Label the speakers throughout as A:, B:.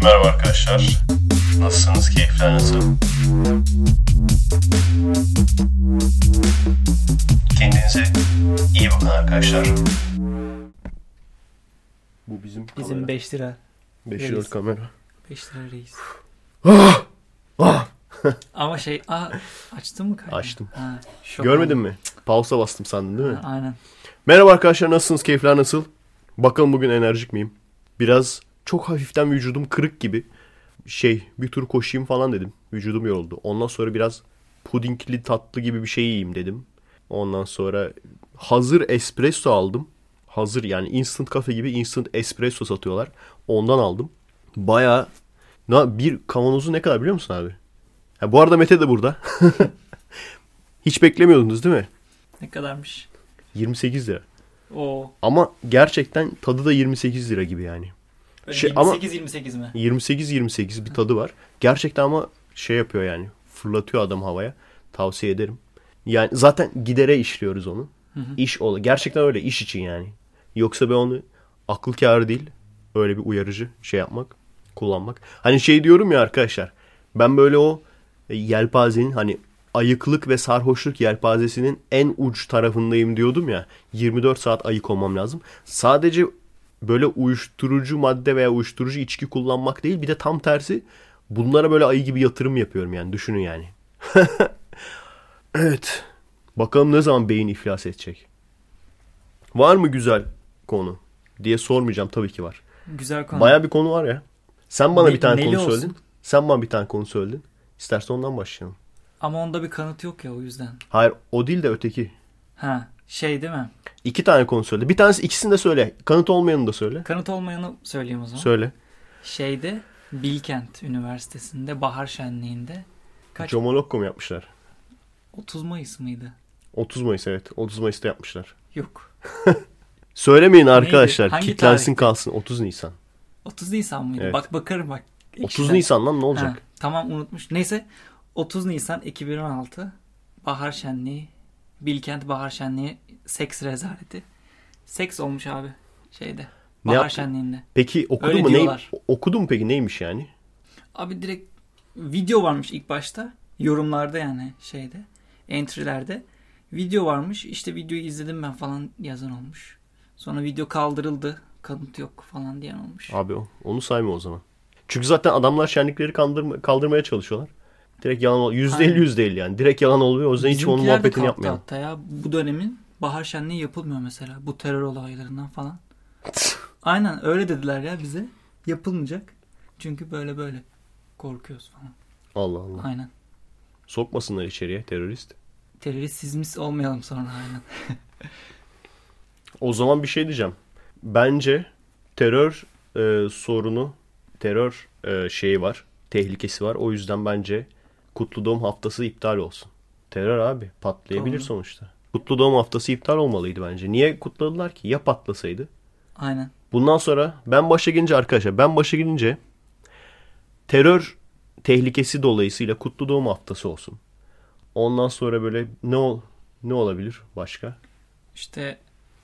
A: Merhaba arkadaşlar. Nasılsınız? Keyifler nasıl? Kendinize iyi bakın arkadaşlar.
B: Bu bizim
C: Bizim 5 lira.
B: 5 liralık kamera.
C: 5 lira reis.
B: Ah! Ah!
C: Ama açtın mı kaydı?
B: Açtım.
C: Ha,
B: Görmedin mi? Pausa bastım sandın değil mi?
C: Ha, aynen.
B: Merhaba arkadaşlar, nasılsınız? Keyifler nasıl? Bakalım bugün enerjik miyim? Biraz çok hafiften vücudum kırık gibi. Bir tur koşayım falan dedim. Vücudum yoruldu. Ondan sonra biraz pudingli tatlı gibi bir şey yiyeyim dedim. Ondan sonra hazır espresso aldım. Hazır yani instant kafe gibi instant espresso satıyorlar. Ondan aldım. Bayağı bir kavanozu ne kadar biliyor musun abi? Ha, bu arada Mete de burada. Hiç beklemiyordunuz değil mi?
C: Ne kadarmış?
B: 28 lira.
C: Oo.
B: Ama gerçekten tadı da 28 lira gibi yani.
C: 28 mi?
B: 28 bir tadı var. Gerçekten ama yapıyor yani. Fırlatıyor adam havaya. Tavsiye ederim. Yani zaten gidere işliyoruz onu. Hı. Gerçekten öyle iş için yani. Yoksa ben onu akıl kârı değil. Öyle bir uyarıcı yapmak, kullanmak. Hani diyorum ya arkadaşlar. Ben böyle o yelpazenin hani ayıklık ve sarhoşluk yelpazesinin en uç tarafındayım diyordum ya. 24 saat ayık olmam lazım. Sadece böyle uyuşturucu madde veya uyuşturucu içki kullanmak değil. Bir de tam tersi bunlara böyle ayı gibi yatırım yapıyorum yani. Düşünün yani. Evet. Bakalım ne zaman beyin iflas edecek. Var mı güzel konu diye sormayacağım, tabii ki var.
C: Güzel konu.
B: Baya bir konu var ya. Sen bana bir tane konu
C: olsun?
B: söyledin. Sen bana bir tane konu söyledin. İstersen ondan başlayalım.
C: Ama onda bir kanıt yok ya, o yüzden.
B: Hayır, o değil de öteki.
C: Ha, değil mi?
B: 2 tane konu söyle. Bir tanesi, ikisini de söyle. Kanıt olmayanı da söyle.
C: Kanıt olmayanı söyleyeyim o zaman.
B: Söyle.
C: Bilkent Üniversitesi'nde bahar şenliğinde
B: Comolokko mu yapmışlar?
C: 30 Mayıs mıydı?
B: 30 Mayıs, evet. 30 Mayıs'ta yapmışlar.
C: Yok.
B: Söylemeyin arkadaşlar.
C: Hangi
B: Kitlensin
C: tarihte?
B: kalsın. 30 Nisan.
C: 30 Nisan mıydı?
B: Evet.
C: Bakarım.
B: 30 Nisan lan ne olacak?
C: Ha, tamam, unutmuş. Neyse, 30 Nisan 2016 bahar şenliği, Bilkent bahar şenliği, seks rezaleti. Seks olmuş abi bahar şenliğinde.
B: Peki okudun mu? Okudun mu peki, neymiş yani?
C: Abi direkt video varmış ilk başta. Yorumlarda yani entry'lerde. Video varmış. İşte videoyu izledim ben falan yazan olmuş. Sonra video kaldırıldı. Kanıt yok falan diyen olmuş.
B: Abi onu sayma o zaman. Çünkü zaten adamlar şenlikleri kaldırmaya çalışıyorlar. Direkt yalan oluyor. %50 yani. Direkt yalan oluyor. O yüzden hiç onun muhabbetini yapmayalım.
C: Hatta ya bu dönemin bahar şenliği yapılmıyor mesela. Bu terör olaylarından falan. Aynen öyle dediler ya bize. Yapılmayacak. Çünkü böyle korkuyoruz falan.
B: Allah Allah.
C: Aynen.
B: Sokmasınlar içeriye terörist.
C: Terörist sizimiz olmayalım sonra, aynen.
B: O zaman bir şey diyeceğim. Bence terör sorunu, terör var, tehlikesi var. O yüzden bence Kutlu Doğum Haftası iptal olsun. Terör abi patlayabilir sonuçta. Kutlu Doğum Haftası iptal olmalıydı bence. Niye kutladılar ki? Ya patlasaydı?
C: Aynen.
B: Bundan sonra ben başa gelince terör tehlikesi dolayısıyla Kutlu Doğum Haftası olsun. Ondan sonra böyle ne olabilir başka?
C: İşte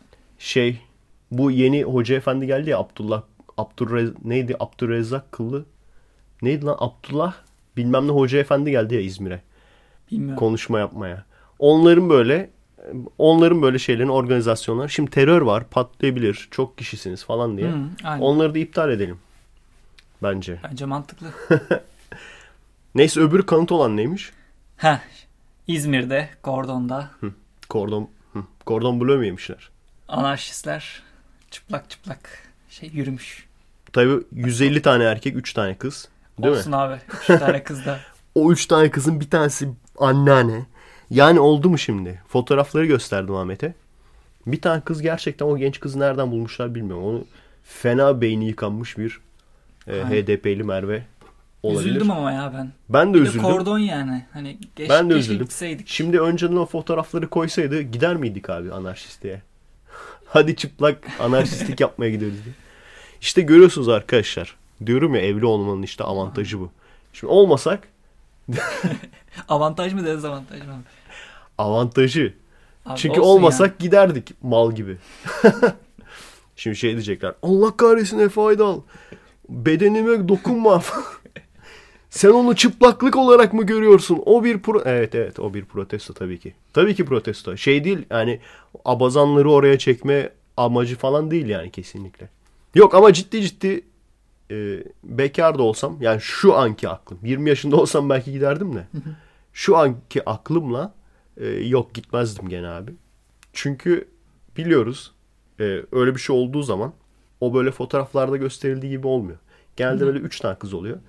B: bu yeni hoca efendi geldi ya, Abdurrezzak Kıllı. Neydi lan? Abdullah bilmem ne hoca efendi geldi ya İzmir'e.
C: Bilmiyorum.
B: Konuşma yapmaya. Onların böyle şeylerin, organizasyonlar. Şimdi terör var, patlayabilir, çok kişisiniz falan diye. Onları da iptal edelim. Bence.
C: Bence mantıklı.
B: Neyse, öbür kanıt olan neymiş?
C: İzmir'de, Kordon'da.
B: Kordon Bleu mu yemişler?
C: Anarşistler çıplak yürümüş.
B: Tabii 150 tane erkek, 3 tane kız. Değil
C: Olsun
B: mi?
C: abi. 3 tane kız da.
B: O 3 tane kızın bir tanesi anneanne. Yani oldu mu şimdi? Fotoğrafları gösterdim Ahmet'e. Bir tane kız, gerçekten o genç kızı nereden bulmuşlar bilmiyorum. Onu fena beyni yıkanmış bir HDP'li Merve olabilir.
C: Üzüldüm ama ya ben.
B: Ben de üzüldüm.
C: Kordon yani. Hani
B: ben de üzüldüm.
C: Gitseydik.
B: Şimdi önceden o fotoğrafları koysaydı gider miydik abi anarşistliğe? Hadi çıplak anarşistlik yapmaya gidiyoruz diye. İşte görüyorsunuz arkadaşlar. Diyorum ya, evli olmanın işte avantajı bu. Şimdi olmasak
C: avantaj mı dezavantaj mı?
B: Avantajı.
C: Abi
B: çünkü olmasak giderdik mal gibi. Şimdi diyecekler. Allah kahretsin Efe Aydal. bedenime dokunma. Sen onu çıplaklık olarak mı görüyorsun? O bir evet o bir protesto tabii ki. Tabii ki protesto. Şey değil yani abazanları oraya çekme amacı falan değil yani kesinlikle. Yok ama ciddi bekar da olsam yani şu anki aklım 20 yaşında olsam belki giderdim de şu anki aklımla yok gitmezdim gene abi. Çünkü biliyoruz öyle bir şey olduğu zaman o böyle fotoğraflarda gösterildiği gibi olmuyor. Genelde böyle 3 tane kız oluyor.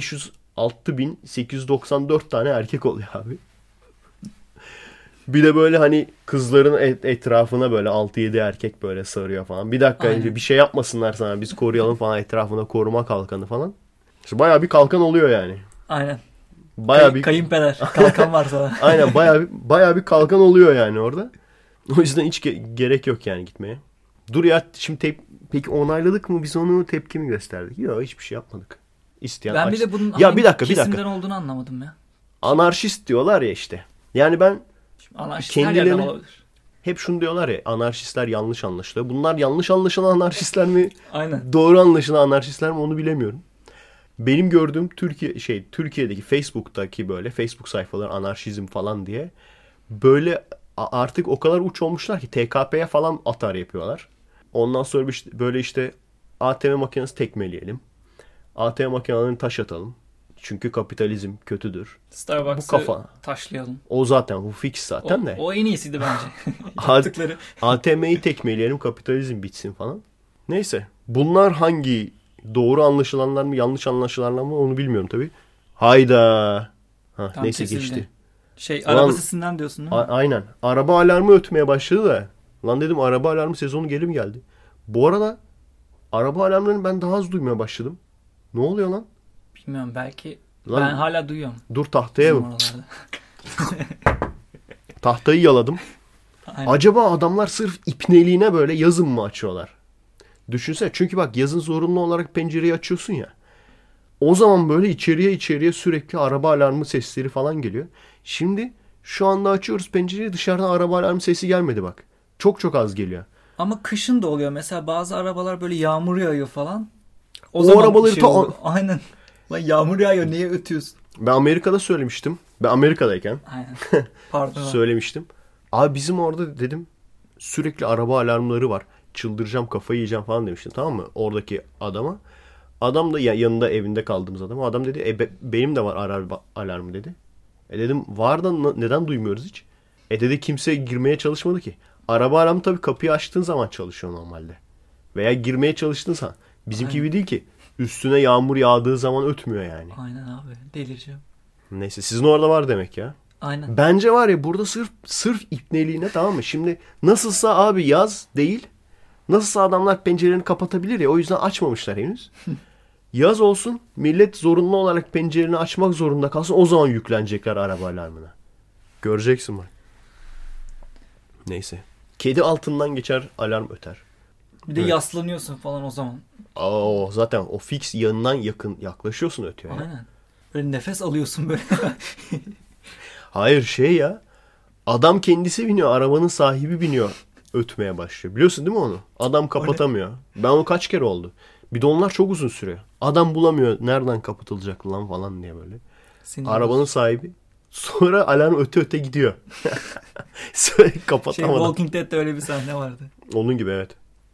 B: 506.894 tane erkek oluyor abi. Bir de böyle hani kızların etrafına böyle 6-7 erkek böyle sarıyor falan. Bir dakika önce bir şey yapmasınlar sana biz koruyalım falan etrafına koruma kalkanı falan. İşte bayağı bir kalkan oluyor yani.
C: Aynen.
B: Bayağı bir
C: kayınpeder kalkan var sana.
B: Aynen bayağı bir kalkan oluyor yani orada. O yüzden hiç gerek yok yani gitmeye. Dur ya şimdi peki onayladık mı biz onu tepki mi gösterdik? Yok hiçbir şey yapmadık. İsteyen
C: Ben
B: açsın.
C: bir de bunun
B: ya bir dakika
C: kesimden olduğunu anlamadım ya.
B: Anarşist diyorlar ya işte. Yani ben
C: Anarşistler yerden olabilir.
B: Hep şunu diyorlar ya anarşistler yanlış anlaşılıyor. Bunlar yanlış anlaşılan anarşistler mi?
C: Aynen.
B: Doğru anlaşılan anarşistler mi onu bilemiyorum. Benim gördüğüm Türkiye'deki Facebook'taki böyle Facebook sayfaları anarşizm falan diye böyle artık o kadar uç olmuşlar ki TKP'ye falan atar yapıyorlar. Ondan sonra böyle işte ATM makinesi tekmeleyelim. ATM makinelerini taş atalım. Çünkü kapitalizm kötüdür.
C: Starbucks'ı taşlayalım.
B: O zaten bu fix zaten de.
C: O en iyisiydi bence. Yaptıkları.
B: ATM'yi tekmeleyelim kapitalizm bitsin falan. Neyse bunlar hangi doğru anlaşılanlar mı yanlış anlaşılanlar mı onu bilmiyorum tabii. Hayda. Neyse
C: kesildi. Geçti.
B: Ulan,
C: araba sesinden diyorsun değil mi?
B: Aynen. Araba alarmı ötmeye başladı da. Lan dedim araba alarmı sezonu geri mi geldi? Bu arada araba alarmlarını ben daha az duymaya başladım. Ne oluyor lan?
C: Bilmiyorum belki. Lan, ben hala duyuyorum.
B: Dur tahtaya mı? Tahtayı yaladım. Aynen. Acaba adamlar sırf ipneliğine böyle yazın mı açıyorlar? Düşünsene. Çünkü bak yazın zorunlu olarak pencereyi açıyorsun ya. O zaman böyle içeriye sürekli araba alarmı sesleri falan geliyor. Şimdi şu anda açıyoruz pencereyi dışarıdan araba alarmı sesi gelmedi bak. Çok az geliyor.
C: Ama kışın da oluyor. Mesela bazı arabalar böyle yağmur yağıyor falan.
B: O zaman arabaları
C: Aynen. Lan yağmur yağıyor niye ötüyorsun?
B: Ben Amerika'da söylemiştim. Ben Amerika'dayken.
C: Aynen. Pardon.
B: Söylemiştim. Abi bizim orada dedim sürekli araba alarmları var. Çıldıracağım kafayı yiyeceğim falan demiştim tamam mı? Oradaki adama. Adam da yanında evinde kaldığımız adam. Adam dedi benim de var araba alarmı dedi. Dedim var da neden duymuyoruz hiç? Dedi kimse girmeye çalışmadı ki. Araba alarmı tabii kapıyı açtığın zaman çalışıyor normalde. Veya girmeye çalıştığın zaman. Bizimki gibi değil ki. Üstüne yağmur yağdığı zaman ötmüyor yani.
C: Aynen abi delireceğim.
B: Neyse sizin orada var demek ya.
C: Aynen.
B: Bence var ya burada sırf ipneliğine tamam mı? Şimdi nasılsa abi yaz değil. Nasılsa adamlar pencerelerini kapatabilir ya o yüzden açmamışlar henüz. Yaz olsun millet zorunlu olarak pencerelerini açmak zorunda kalsın o zaman yüklenecekler araba alarmına. Göreceksin bak. Neyse. Kedi altından geçer alarm öter.
C: Bir de yaslanıyorsun falan o zaman.
B: Zaten o fix yanından yaklaşıyorsun ötüyor.
C: Aynen. Ya. Böyle nefes alıyorsun böyle.
B: Hayır ya. Adam kendisi biniyor. Arabanın sahibi biniyor. Ötmeye başlıyor. Biliyorsun değil mi onu? Adam kapatamıyor. Ben o kaç kere oldu. Bir de onlar çok uzun sürüyor. Adam bulamıyor. Nereden kapatılacak lan falan diye böyle. Arabanın sahibi. Sonra alarm öte gidiyor. Kapatamadan.
C: Walking Dead'de öyle bir sahne vardı.
B: Onun gibi evet.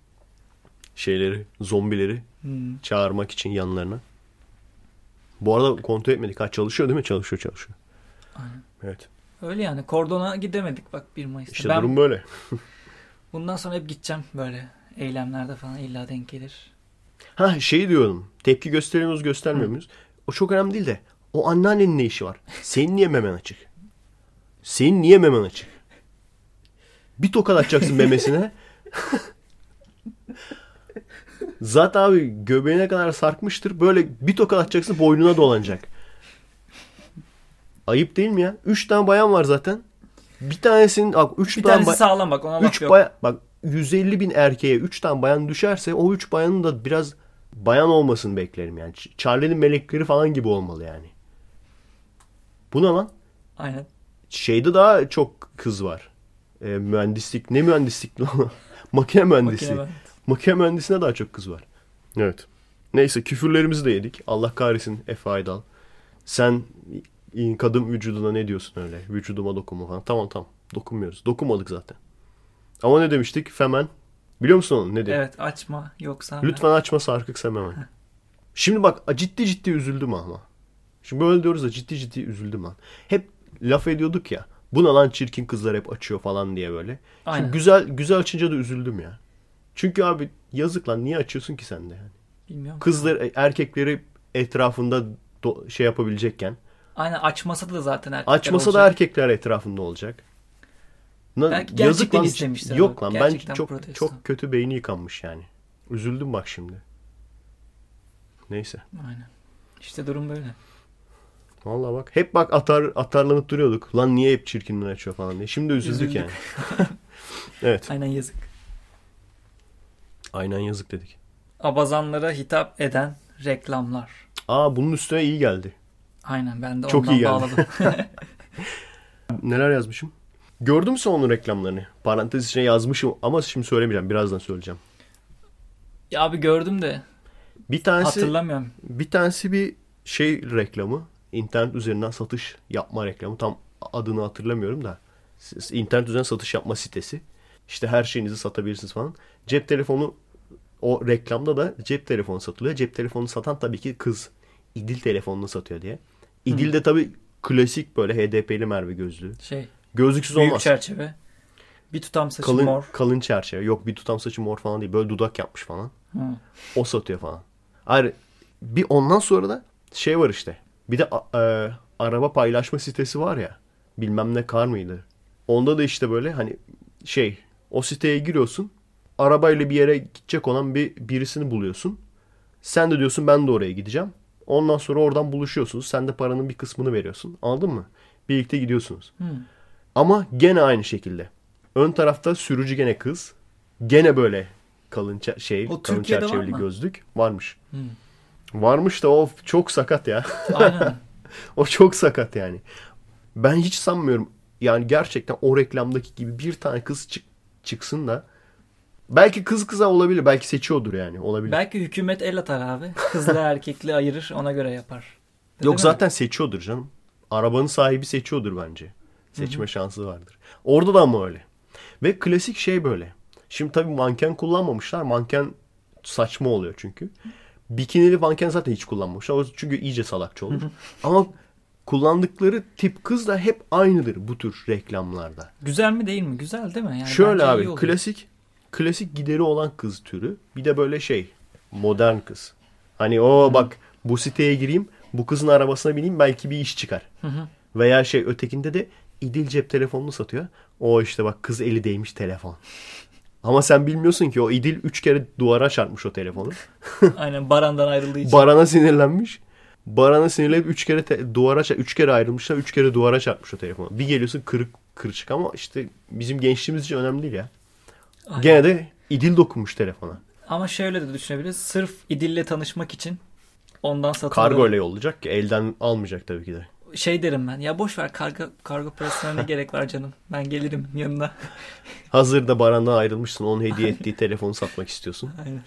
B: Zombileri çağırmak için yanlarına. Bu arada kontrol etmedik. Çalışıyor değil mi? Çalışıyor.
C: Aynen.
B: Evet.
C: Öyle yani. Kordona gidemedik bak 1 Mayıs'ta.
B: İşte durum böyle.
C: Bundan sonra hep gideceğim böyle eylemlerde falan illa denk gelir.
B: Diyorum. Tepki gösteriyor muyuz göstermiyor muyuz? O çok önemli değil de o anneannenin ne işi var? Senin niye memen açık? Bir tokat atacaksın memesine. Zaten abi göbeğine kadar sarkmıştır. Böyle bir tokat atacaksın boynuna dolanacak. Ayıp değil mi ya? 3 tane bayan var zaten. Bir tanesinin...
C: Bir tanesi sağlam bak ona laf yok.
B: Bak 150.000 erkeğe 3 tane bayan düşerse o 3 bayanın da biraz bayan olmasını beklerim yani. Charlie'nin melekleri falan gibi olmalı yani. Bu ne lan?
C: Aynen.
B: Daha çok kız var. Mühendislik. Ne mühendislik lan? Makine mühendisliği. Makine mühendisliğine daha çok kız var. Evet. Neyse küfürlerimizi de yedik. Allah kahretsin Efe Aydal. Sen kadın vücuduna ne diyorsun öyle? Vücuduma dokunma falan. Tamam. Dokunmuyoruz. Dokunmadık zaten. Ama ne demiştik? Femen. Biliyor musun onu? Ne dedi?
C: Evet, açma yoksa.
B: Lütfen açma sarkık Femen. Şimdi bak ciddi üzüldüm ama. Şimdi böyle diyoruz da ciddi üzüldüm ben. Hep laf ediyorduk ya. Buna lan çirkin kızlar hep açıyor falan diye böyle. Şimdi güzel açınca da üzüldüm ya. Çünkü abi yazık lan, niye açıyorsun ki sen de yani?
C: Bilmiyorum.
B: Kızlar erkekleri etrafında şey yapabilecekken.
C: Aynen, açmasa da zaten erkekler
B: Açmasa
C: olacak.
B: da erkekler etrafında olacak.
C: Belki gerçekten istemiştir.
B: Yok lan, bence
C: protesto.
B: çok kötü beyni yıkanmış yani. Üzüldüm bak şimdi. Neyse.
C: Aynen. İşte durum böyle.
B: Vallahi bak. Hep bak atarlanıp duruyorduk. Lan niye hep çirkinler açıyor falan diye. Şimdi üzüldük yani. Evet.
C: Aynen, yazık.
B: Aynen yazık dedik.
C: Abazanlara hitap eden reklamlar.
B: Bunun üstüne iyi geldi.
C: Aynen, ben de
B: çok
C: ondan
B: iyi geldi.
C: bağladım.
B: Neler yazmışım? Gördün mü sen onun reklamlarını? Parantez içine yazmışım ama şimdi söylemeyeceğim. Birazdan söyleyeceğim.
C: Ya abi, gördüm de hatırlamıyorum.
B: Bir tanesi bir şey reklamı. İnternet üzerinden satış yapma reklamı. Tam adını hatırlamıyorum da. İnternet üzerinden satış yapma sitesi. İşte her şeyinizi satabilirsiniz falan. Cep telefonu, o reklamda da cep telefonu satılıyor. Cep telefonu satan tabii ki kız. İdil telefonunu satıyor diye. İdil de tabii klasik böyle HDP'li Merve gözlüğü. Gözlüksüz
C: büyük
B: olmaz.
C: çerçeve. Bir tutam saçı mor.
B: Kalın çerçeve. Yok, bir tutam saçı mor falan değil. Böyle dudak yapmış falan.
C: Hı.
B: O satıyor falan. Ayrı bir ondan sonra da şey var işte. Bir de araba paylaşma sitesi var ya. Bilmem ne kar mıydı? Onda da işte böyle hani o siteye giriyorsun. Arabayla bir yere gidecek olan birisini buluyorsun. Sen de diyorsun ben de oraya gideceğim. Ondan sonra oradan buluşuyorsunuz. Sen de paranın bir kısmını veriyorsun. Anladın mı? Birlikte gidiyorsunuz. Ama gene aynı şekilde. Ön tarafta sürücü gene kız. Gene böyle kalın çerçeveli gözlük. Varmış. Varmış da o çok sakat ya.
C: Aynen.
B: O çok sakat yani. Ben hiç sanmıyorum. Yani gerçekten o reklamdaki gibi bir tane kız çıksın da, belki kız kıza olabilir. Belki seçiyordur yani. Olabilir.
C: Belki hükümet el atar abi. Kızla erkekli ayırır, ona göre yapar.
B: Yok, zaten seçiyordur canım. Arabanın sahibi seçiyordur bence. Seçme şansı vardır. Orada da ama öyle. Ve klasik şey böyle. Şimdi tabii manken kullanmamışlar. Manken saçma oluyor çünkü. Bikinili manken zaten hiç kullanmamışlar. Çünkü iyice salakça olur. Ama kullandıkları tip kız da hep aynıdır bu tür reklamlarda.
C: Güzel mi değil mi? Güzel değil mi? Yani
B: şöyle abi, klasik gideri olan kız türü. Bir de böyle modern kız. Hani bak bu siteye gireyim, bu kızın arabasına bineyim, belki bir iş çıkar. Veya ötekinde de İdil cep telefonunu satıyor. O işte bak, kız eli değmiş telefon. Ama sen bilmiyorsun ki o İdil 3 kere duvara çarpmış o telefonu.
C: Aynen, Baran'dan ayrıldığı için.
B: Barana sinirlenmiş. Barana sinirlenip 3 kere 3 kere ayrılmışlar. 3 kere duvara çarpmış o telefonu. Bir geliyorsun kırık ama işte bizim gençliğimiz için önemli değil ya. Aynen. Gene de İdil dokunmuş telefona.
C: Ama şöyle de düşünebiliriz. Sırf İdil'le tanışmak için ondan satılıyor.
B: Kargo ile yollayacak ki, elden almayacak tabii ki de.
C: Derim ben. Ya boş ver, kargo parasına ne gerek var canım. Ben gelirim yanına.
B: Hazırda Baran'dan ayrılmışsın. Onun hediye ettiği telefonu satmak istiyorsun.
C: Aynen.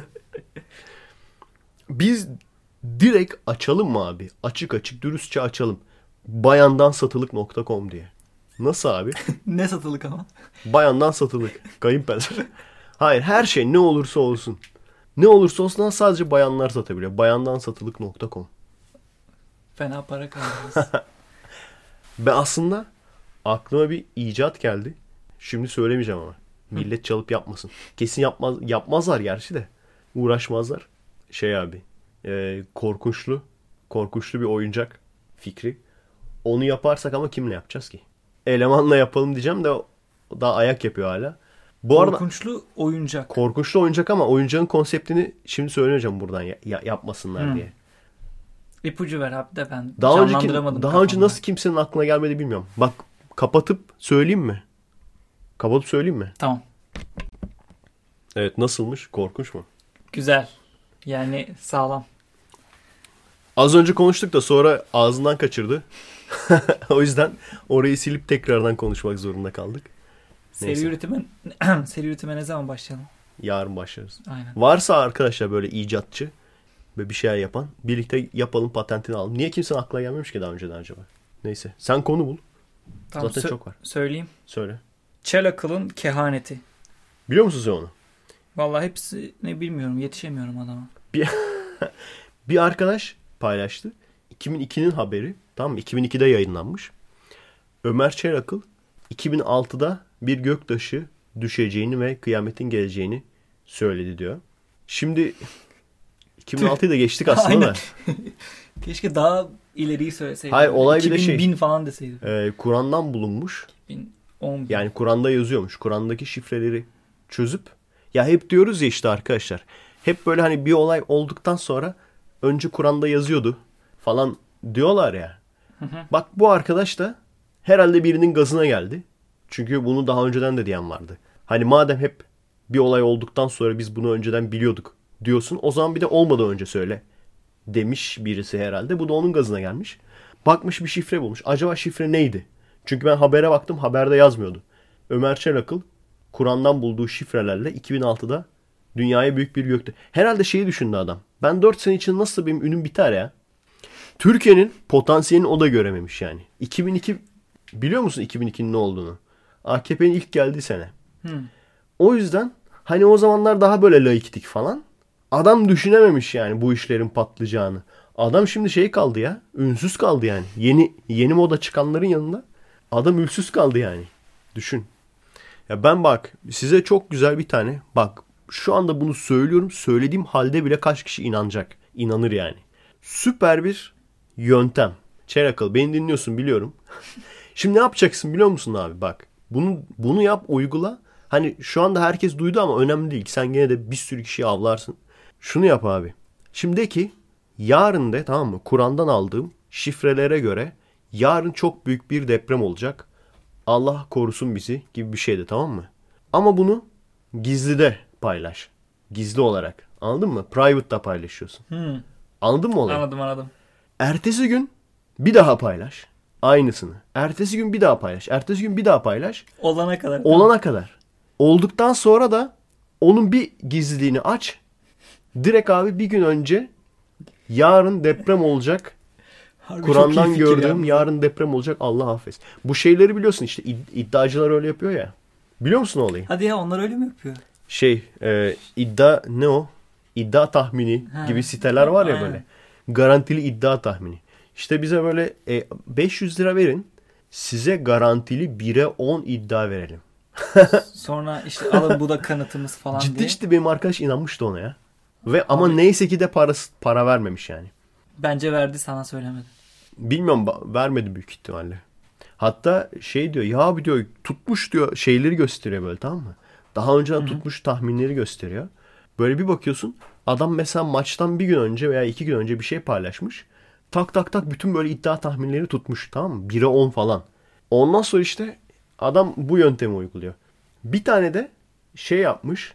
B: Biz direkt açalım mı abi? Açık dürüstçe açalım. Bayandansatılık.com diye. Nasıl abi?
C: Ne satılık ama?
B: Bayandan satılık. Kayınpeder. Hayır, her şey ne olursa olsun. Ne olursa olsun sadece bayanlar satabiliyor. Bayandansatılık.com.
C: Fena para kazanırız.
B: Ben aslında aklıma bir icat geldi. Şimdi söylemeyeceğim ama. Millet çalıp yapmasın. Kesin yapmazlar gerçi de. Uğraşmazlar. Abi. Korkunçlu bir oyuncak fikri. Onu yaparsak ama kimle yapacağız ki? Elemanla yapalım diyeceğim de daha ayak yapıyor hala.
C: Korkunçlu oyuncak.
B: Korkunçlu oyuncak ama oyuncağın konseptini şimdi söyleyeceğim buradan yapmasınlar diye.
C: İpucu ver abi de ben
B: canlandıramadım. Daha önce nasıl kimsenin aklına gelmedi bilmiyorum. Bak, kapatıp söyleyeyim mi?
C: Tamam.
B: Evet, nasılmış? Korkunç mu?
C: Güzel. Yani sağlam.
B: Az önce konuştuk da sonra ağzından kaçırdı. O yüzden orayı silip tekrardan konuşmak zorunda kaldık.
C: Seri üretime ne zaman başlayalım?
B: Yarın başlarız.
C: Aynen.
B: Varsa arkadaşlar böyle icatçı, ve bir şeyler yapan. Birlikte yapalım, patentini alalım. Niye kimsenin aklına gelmemiş ki daha önceden acaba? Neyse. Sen konu bul.
C: Tamam,
B: Zaten çok var.
C: Söyleyeyim.
B: Söyle.
C: Çelakıl'ın kehaneti.
B: Biliyor musun sen onu?
C: Vallahi hepsini bilmiyorum. Yetişemiyorum adama.
B: Bir arkadaş paylaştı. 2002'nin haberi. Tamam mı? 2002'de yayınlanmış. Ömer Çelakıl 2006'da bir göktaşı düşeceğini ve kıyametin geleceğini söyledi diyor. Şimdi 2006'yı da geçtik aslında da.
C: Keşke daha ileriyi söyleseydim.
B: Hayır, olay bir de
C: 2000 falan deseydim.
B: Kur'an'dan bulunmuş.
C: 2010.
B: Yani Kur'an'da yazıyormuş. Kur'an'daki şifreleri çözüp, ya hep diyoruz ya işte arkadaşlar. Hep böyle hani bir olay olduktan sonra önce Kur'an'da yazıyordu falan diyorlar ya. Bak bu arkadaş da herhalde birinin gazına geldi. Çünkü bunu daha önceden de diyen vardı. Hani madem hep bir olay olduktan sonra biz bunu önceden biliyorduk diyorsun, o zaman bir de olmadan önce söyle demiş birisi herhalde. Bu da onun gazına gelmiş. Bakmış bir şifre bulmuş. Acaba şifre neydi? Çünkü ben habere baktım, haberde yazmıyordu. Ömer Çelakıl Kur'an'dan bulduğu şifrelerle 2006'da dünyaya büyük bir gökte. Herhalde şeyi düşündü adam. Ben 4 sene için nasıl benim ünüm biter ya? Türkiye'nin potansiyelini o da görememiş yani. 2002, biliyor musun 2002'nin ne olduğunu? AKP'nin ilk geldiği sene. O yüzden hani o zamanlar daha böyle laiktik falan. Adam düşünememiş yani bu işlerin patlayacağını. Adam şimdi şey kaldı ya. Ünsüz kaldı yani. Yeni moda çıkanların yanında adam ünsüz kaldı yani. Düşün. Ya ben bak size çok güzel bir tane, bak şu anda bunu söylüyorum. Söylediğim halde bile kaç kişi inanacak? İnanır yani. Süper bir yöntem. Çelakıl, beni dinliyorsun biliyorum. Şimdi ne yapacaksın biliyor musun abi? Bak bunu yap, uygula. Hani şu anda herkes duydu ama önemli değil. Sen gene de bir sürü kişiyi avlarsın. Şunu yap abi. Şimdi de ki yarın de, tamam mı? Kur'an'dan aldığım şifrelere göre yarın çok büyük bir deprem olacak. Allah korusun bizi gibi bir şeydi, tamam mı? Ama bunu gizlide paylaş. Gizli olarak. Anladın mı? Private'da paylaşıyorsun. Anladın mı olayı?
C: Anladım.
B: Ertesi gün bir daha paylaş. Aynısını. Ertesi gün bir daha paylaş. Ertesi gün bir daha paylaş.
C: Olana kadar.
B: Olana kadar. Olduktan sonra da onun bir gizliliğini aç. Direkt abi bir gün önce yarın deprem olacak. Kur'an'dan gördüğüm yarın deprem olacak, Allah affetsin. Bu şeyleri biliyorsun işte, iddiacılar öyle yapıyor ya. Biliyor musun olayı?
C: Hadi ya, onlar öyle mi yapıyor?
B: İddia ne o? İddia tahmini gibi siteler var ya. Aynen. Böyle. Garantili iddia tahmini. İşte bize böyle 500 lira verin. Size garantili 1'e 10 iddia verelim.
C: Sonra işte alın bu da kanıtımız falan diye.
B: Ciddi benim arkadaş inanmıştı ona ya. Ama neyse ki de para vermemiş yani.
C: Bence verdi, sana söylemedi.
B: Bilmiyorum, vermedi büyük ihtimalle. Hatta şey diyor ya abi, diyor tutmuş diyor, şeyleri gösteriyor böyle, tamam mı? Daha önceden tutmuş tahminleri gösteriyor. Böyle bir bakıyorsun adam mesela maçtan bir gün önce veya 2 gün önce bir şey paylaşmış. Tak tak tak bütün böyle iddia tahminleri tutmuş, tamam mı? 1'e 10 falan. Ondan sonra işte adam bu yöntemi uyguluyor. Bir tane de şey yapmış.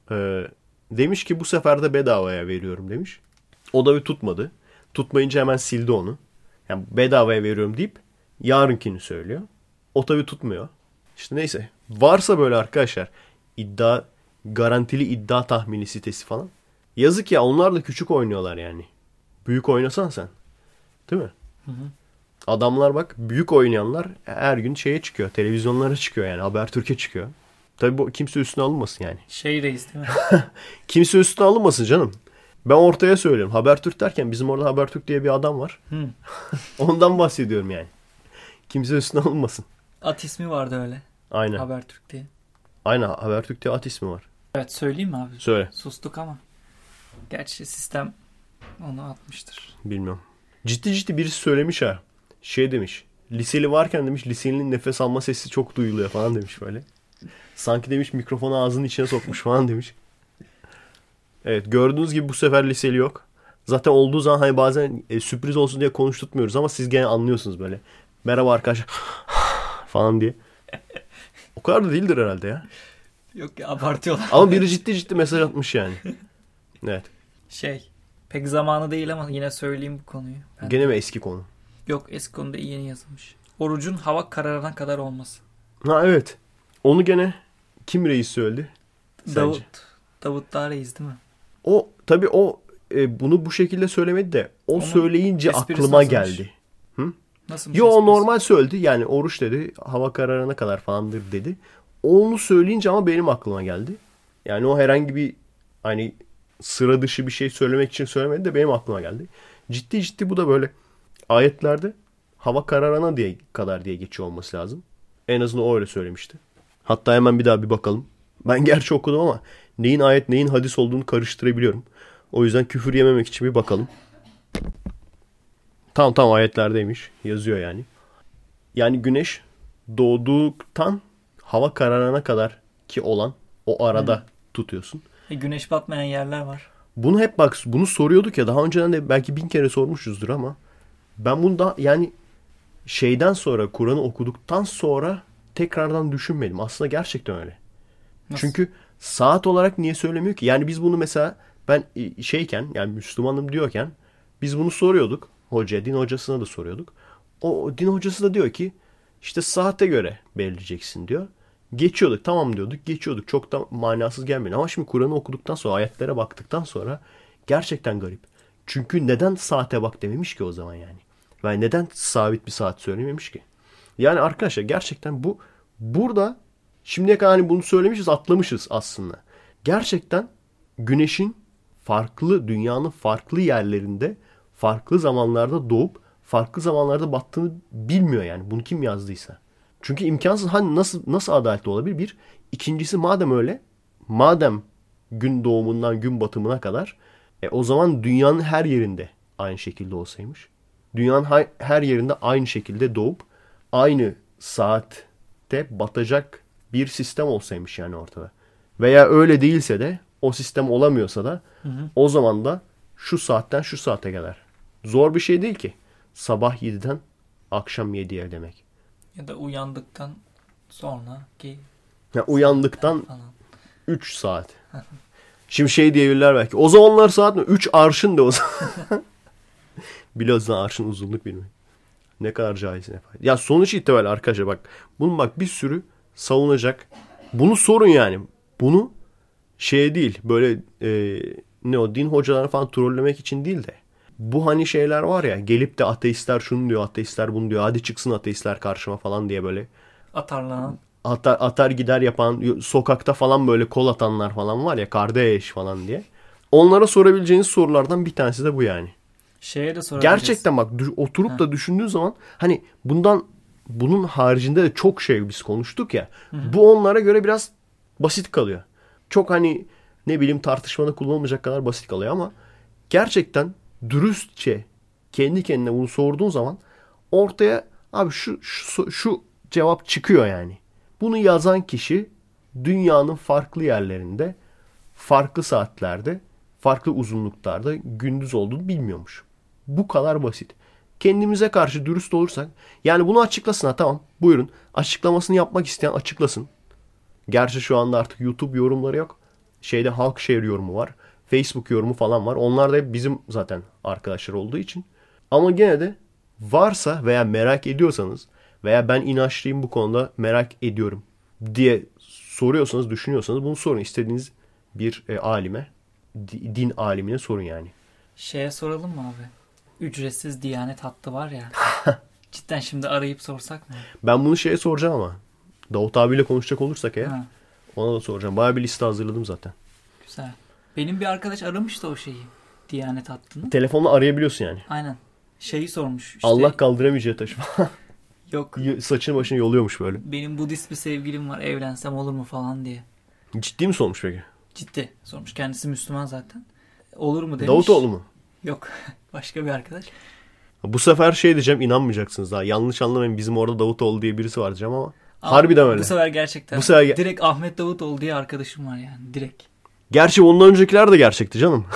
B: Demiş ki bu sefer de bedavaya veriyorum demiş. O da bir tutmadı. Tutmayınca hemen sildi onu. Yani bedavaya veriyorum deyip yarınkini söylüyor. O tabii tutmuyor. İşte neyse. Varsa böyle arkadaşlar garantili iddia tahmini sitesi falan. Yazık ya, onlar da küçük oynuyorlar yani. Büyük oynasan sen. Değil mi? Adamlar bak, büyük oynayanlar her gün şeye çıkıyor. Televizyonlara çıkıyor yani. Habertürk'e çıkıyor. Tabii bu kimse üstüne alınmasın yani.
C: Reis değil mi?
B: Kimse üstüne alınmasın canım. Ben ortaya söylüyorum. Habertürk derken bizim orada Habertürk diye bir adam var. Ondan bahsediyorum yani. Kimse üstüne alınmasın.
C: At ismi vardı öyle.
B: Aynen.
C: Habertürk diye.
B: Aynen, Habertürk diye at ismi var.
C: Evet, söyleyeyim mi abi?
B: Söyle.
C: Sustuk ama. Gerçi sistem onu atmıştır.
B: Bilmiyorum. Ciddi birisi söylemiş ha. Şey demiş. Liseli varken demiş, liselinin nefes alma sesi çok duyuluyor falan demiş böyle. Sanki demiş mikrofonu ağzının içine sokmuş falan demiş. Evet, gördüğünüz gibi bu sefer liseli yok. Zaten olduğu zaman hani bazen sürpriz olsun diye konuşturtmuyoruz ama siz gene anlıyorsunuz böyle. Merhaba arkadaşlar falan diye. O kadar da değildir herhalde ya.
C: Yok ya, abartıyorlar.
B: Ama biri ciddi mesaj atmış yani. Evet.
C: Pek zamanı değil ama yine söyleyeyim bu konuyu.
B: Gene mi eski konu?
C: Yok, eski konuda yeni yazılmış. Orucun hava kararına kadar olması.
B: Ha evet. Onu gene kim reis söyledi?
C: Davut Dağ Reis değil mi?
B: O tabii o bunu bu şekilde söylemedi de o
C: Onun
B: söyleyince
C: esprisi
B: aklıma
C: nasılmış?
B: geldi.
C: Nasıl bir
B: Yo o
C: esprisi?
B: normal söyledi. Yani oruç dedi. Hava kararına kadar falandır dedi. Onu söyleyince ama benim aklıma geldi. Yani o herhangi bir hani sıra dışı bir şey söylemek için söylemedi de benim aklıma geldi. Ciddi ciddi bu da böyle ayetlerde hava kararına diye kadar diye geçiyor olması lazım. En azından o öyle söylemişti. Hatta hemen bir daha bir bakalım. Ben gerçi okudum ama neyin ayet neyin hadis olduğunu karıştırabiliyorum. O yüzden küfür yememek için bir bakalım. Tamam ayetlerdeymiş. Yazıyor yani. Yani güneş doğduktan hava kararına kadar ki olan o arada tutuyorsun.
C: Güneş batmayan yerler var.
B: Bunu hep bak bunu soruyorduk ya daha önceden de belki 1000 kere sormuşuzdur ama ben bunu da yani şeyden sonra Kur'an'ı okuduktan sonra tekrardan düşünmedim. Aslında gerçekten öyle.
C: Nasıl?
B: Çünkü saat olarak niye söylemiyor ki? Yani biz bunu mesela ben şeyken yani Müslümanım diyorken biz bunu soruyorduk. Hocaya, din hocasına da soruyorduk. O din hocası da diyor ki işte saate göre belirleyeceksin diyor. Geçiyorduk tamam diyorduk geçiyorduk çok da manasız gelmiyor. Ama şimdi Kur'an'ı okuduktan sonra ayetlere baktıktan sonra gerçekten garip. Çünkü neden saate bak dememiş ki o zaman yani. Ve neden sabit bir saat söylememiş ki? Yani arkadaşlar gerçekten bu burada şimdiye kadar hani bunu söylemişiz atlamışız aslında. Gerçekten güneşin farklı dünyanın farklı yerlerinde farklı zamanlarda doğup farklı zamanlarda battığını bilmiyor yani. Bunu kim yazdıysa. Çünkü imkansız hani nasıl adaletli olabilir? Bir. İkincisi madem öyle madem gün doğumundan gün batımına kadar o zaman dünyanın her yerinde aynı şekilde olsaymış. Dünyanın her yerinde aynı şekilde doğup aynı saatte batacak bir sistem olsaymış yani ortada. Veya öyle değilse de o sistem olamıyorsa da o zaman da şu saatten şu saate kadar. Zor bir şey değil ki. Sabah 7'den akşam 7'ye demek.
C: Ya da uyandıktan sonraki
B: Yani uyandıktan
C: falan.
B: 3 saat. Şimdi şey diyebilirler belki. O zamanlar saat mi? 3 arşın de o zaman. Biliyorsun arşın uzunluk bilmiyorum. Ne kadar cahilsin efendim. Ya sonuç itibariyle arkadaşlar bak. Bunun bak bir sürü savunacak. Bunu sorun yani. Bunu şey değil. Böyle ne o din hocalarını falan trollemek için değil de. Bu hani şeyler var ya. Gelip de ateistler şunu diyor. Ateistler bunu diyor. Hadi çıksın ateistler karşıma falan diye böyle.
C: Atarlanan.
B: Atar gider yapan. Sokakta falan böyle kol atanlar falan var ya. Kardeş falan diye. Onlara sorabileceğiniz sorulardan bir tanesi de bu yani.
C: Şeye de sorabiliriz.
B: Gerçekten bak oturup da düşündüğün zaman hani bunun haricinde de çok şey biz konuştuk ya. Bu onlara göre biraz basit kalıyor. Çok hani ne bileyim tartışmada kullanılmayacak kadar basit kalıyor ama gerçekten dürüstçe kendi kendine bunu sorduğun zaman ortaya abi şu cevap çıkıyor yani. Bunu yazan kişi dünyanın farklı yerlerinde, farklı saatlerde, farklı uzunluklarda gündüz olduğunu bilmiyormuş. Bu kadar basit. Kendimize karşı dürüst olursak yani bunu açıklasın ha tamam buyurun. Açıklamasını yapmak isteyen açıklasın. Gerçi şu anda artık YouTube yorumları yok. Şeyde Halkşehir yorumu var. Facebook yorumu falan var. Onlar da hep bizim zaten arkadaşlar olduğu için. Ama gene de varsa veya merak ediyorsanız veya ben inançlıyım bu konuda merak ediyorum diye soruyorsanız, düşünüyorsanız bunu sorun. İstediğiniz bir alime, din alimine sorun yani.
C: Şeye soralım mı abi? Ücretsiz Diyanet hattı var ya. Cidden şimdi arayıp sorsak mı?
B: Ben bunu şeye soracağım ama. Davut abiyle konuşacak olursak eğer.
C: Ha,
B: Ona da soracağım. Bayağı bir liste hazırladım zaten.
C: güzel. Benim bir arkadaş aramıştı o şeyi. Diyanet hattını.
B: Telefonla arayabiliyorsun yani.
C: Aynen. Şeyi sormuş. İşte,
B: Allah kaldıramayacağı taşı.
C: yok.
B: Saçını başını yoluyormuş böyle.
C: Benim Budist bir sevgilim var. Evlensem olur mu falan diye.
B: Ciddi mi sormuş peki?
C: Ciddi sormuş. Kendisi Müslüman zaten. Olur mu demiş.
B: Davutoğlu mu?
C: Yok. Başka bir arkadaş.
B: Bu sefer şey diyeceğim inanmayacaksınız daha. Yanlış anlamayın bizim orada Davutoğlu diye birisi var diyeceğim ama. Harbiden öyle.
C: Bu sefer gerçekten.
B: Bu sefer
C: direkt Ahmet Davutoğlu diye arkadaşım var yani. Direkt.
B: Gerçi ondan öncekiler de gerçekti canım.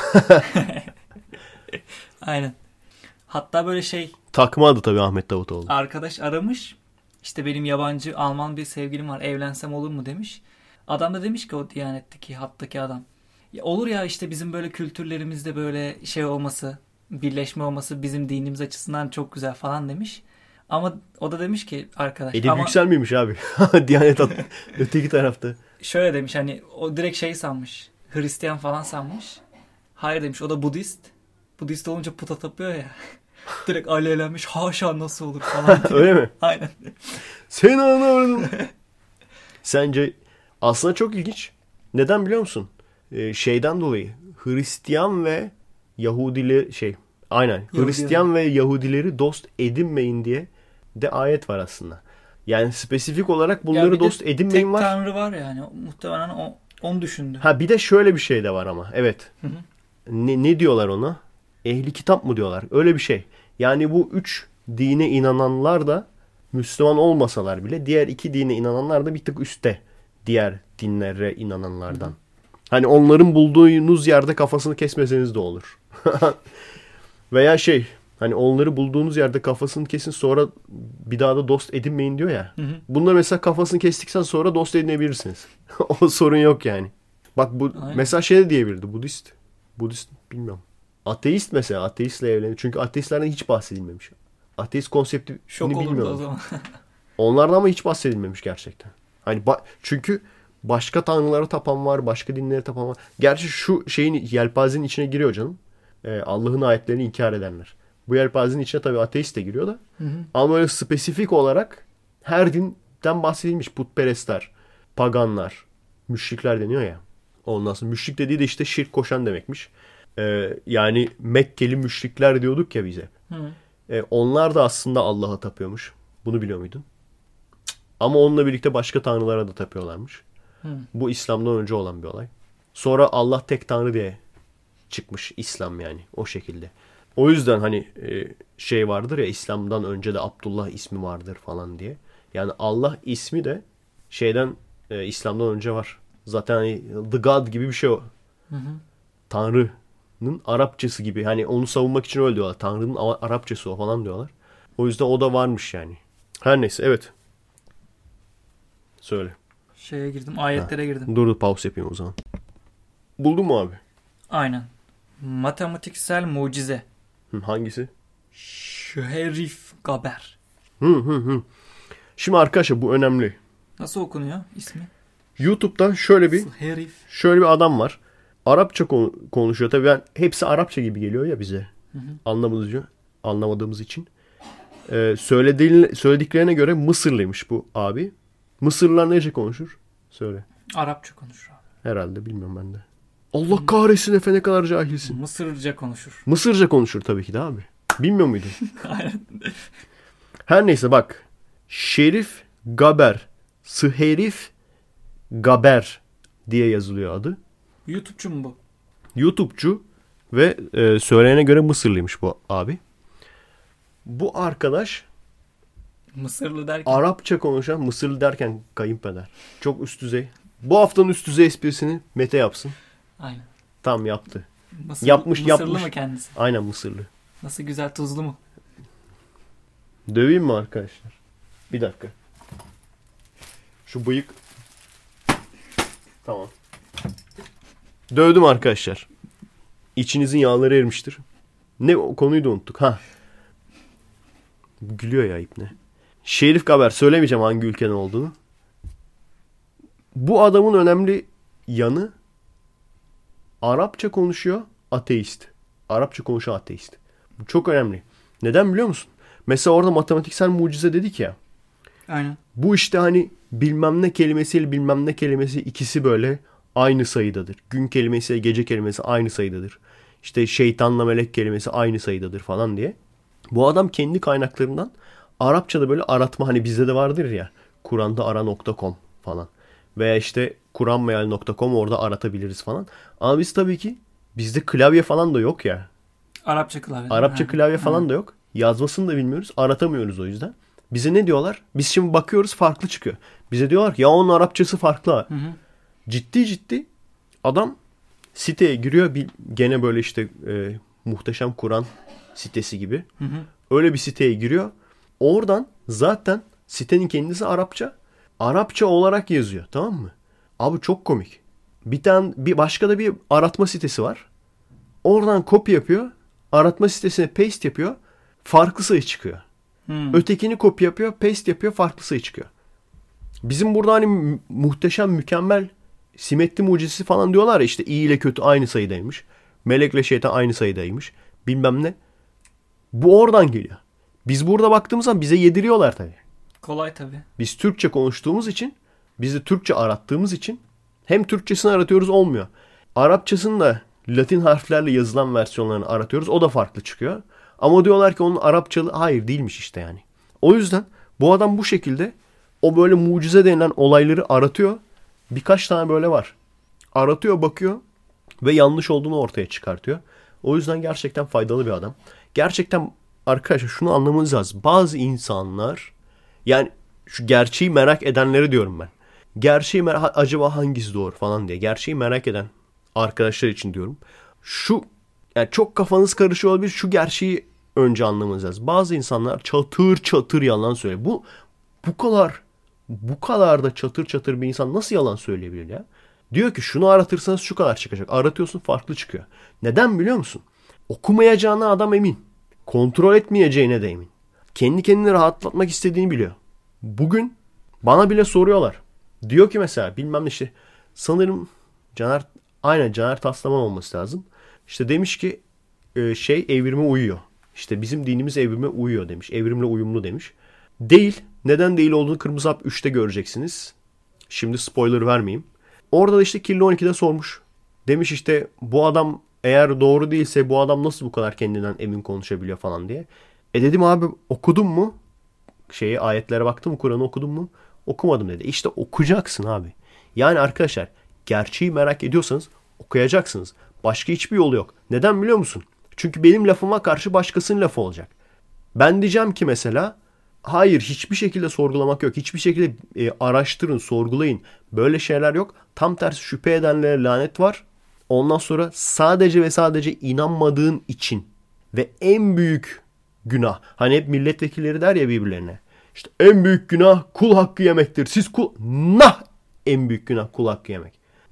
C: Aynen. Hatta böyle şey.
B: Takma adı tabii Ahmet Davutoğlu.
C: Arkadaş aramış. İşte benim yabancı Alman bir sevgilim var. Evlensem olur mu demiş. Adam da demiş ki o Diyanet'teki hattaki adam. Ya olur ya işte bizim böyle kültürlerimizde böyle şey olması, birleşme olması bizim dinimiz açısından çok güzel falan demiş. Ama o da demiş ki arkadaş.
B: Edip
C: ama
B: Yüksel miymiş abi? Diyanet adı. Öteki tarafta.
C: şöyle demiş hani o direkt şey sanmış. Hristiyan falan sanmış. Hayır demiş, o da Budist. Budist olunca puta tapıyor ya. Direkt alevlenmiş, haşa nasıl olur falan diyor.
B: Öyle mi?
C: Aynen.
B: Sen anladın. Sence aslında çok ilginç. Neden biliyor musun? Şeyden dolayı Hristiyan ve Yahudileri aynen Hristiyan ve Yahudileri dost edinmeyin diye de ayet var aslında. Yani spesifik olarak bunları dost edinmeyin var.
C: Tek tanrı var yani. Muhtemelen onu düşündü.
B: Ha bir de şöyle bir şey de var ama. Evet.
C: Hı hı.
B: Ne diyorlar ona? Ehli kitap mı diyorlar? Öyle bir şey. Yani bu 3 dine inananlar da Müslüman olmasalar bile diğer 2 dine inananlar da bir tık üstte. Diğer dinlere inananlardan. Hı. Hani onların bulduğunuz yerde kafasını kesmeseniz de olur. Veya hani onları bulduğunuz yerde kafasını kesin sonra bir daha da dost edinmeyin diyor ya. Hı hı. Bunlar mesela kafasını kestikten sonra dost edinebilirsiniz. O sorun yok yani. Bak bu aynen. Mesela de diyebilirdi. Budist bilmiyorum. Ateist mesela. Ateistle evlenir. Çünkü ateistlerden hiç bahsedilmemiş. Ateist konseptini bilmiyorum. O zaman. Onlardan ama hiç bahsedilmemiş gerçekten. Hani çünkü başka tanrılara tapan var. Başka dinlere tapan var. Gerçi şu yelpazenin içine giriyor canım. Allah'ın ayetlerini inkar edenler. Bu yelpazenin içine tabii ateist de giriyor da. Hı hı. Ama öyle spesifik olarak her dinden bahsedilmiş. Putperestler, paganlar, müşrikler deniyor ya. Ondan sonra müşrik dediği de işte şirk koşan demekmiş. Yani Mekkeli müşrikler diyorduk ya bize. Hı. Onlar da aslında Allah'a tapıyormuş. Bunu biliyor muydun? Ama onunla birlikte başka tanrılara da tapıyorlarmış. Hı. Bu İslam'dan önce olan bir olay. Sonra Allah tek tanrı diye çıkmış İslam yani o şekilde. O yüzden hani vardır ya İslam'dan önce de Abdullah ismi vardır falan diye. Yani Allah ismi de İslam'dan önce var. Zaten hani The God gibi bir şey o. Hı hı. Tanrı'nın Arapçası gibi. Hani onu savunmak için öyle diyorlar. Tanrı'nın Arapçası o falan diyorlar. O yüzden o da varmış yani. Her neyse evet. Söyle.
C: Ayetlere girdim.
B: Dur pause yapayım o zaman. Buldun mu abi?
C: Aynen. Matematiksel mucize.
B: Hangisi?
C: Şerif Gaber.
B: Şimdi arkadaşlar bu önemli.
C: Nasıl okunuyor ismi?
B: YouTube'da şöyle bir adam var. Arapça konuşuyor. Tabii hepsi Arapça gibi geliyor ya bize. Hı hı. Anlamadığımız için. Söylediklerine göre Mısırlıymış bu abi. Mısırlılar nece konuşur? Söyle.
C: Arapça konuşur abi.
B: Herhalde bilmiyorum ben de. Allah kahretsin Efe ne kadar cahilsin.
C: Mısırca konuşur.
B: Mısırca konuşur tabii ki de abi. Bilmiyor muydun?
C: Aynen.
B: Her neyse bak. Şerif Gaber. Sıherif Gaber diye yazılıyor adı.
C: YouTube'cu mu bu?
B: YouTube'cu ve söyleyene göre Mısırlıymış bu abi. Bu arkadaş
C: Mısırlı derken?
B: Arapça konuşan, Mısırlı derken kayınpeder. Çok üst düzey. Bu haftanın üst düzey esprisini Mete yapsın.
C: Aynen.
B: Tam yaptı.
C: Mısırlı mı kendisi?
B: Aynen Mısırlı.
C: Nasıl güzel tuzlu mu?
B: Döveyim mi arkadaşlar? Bir dakika. Şu bıyık. Tamam. Dövdüm arkadaşlar. İçinizin yağları erimiştir. Ne konuyu da unuttuk. Gülüyor ya ipne. Şerif Gaber. Söylemeyeceğim hangi ülkeden olduğunu. Bu adamın önemli yanı Arapça konuşuyor, ateist. Arapça konuşan ateist. Bu çok önemli. Neden biliyor musun? Mesela orada matematiksel mucize dedik ya.
C: Aynen.
B: Bu işte hani bilmem ne kelimesiyle bilmem ne kelimesi ikisi böyle aynı sayıdadır. Gün kelimesiyle gece kelimesi aynı sayıdadır. İşte şeytanla melek kelimesi aynı sayıdadır falan diye. Bu adam kendi kaynaklarından Arapçada böyle aratma hani bizde de vardır ya. Kur'an'da ara.com falan. Veya işte kuranmeal.com orada aratabiliriz falan. Ama biz tabii ki bizde klavye falan da yok ya.
C: Arapça
B: klavye falan da yok. Yazmasını da bilmiyoruz. Aratamıyoruz o yüzden. Bize ne diyorlar? Biz şimdi bakıyoruz farklı çıkıyor. Bize diyorlar ki ya onun Arapçası farklı. Hı hı. Ciddi adam siteye giriyor. Gene böyle işte muhteşem Kur'an sitesi gibi. Hı hı. Öyle bir siteye giriyor. Oradan zaten sitenin kendisi Arapça. Arapça olarak yazıyor. Tamam mı? Abi çok komik. Başka da bir aratma sitesi var. Oradan kopya yapıyor. Aratma sitesine paste yapıyor. Farklı sayı çıkıyor. Ötekini kopya yapıyor. Paste yapıyor. Farklı sayı çıkıyor. Bizim burada hani muhteşem, mükemmel simetri mucizesi falan diyorlar ya işte iyi ile kötü aynı sayıdaymış. Melekle şeytan aynı sayıdaymış. Bilmem ne. Bu oradan geliyor. Biz burada baktığımız zaman bize yediriyorlar tabii.
C: Kolay tabii.
B: Biz Türkçe konuştuğumuz için, biz de Türkçe arattığımız için hem Türkçesini aratıyoruz olmuyor. Arapçasını da Latin harflerle yazılan versiyonlarını aratıyoruz. O da farklı çıkıyor. Ama diyorlar ki onun Arapçalı hayır değilmiş işte yani. O yüzden bu adam bu şekilde o böyle mucize denilen olayları aratıyor. Birkaç tane böyle var. Aratıyor, bakıyor ve yanlış olduğunu ortaya çıkartıyor. O yüzden gerçekten faydalı bir adam. Gerçekten arkadaşlar şunu anlamanız lazım. Bazı insanlar, yani şu gerçeği merak edenleri diyorum ben. Gerçeği acaba hangisi doğru falan diye. Gerçeği merak eden arkadaşlar için diyorum. Şu yani çok kafanız karışıyor olabilir. Şu gerçeği önce anlamanız lazım. Bazı insanlar çatır çatır yalan söylüyor. Bu kadar da çatır çatır bir insan nasıl yalan söyleyebilir ya? Diyor ki şunu aratırsanız şu kadar çıkacak. Aratıyorsun farklı çıkıyor. Neden biliyor musun? Okumayacağına adam emin. Kontrol etmeyeceğine de emin. Kendi kendini rahatlatmak istediğini biliyor. Bugün bana bile soruyorlar. Diyor ki mesela bilmem ne işte sanırım Caner Taslaman olması lazım. İşte demiş ki evrime uyuyor. İşte bizim dinimiz evrime uyuyor demiş. Evrimle uyumlu demiş. Değil. Neden değil olduğunu Kırmızı Hap 3'te göreceksiniz. Şimdi spoiler vermeyeyim. Orada da işte Kirli 12'de sormuş. Demiş işte bu adam eğer doğru değilse bu adam nasıl bu kadar kendinden emin konuşabiliyor falan diye. Dedim abi okudun mu? Ayetlere baktım mı, Kur'an'ı okudun mu? Okumadım dedi. İşte okuyacaksın abi. Yani arkadaşlar gerçeği merak ediyorsanız okuyacaksınız. Başka hiçbir yolu yok. Neden biliyor musun? Çünkü benim lafıma karşı başkasının lafı olacak. Ben diyeceğim ki mesela hayır hiçbir şekilde sorgulamak yok. Hiçbir şekilde araştırın, sorgulayın. Böyle şeyler yok. Tam tersi şüphe edenlere lanet var. Ondan sonra sadece ve sadece inanmadığın için ve en büyük günah. Hani hep milletvekilleri der ya birbirlerine. İşte en büyük günah kul hakkı yemektir. En büyük günah kul hakkı yemek.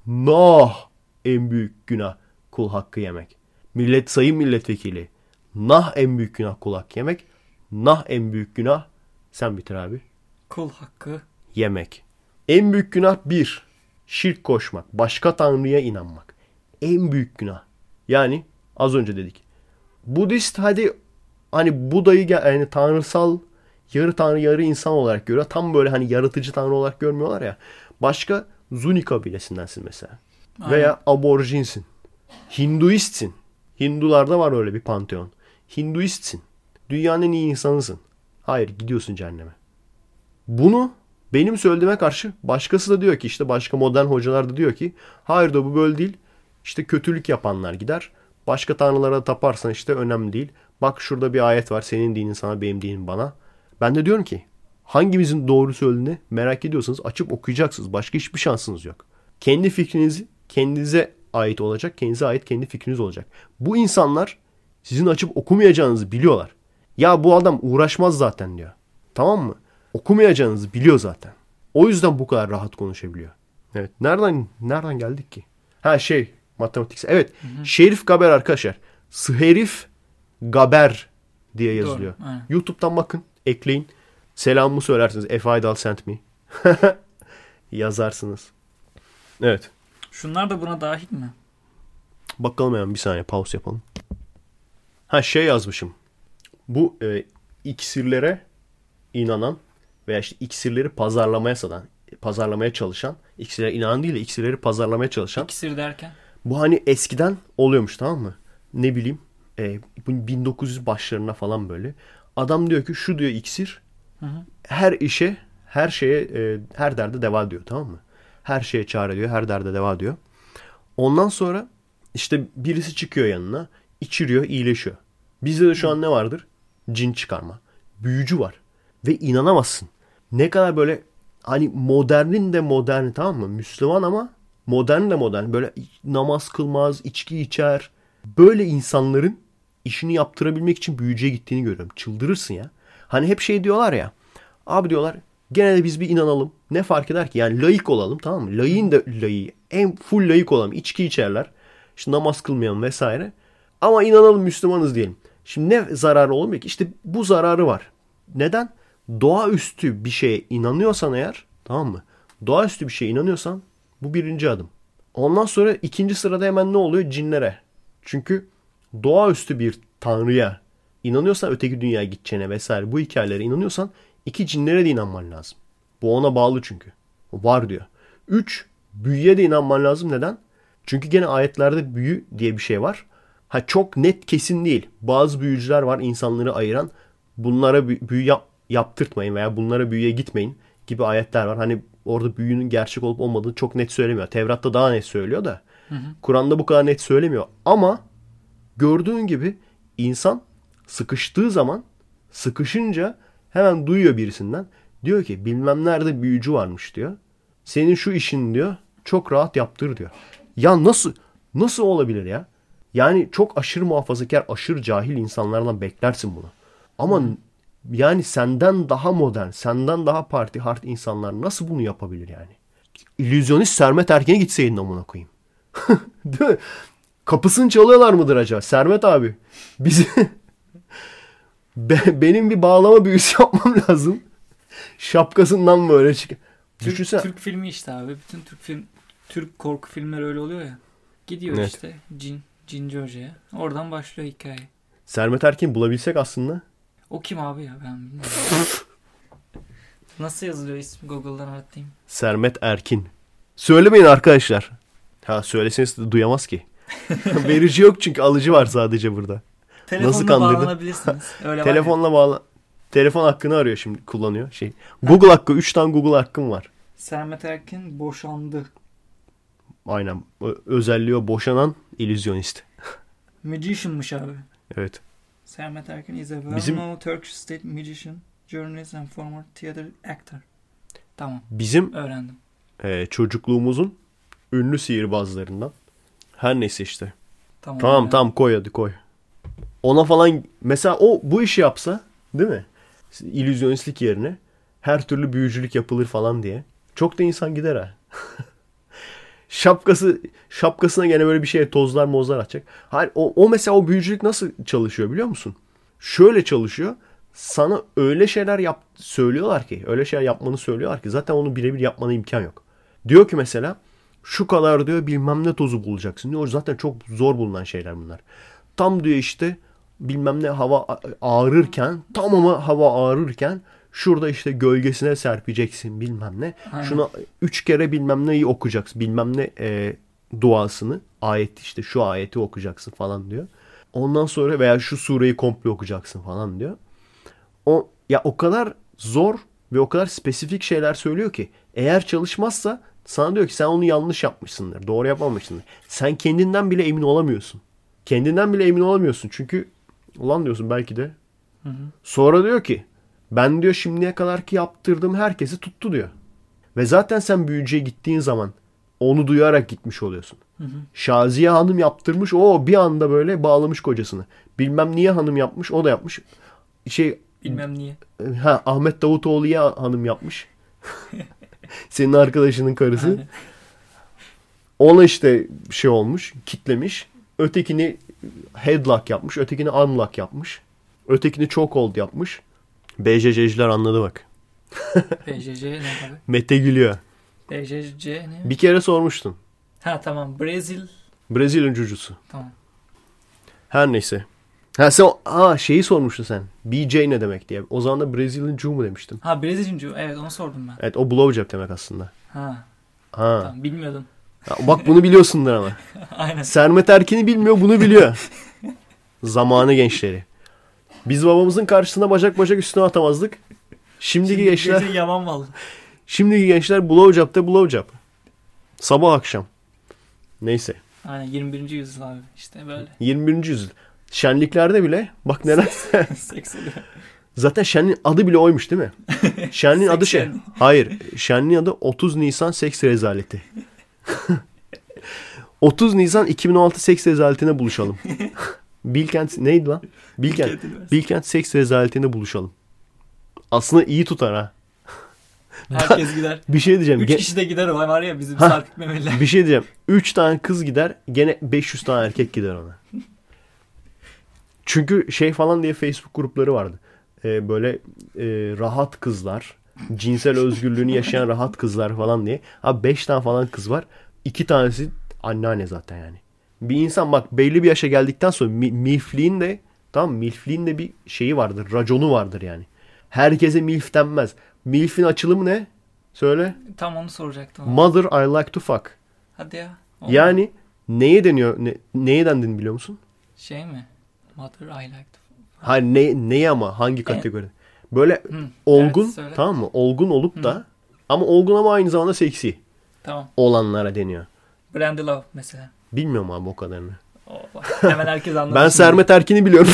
B: En büyük günah kul hakkı yemek. Sayın milletvekili. En büyük günah kul hakkı yemek. En büyük günah sen bitir abi.
C: Kul hakkı
B: yemek. En büyük günah 1. Şirk koşmak. Başka tanrıya inanmak. En büyük günah. Yani az önce dedik. Budist hani Buda'yı yani tanrısal yarı tanrı yarı insan olarak görüyor. Tam böyle hani yaratıcı tanrı olarak görmüyorlar ya. Başka Zuni kabilesindensin mesela. Aynen. Veya aborjinsin. Hinduistsin. Hindularda var öyle bir panteon. Hinduistsin. Dünyanın en iyi insanısın. Hayır gidiyorsun cehenneme. Bunu benim söylediğime karşı başkası da diyor ki işte başka modern hocalar da diyor ki hayır da bu böyle değil. İşte kötülük yapanlar gider. Başka tanrılara taparsan işte önemli değil. Bak şurada bir ayet var. Senin dinin sana, benim dinim bana. Ben de diyorum ki hangimizin doğru söylediğini merak ediyorsanız açıp okuyacaksınız. Başka hiçbir şansınız yok. Kendi fikriniz kendinize ait olacak. Kendinize ait kendi fikriniz olacak. Bu insanlar sizin açıp okumayacağınızı biliyorlar. Ya bu adam uğraşmaz zaten diyor. Tamam mı? Okumayacağınızı biliyor zaten. O yüzden bu kadar rahat konuşabiliyor. Evet. Nereden geldik ki? Matematiksel. Evet. Hı-hı. Şerif Gaber arkadaşlar. Şerif Gaber diye yazılıyor. Doğru, YouTube'dan bakın. Ekleyin. Selamımı söylersiniz. If I sent me. Yazarsınız. Evet.
C: Şunlar da buna dahil mi?
B: Bakalım hemen bir saniye. Pause yapalım. Yazmışım. Bu iksirlere inanan veya işte iksirleri pazarlamaya çalışan, iksirlere inanan değil de iksirleri pazarlamaya çalışan.
C: İksir derken? Bu
B: hani eskiden oluyormuş tamam mı? Ne bileyim 1900 başlarına falan böyle. Adam diyor ki şu diyor iksir her işe, her şeye, her derde deva diyor tamam mı? Her şeye çare diyor, her derde deva diyor. Ondan sonra işte birisi çıkıyor yanına, içiriyor, iyileşiyor. Bizde de şu an ne vardır? Cin çıkarma. Büyücü var. Ve inanamazsın. Ne kadar böyle hani modernin de moderni tamam mı? Müslüman ama modern de modern. Böyle namaz kılmaz, içki içer. Böyle insanların işini yaptırabilmek için büyücüye gittiğini görüyorum. Çıldırırsın ya. Hani hep diyorlar ya. Abi diyorlar gene de biz bir inanalım. Ne fark eder ki? Yani laik olalım tamam mı? Layığın da layığı. En full laik olalım. İçki içerler. İşte namaz kılmayalım vesaire. Ama inanalım Müslümanız diyelim. Şimdi ne zararı olmuyor ki? İşte bu zararı var. Neden? Doğaüstü bir şeye inanıyorsan eğer tamam mı? Doğaüstü bir şeye inanıyorsan bu birinci adım. Ondan sonra ikinci sırada hemen ne oluyor? Cinlere. Çünkü doğaüstü bir tanrıya inanıyorsan öteki dünyaya gideceğine vesaire bu hikayelere inanıyorsan 2 cinlere de inanman lazım. Bu ona bağlı çünkü. O var diyor. 3 büyüye de inanman lazım. Neden? Çünkü gene ayetlerde büyü diye bir şey var. Çok net kesin değil. Bazı büyücüler var insanları ayıran. Bunlara büyü yaptırtmayın veya bunlara büyüye gitmeyin gibi ayetler var. Hani orada büyünün gerçek olup olmadığını çok net söylemiyor. Tevrat'ta daha net söylüyor da. Kur'an'da bu kadar net söylemiyor. Ama gördüğün gibi insan sıkıştığı zaman sıkışınca hemen duyuyor birisinden. Diyor ki bilmem nerede büyücü varmış diyor. Senin şu işin diyor çok rahat yaptır diyor. Ya nasıl olabilir ya? Yani çok aşırı muhafazakar, aşırı cahil insanlardan beklersin bunu. Ama yani senden daha modern, senden daha parti hard insanlar nasıl bunu yapabilir yani? İllüzyonist Sermet Erken'e gitseydin amına koyayım. Değil mi? Kapısını çalıyorlar mıdır acaba? Sermet abi bizi benim bir bağlama büyüsü yapmam lazım. Şapkasından böyle çık.
C: Türk filmi işte abi. Bütün Türk korku filmleri öyle oluyor ya. Gidiyor
B: evet.
C: işte Cinci Hoca'ya. Oradan başlıyor hikaye.
B: Sermet Erken'i bulabilsek aslında.
C: O kim abi ya ben bilmiyorum. Nasıl yazılıyor ismi Google'dan aratayım.
B: Sermet Erkin. Söylemeyin arkadaşlar. Söyleseniz de duyamaz ki. Verici yok çünkü alıcı var sadece burada.
C: Telefonla bağlanabilirsiniz. Öyle
B: telefonla bağla. Telefon hakkını arıyor şimdi kullanıyor. Google hakkı 3 tane Google hakkım var.
C: Sermet Erkin boşandı.
B: Aynen. Özelliği o boşanan illüzyonist.
C: Magician'mış abi.
B: Evet.
C: Sermet Erkin is a well-known Turkish state magician, journalist and former theater actor. Tamam.
B: Bizim
C: öğrendim.
B: Çocukluğumuzun ünlü sihirbazlarından. Her neyse işte.
C: Tamam
B: koy hadi koy. Ona falan mesela o bu işi yapsa değil mi? İllüzyonistlik yerine her türlü büyücülük yapılır falan diye. Çok da insan gider ha. Şapkasına gene böyle bir şey tozlar mozlar atacak. Hayır o mesela o büyücülük nasıl çalışıyor biliyor musun? Şöyle çalışıyor. Sana öyle şeyler söylüyorlar ki, öyle şeyler yapmanı söylüyorlar ki zaten onu birebir yapmana imkan yok. Diyor ki mesela şu kadar diyor bilmem ne tozu bulacaksın diyor. Zaten çok zor bulunan şeyler bunlar. Tam diyor işte bilmem ne hava ağrırken hava ağrırken şurada işte gölgesine serpeceksin bilmem ne. Aynen. Şuna 3 kere bilmem neyi okuyacaksın. Bilmem ne duasını. Ayet işte şu ayeti okuyacaksın falan diyor. Ondan sonra veya şu sureyi komple okuyacaksın falan diyor. O kadar zor ve o kadar spesifik şeyler söylüyor ki eğer çalışmazsa sana diyor ki sen onu yanlış yapmışsındır. Doğru yapmamışsındır. Sen kendinden bile emin olamıyorsun. Kendinden bile emin olamıyorsun. Çünkü ulan diyorsun belki de. Hı. Sonra diyor ki ben diyor şimdiye kadar ki yaptırdığım herkesi tuttu diyor. Ve zaten sen büyücüye gittiğin zaman onu duyarak gitmiş oluyorsun. Hı. Şaziye Hanım yaptırmış. O bir anda böyle bağlamış kocasını. Bilmem niye hanım yapmış. O da yapmış.
C: Bilmem niye.
B: Ahmet Davutoğlu'ya hanım yapmış. Senin arkadaşının karısı. Aynen. Ona işte olmuş. Kitlemiş. Ötekini headlock yapmış. Ötekini unlock yapmış. Ötekini chokehold yapmış. BJJ'ciler anladı bak.
C: BJJ ne abi?
B: Mete gülüyor.
C: BJJ ne?
B: Bir kere sormuştun.
C: Tamam.
B: Brezilya jujusu.
C: Tamam.
B: Her neyse. Sen şeyi sormuştun sen. BJ ne demek diye. O zaman da Brazilian Jew mu demiştin?
C: Brazilian Jew. Evet onu sordum ben.
B: Evet o blowjob demek aslında.
C: Tamam bilmiyordum.
B: Bak bunu biliyorsundur ama.
C: Aynen.
B: Sermet Erkin'i bilmiyor bunu biliyor. Zamanı gençleri. Biz babamızın karşısına bacak üstüne atamazdık. Şimdiki gençler
C: yaman vallahi.
B: Şimdiki gençler blowjob. Sabah akşam. Neyse.
C: Aynen 21. yüzyıl abi işte böyle.
B: 21. yüzyıl. Şenliklerde bile bak neler.
C: Seks oluyor.
B: Zaten şenliğin adı bile oymuş değil mi? Şenliğin adı Hayır. Şenliğin adı 30 Nisan Seks Rezaleti. 30 Nisan 2016 Seks Rezaletine buluşalım. Bilkent neydi lan? Bilkent Seks Rezaletine buluşalım. Aslında iyi tutar ha.
C: Herkes gider.
B: Bir şey diyeceğim.
C: 3 kişi de gider o var ya bizim sarkık memeliler.
B: Bir şey diyeceğim. 3 tane kız gider. Gene 500 tane erkek gider ona. Çünkü falan diye Facebook grupları vardı. Böyle rahat kızlar. Cinsel özgürlüğünü yaşayan rahat kızlar falan diye. 5 tane falan kız var. 2 tanesi anneanne zaten yani. Bir insan bak belli bir yaşa geldikten sonra milfliğin de tamam milfliğin de bir şeyi vardır. Raconu vardır yani. Herkese milf denmez. Milf'in açılımı ne? Söyle.
C: Tam onu soracaktım.
B: Mother I like to fuck.
C: Hadi ya.
B: Yani neye deniyor? Neye dendiğini biliyor musun?
C: Şey mi? Mother I like to.
B: Hayır neye ama hangi kategori? Böyle olgun
C: evet,
B: tamam mı? Olgun olup da ama olgun ama aynı zamanda seksi
C: tamam.
B: olanlara deniyor.
C: Brandy Love mesela.
B: Bilmiyorum abi o kadarını.
C: Hemen herkes anlamış.
B: Ben Sermet Erkin'i biliyorum.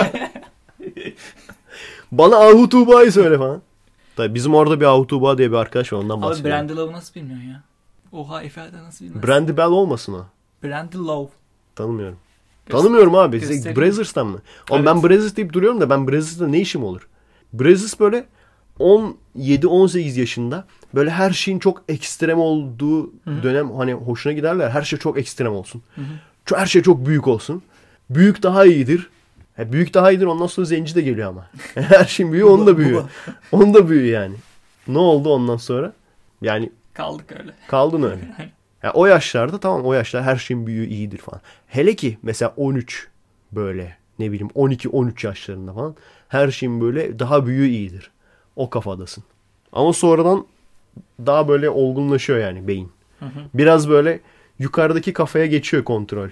B: Bana Ahu Tuğba'yı söyle falan. Tabii bizim orada bir Ahu Tuğba diye bir arkadaş var ondan bahsediyorum.
C: Abi Brandy Love'ı nasıl bilmiyorsun ya? Oha Efe'de nasıl bilmezsin?
B: Brandy Bell olmasın o?
C: Brandy Love.
B: Tanımıyorum. Tanımıyorum abi.
C: Göstereyim.
B: Brazzers'tan mı? Oğlum ben Brazzers deyip duruyorum da ben Brazzers'ta ne işim olur? Brazzers böyle 17-18 yaşında böyle her şeyin çok ekstrem olduğu dönem hani hoşuna giderler. Her şey çok ekstrem olsun. Her şey çok büyük olsun. Büyük daha iyidir. Büyük daha iyidir ondan sonra zenci de geliyor ama. Her şeyin büyüğü onun da büyüğü. Onun da büyüğü yani. Ne oldu ondan sonra? Yani
C: kaldık öyle.
B: Kaldın öyle. Yani o yaşlarda tamam o yaşlar her şeyin büyüğü iyidir falan. Hele ki mesela 13 böyle ne bileyim 12-13 yaşlarında falan her şeyin böyle daha büyüğü iyidir. O kafadasın. Ama sonradan daha böyle olgunlaşıyor yani beyin. Biraz böyle yukarıdaki kafaya geçiyor kontrol.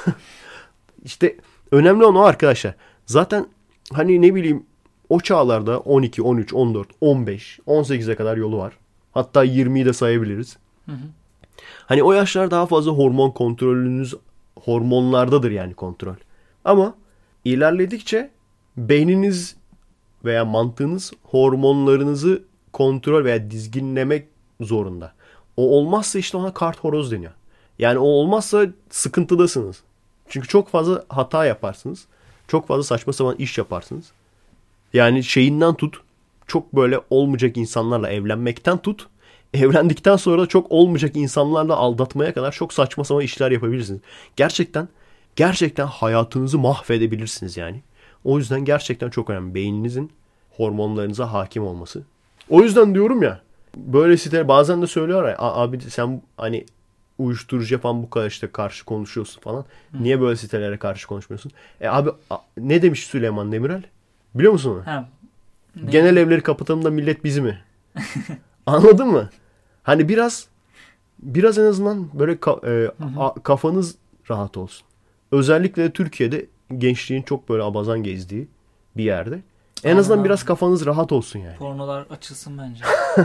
B: İşte önemli olan o arkadaşlar. Zaten hani ne bileyim o çağlarda 12, 13, 14, 15, 18'e kadar yolu var. Hatta 20'yi de sayabiliriz. Hani o yaşlar daha fazla hormon kontrolünüz hormonlardadır yani kontrol. Ama ilerledikçe beyniniz veya mantığınız hormonlarınızı kontrol veya dizginlemek zorunda. O olmazsa işte ona kart horoz deniyor. Yani o olmazsa sıkıntıdasınız. Çünkü çok fazla hata yaparsınız. Çok fazla saçma sapan iş yaparsınız. Yani şeyinden tut. Çok böyle olmayacak insanlarla evlenmekten tut. Evlendikten sonra da çok olmayacak insanlarla aldatmaya kadar çok saçma sapan işler yapabilirsiniz. Gerçekten hayatınızı mahvedebilirsiniz yani. O yüzden gerçekten çok önemli. Beyninizin hormonlarınıza hakim olması. O yüzden diyorum ya. Böyle siteler bazen de söylüyorlar ya. Abi sen hani uyuşturucuya falan bu kadar işte karşı konuşuyorsun falan. Niye böyle sitelere karşı konuşmuyorsun? Abi ne demiş Süleyman Demirel? Biliyor musun onu? Genel evleri kapatalım da millet bizi mi? Anladın mı? Hani biraz en azından böyle kafanız rahat olsun. Özellikle de Türkiye'de gençliğin çok böyle abazan gezdiği bir yerde. En azından biraz kafanız rahat olsun yani.
C: Pornolar açılsın bence.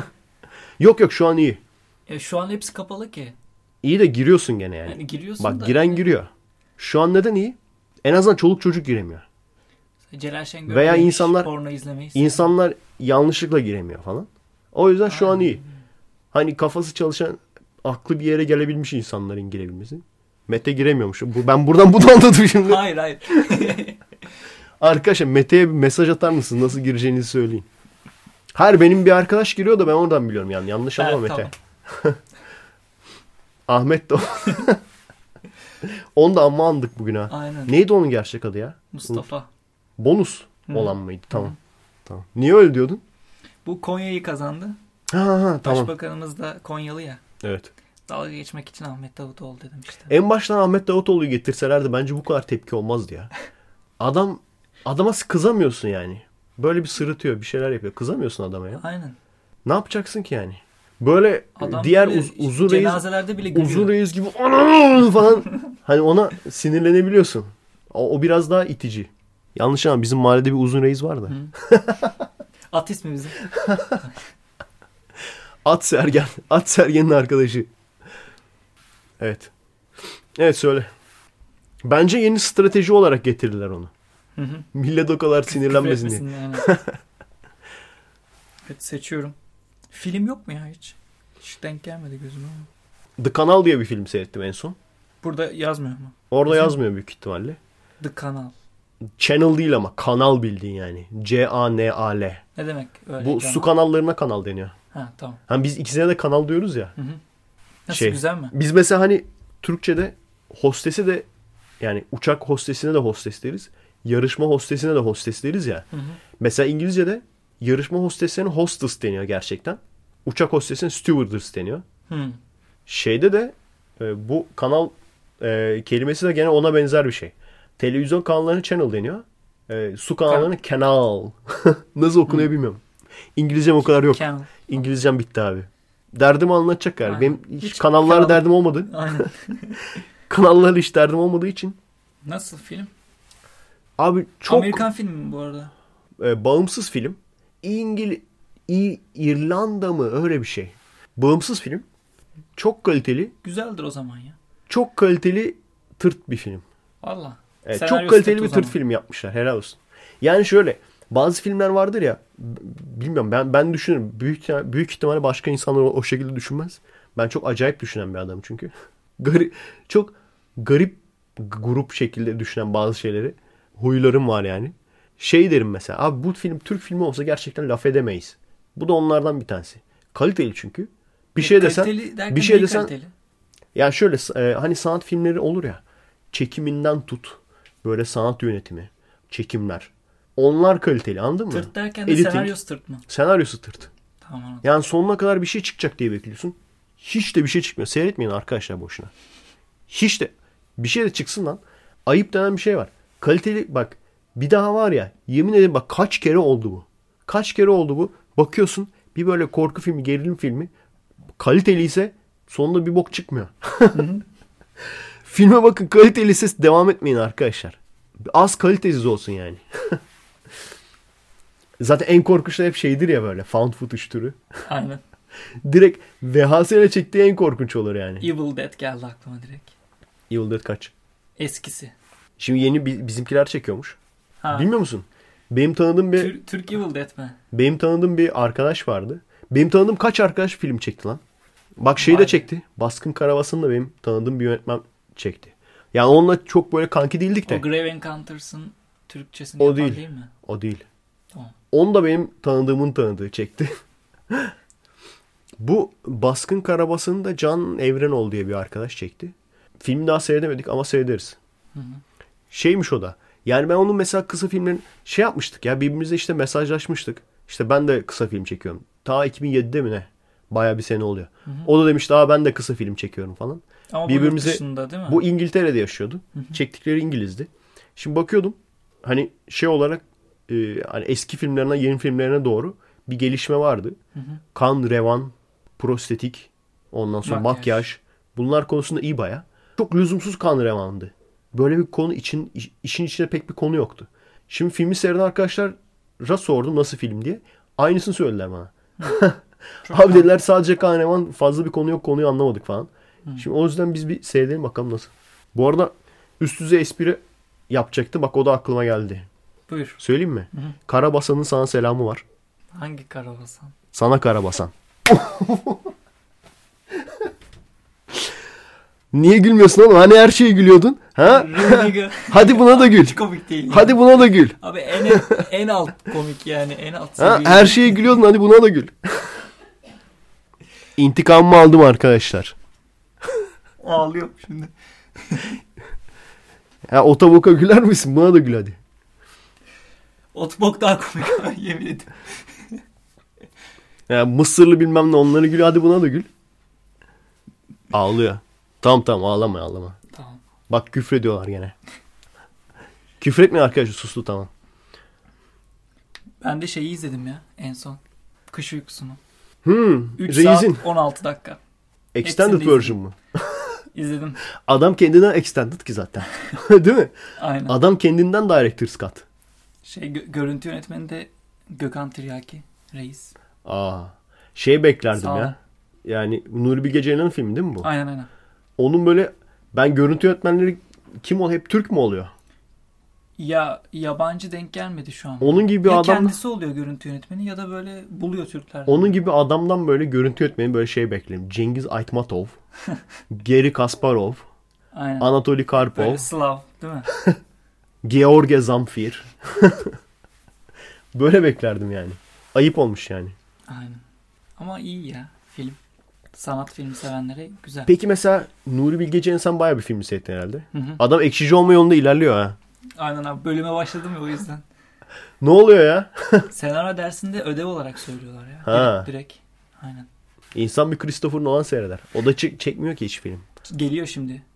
B: Yok şu an iyi.
C: Şu an hepsi kapalı ki.
B: İyi de giriyorsun gene yani.
C: Yani giriyorsun
B: bak
C: da.
B: Giren
C: yani.
B: giriyor. Şu an neden iyi? En azından çoluk çocuk giremiyor.
C: Celal Şengör
B: veya insanlar yanlışlıkla giremiyor falan. O yüzden şu an iyi. Hani kafası çalışan aklı bir yere gelebilmiş insanların girebilmesi. Mete giremiyormuş. Ben buradan bunu anladım şimdi.
C: Hayır.
B: Arkadaşlar Mete'ye bir mesaj atar mısınız? Nasıl gireceğinizi söyleyin. Hayır benim bir arkadaş giriyor da ben oradan biliyorum yani. Yanlış anlama Mete. Tamam. Ahmet de onu da amma andık bugün ha.
C: Aynen.
B: Neydi onun gerçek adı ya?
C: Mustafa.
B: Bonus olan mıydı? Tamam. Tamam. Niye öyle diyordun?
C: Bu Konya'yı kazandı.
B: Tamam.
C: Başbakanımız da Konyalı ya.
B: Evet.
C: Dalga geçmek için Ahmet Davutoğlu dedim işte.
B: En baştan Ahmet Davutoğlu'yu getirselerdi bence bu kadar tepki olmazdı ya. Adama kızamıyorsun yani. Böyle bir sırıtıyor, bir şeyler yapıyor. Kızamıyorsun adama ya.
C: Aynen.
B: Ne yapacaksın ki yani? Böyle
C: adam
B: diğer
C: böyle
B: uzun
C: cenazelerde bile gülüyor.
B: Uzun reis gibi anam falan. Hani ona sinirlenebiliyorsun. O biraz daha itici. Yanlış ama bizim mahallede bir uzun reis var da.
C: At ismi bizim.
B: At Sergen. At Sergen'in arkadaşı. Evet. Evet söyle. Bence yeni strateji olarak getirdiler onu. Millet o kadar sinirlenmesin diye.
C: Yani. Evet seçiyorum. Film yok mu ya hiç? Hiç denk gelmedi gözüme ama.
B: The Kanal diye bir film seyrettim en son.
C: Burada yazmıyor mu?
B: Orada yazmıyor büyük ihtimalle.
C: The Kanal.
B: Channel değil ama kanal bildiğin yani. C-A-N-A-L.
C: Ne demek öyle?
B: Bu su kanallarına kanal deniyor.
C: Ha tamam.
B: Hani biz ikisine de kanal diyoruz ya.
C: Nasıl güzel mi?
B: Biz mesela hani Türkçe'de hostesi de yani uçak hostesine de hostes deriz. Yarışma hostesine de hostes deriz ya. Mesela İngilizce'de yarışma hostesine hostess deniyor gerçekten. Uçak hostesine stewardess deniyor. Şeyde de bu kanal kelimesi de gene ona benzer bir şey. Televizyon kanallarına channel deniyor. Su kanallarına canal. Nasıl okunuyor bilmiyorum. İngilizcem o kadar yok.
C: Canal.
B: İngilizcem bitti abi. Derdimi anlatacak yani.
C: Aynen.
B: Benim hiç
C: Hiç
B: kanallarla
C: kanal-
B: derdim olmadı.
C: Aynen.
B: Kanallarla hiç derdim olmadığı için.
C: Nasıl film?
B: Abi çok
C: Amerikan filmi mi bu arada?
B: bağımsız film. İrlanda mı öyle bir şey. Bağımsız film. Çok kaliteli.
C: Güzeldir o zaman ya.
B: Çok kaliteli tırt bir film.
C: Valla.
B: Evet,
C: Senaryo
B: çok kaliteli
C: tırt
B: bir
C: o
B: tırt
C: zaman.
B: film yapmışlar. Helal olsun. Yani şöyle bazı filmler vardır ya bilmiyorum ben düşünürüm. Büyük ihtimalle başka insanlar o şekilde düşünmez. Ben çok acayip düşünen bir adamım çünkü. Çok garip grup şekilde düşünen bazı şeyleri. Huylarım var yani. Şey derim mesela. Abi bu film Türk filmi olsa gerçekten laf edemeyiz. Bu da onlardan bir tanesi. Kaliteli çünkü. Bir şey desen
C: Kaliteli
B: bir şey
C: neyi
B: desen
C: kaliteli?
B: yani şöyle hani sanat filmleri olur ya. Çekiminden tut. Böyle sanat yönetimi. Çekimler. Onlar kaliteli anladın mı?
C: Tırt derken de
B: Editing.
C: senaryosu tırt mı?
B: Senaryosu tırt.
C: Tamam anladım.
B: Yani sonuna kadar bir şey çıkacak diye bekliyorsun. Hiç de bir şey çıkmıyor. Seyretmeyin arkadaşlar boşuna. Hiç de. Bir şey de çıksın lan. Ayıp denen bir şey var. Kaliteli bak bir daha var ya yemin ederim bak kaç kere oldu bu. Kaç kere oldu bu. Bakıyorsun bir böyle korku filmi gerilim filmi kaliteli ise sonunda bir bok çıkmıyor. Filme bakın kaliteli ise devam etmeyin arkadaşlar. Az kalitesiz olsun yani. Zaten en korkunçlar hep şeydir ya böyle found footage türü.
C: Aynen.
B: Direkt VHS ile çektiği en korkunç olur yani.
C: Evil Dead geldi aklıma direkt.
B: Evil Dead kaç?
C: Eskisi.
B: Şimdi yeni bizimkiler çekiyormuş.
C: Ha.
B: Bilmiyor musun? Benim
C: Türk Evil Dead mi?
B: tanıdığım bir arkadaş vardı. Benim tanıdığım kaç arkadaş film çekti lan? Bak şeyi
C: Vay
B: de
C: be.
B: çekti. Baskın Karavası'nı da benim tanıdığım bir yönetmen çekti. Yani onunla çok böyle kanki değildik de.
C: O Grave Encounters'ın Türkçesini
B: O
C: yapan
B: değil.
C: değil mi?
B: O değil.
C: Tamam.
B: Onu da benim tanıdığımın tanıdığı çekti. Bu Baskın Karabasan'ı da Can Evrenoğlu diye bir arkadaş çekti. Filmi daha seyredemedik ama seyrederiz.
C: Hı hı.
B: Şeymiş o da. Yani ben onun mesela kısa filmlerin şey yapmıştık ya birbirimize işte mesajlaşmıştık. İşte ben de kısa film çekiyorum. Ta 2007'de mi ne? Baya bir sene oluyor.
C: Hı hı.
B: O da demiş daha ben de kısa film çekiyorum falan.
C: Ama
B: Birbirimize-
C: bu yurt dışında değil mi?
B: Bu İngiltere'de yaşıyordu.
C: Hı hı.
B: Çektikleri İngilizdi. Şimdi bakıyordum hani şey olarak hani eski filmlerine yeni filmlerine doğru bir gelişme vardı.
C: Hı hı.
B: Kan, revan, prostetik, ondan sonra makyaj. Bunlar konusunda iyi baya. Çok lüzumsuz kan revandı. Böyle bir konu işin içinde pek bir konu yoktu. Şimdi filmi seyreden arkadaşlara sordum nasıl film diye. Aynısını söylediler bana.
C: Çok
B: Abi
C: güzel.
B: dediler sadece kan revan fazla bir konu yok konuyu anlamadık falan. Şimdi o yüzden biz bir seyredelim bakalım nasıl. Bu arada üst düzey espri yapacaktı. Bak o da aklıma geldi.
C: Buyur.
B: Söyleyeyim mi?
C: Hı hı.
B: Karabasan'ın sana selamı var.
C: Hangi Karabasan?
B: Sana Karabasan. Niye gülmüyorsun oğlum? Hani her şeye gülüyordun? Ha?
C: Really
B: Hadi buna da gül.
C: Hiç komik değil. yani.
B: Hadi buna da gül.
C: Abi en alt komik yani en alt
B: Ha?
C: seviye.
B: Her şeye gülüyordun hadi buna da gül. İntikamımı aldım arkadaşlar.
C: Ağlıyorum şimdi.
B: Ha, o tavuka güler misin? Buna da gül hadi.
C: Otbok daha komik abi yemin ederim.
B: Ya, Mısırlı bilmem ne onları gül hadi buna da gül. Ağlıyor. Tamam ağlama.
C: Tamam.
B: Bak küfrediyorlar gene. Küfretmeyin arkadaşlar sustu tamam.
C: Ben de şeyi izledim ya en son. Kış uykusunu. 3
B: Reis'in
C: saat 16 dakika.
B: extended
C: hepsini de
B: version mu?
C: İzledim.
B: Adam kendinden extended ki zaten. Değil mi?
C: Aynen.
B: Adam kendinden director's cut.
C: Görüntü yönetmeni de Gökhan Tiryaki Reis.
B: Şey beklerdim
C: Sağ ol.
B: ya. Yani Nuri Bilge Ceylan'ın filmi değil mi bu?
C: Aynen.
B: Onun böyle ben görüntü yönetmenleri kim ol hep Türk mü oluyor?
C: Ya yabancı denk gelmedi şu an.
B: Onun gibi bir
C: ya
B: adam
C: kendisi oluyor görüntü yönetmeni ya da böyle buluyor Türkler.
B: onun gibi adamdan böyle görüntü yönetmeni böyle şey beklerim. Cengiz Aytmatov, Geri Kasparov,
C: Aynen.
B: Anatoly Karpov,
C: Böyle Slav değil mi?
B: George Zamfir. Böyle beklerdim yani. Ayıp olmuş yani.
C: Aynen. Ama iyi ya film. Sanat filmi sevenlere güzel.
B: Peki mesela Nuri Bilge Ceylan sen bayağı bir film seyrettin herhalde.
C: Hı hı.
B: Adam ekşici olma yolunda ilerliyor ha.
C: Aynen abi bölüme başladım ya o yüzden.
B: Ne oluyor ya?
C: Senaryo dersinde ödev olarak söylüyorlar ya.
B: Ha.
C: Direkt. Aynen.
B: İnsan bir Christopher Nolan seyreder. O da çekmiyor ki hiç film.
C: Geliyor şimdi.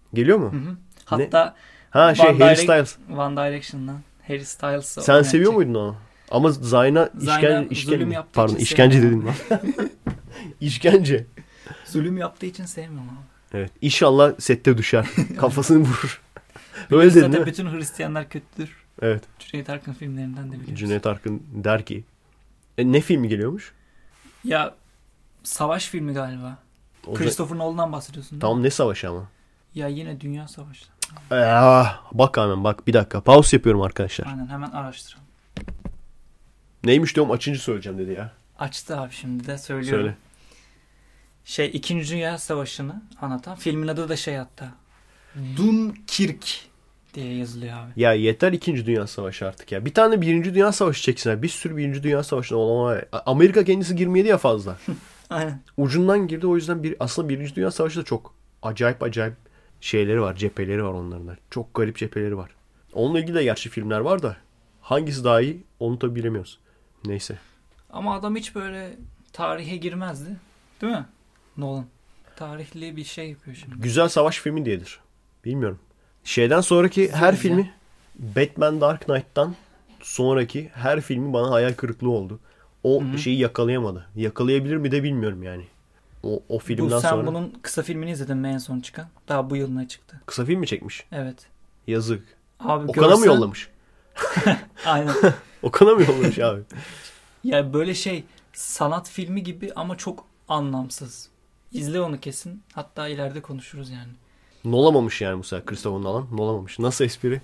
B: Geliyor mu?
C: Hı hı. Hatta
B: Ha
C: One
B: Harry Styles.
C: One Direction'dan Harry Styles.
B: Sen seviyor muydun onu? Ama Zayn'a
C: zulüm yaptığı
B: pardon
C: için
B: işkence dedim lan. İşkence.
C: Zulüm yaptığı için sevmiyorum abi.
B: Evet. İnşallah sette düşer. Kafasını vurur.
C: Öyle
B: Öyle dedin
C: zaten
B: değil mi?
C: bütün Hristiyanlar kötüdür.
B: Evet.
C: Cüneyt Arkın filmlerinden de biliyoruz.
B: Cüneyt Arkın der ki. Ne filmi geliyormuş?
C: Ya savaş filmi galiba. Christopher Nolan'dan bahsediyorsun.
B: Tamam ne savaşı ama?
C: Ya yine Dünya Savaşı.
B: Bak hemen bak bir dakika. Pause yapıyorum arkadaşlar.
C: Aynen hemen araştıralım.
B: Neymiş diyorum açınca söyleyeceğim dedi ya.
C: Açtı abi şimdi de söylüyorum.
B: Söyle.
C: 2. Dünya Savaşı'nı anlatan. Filmin adı da hatta. Dunkirk diye yazılıyor abi.
B: Ya yeter 2. Dünya Savaşı artık ya. Bir tane 1. Dünya Savaşı çeksinler. Bir sürü 1. Dünya Savaşı'na olan. Amerika kendisi girmedi ya fazla.
C: Aynen.
B: Ucundan girdi o yüzden aslında 1. Dünya Savaşı da çok acayip şeyleri var. Cepheleri var onların da. Çok garip cepheleri var. Onunla ilgili de gerçi filmler var da hangisi daha iyi onu tabi bilemiyoruz. Neyse.
C: Ama adam hiç böyle tarihe girmezdi. Değil mi? Nolan. Tarihli bir şey yapıyor şimdi.
B: Güzel savaş filmi diyedir. Bilmiyorum. Şeyden sonraki her filmi Batman Dark Knight'tan sonraki her filmi bana hayal kırıklığı oldu. O şeyi yakalayamadı. Yakalayabilir mi de bilmiyorum yani. O filmden
C: sen
B: sonra.
C: Sen bunun kısa filmini izledin mi en son çıkan? Daha bu yıl ne çıktı?
B: Kısa film mi çekmiş?
C: Evet.
B: Yazık.
C: Abi
B: Okan'a mı yollamış?
C: Aynen.
B: Okan'a mı yollamış abi?
C: Ya böyle sanat filmi gibi ama çok anlamsız. İzle onu kesin. Hatta ileride konuşuruz yani.
B: Nolamamış yani bu sefer Christopher Nolan. Nolamamış. Nasıl espri?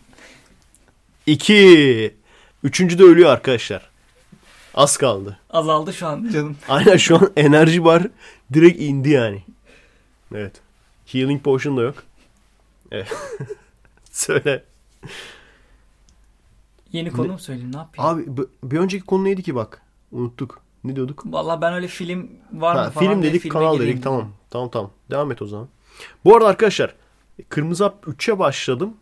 B: 2. Üçüncü de ölüyor arkadaşlar. Az kaldı.
C: Azaldı şu an canım.
B: Aynen şu an enerji bar direkt indi yani. Evet. Healing potion da yok. Evet. Söyle.
C: Yeni konu mu söyleyeyim ne yapayım?
B: Abi bir önceki konu neydi ki bak. Unuttuk. Ne diyorduk?
C: Vallahi ben öyle film var mı falan
B: film dedik kanal dedik tamam. Tamam. Devam et o zaman. Bu arada arkadaşlar Kırmızı Hap 3'e başladım.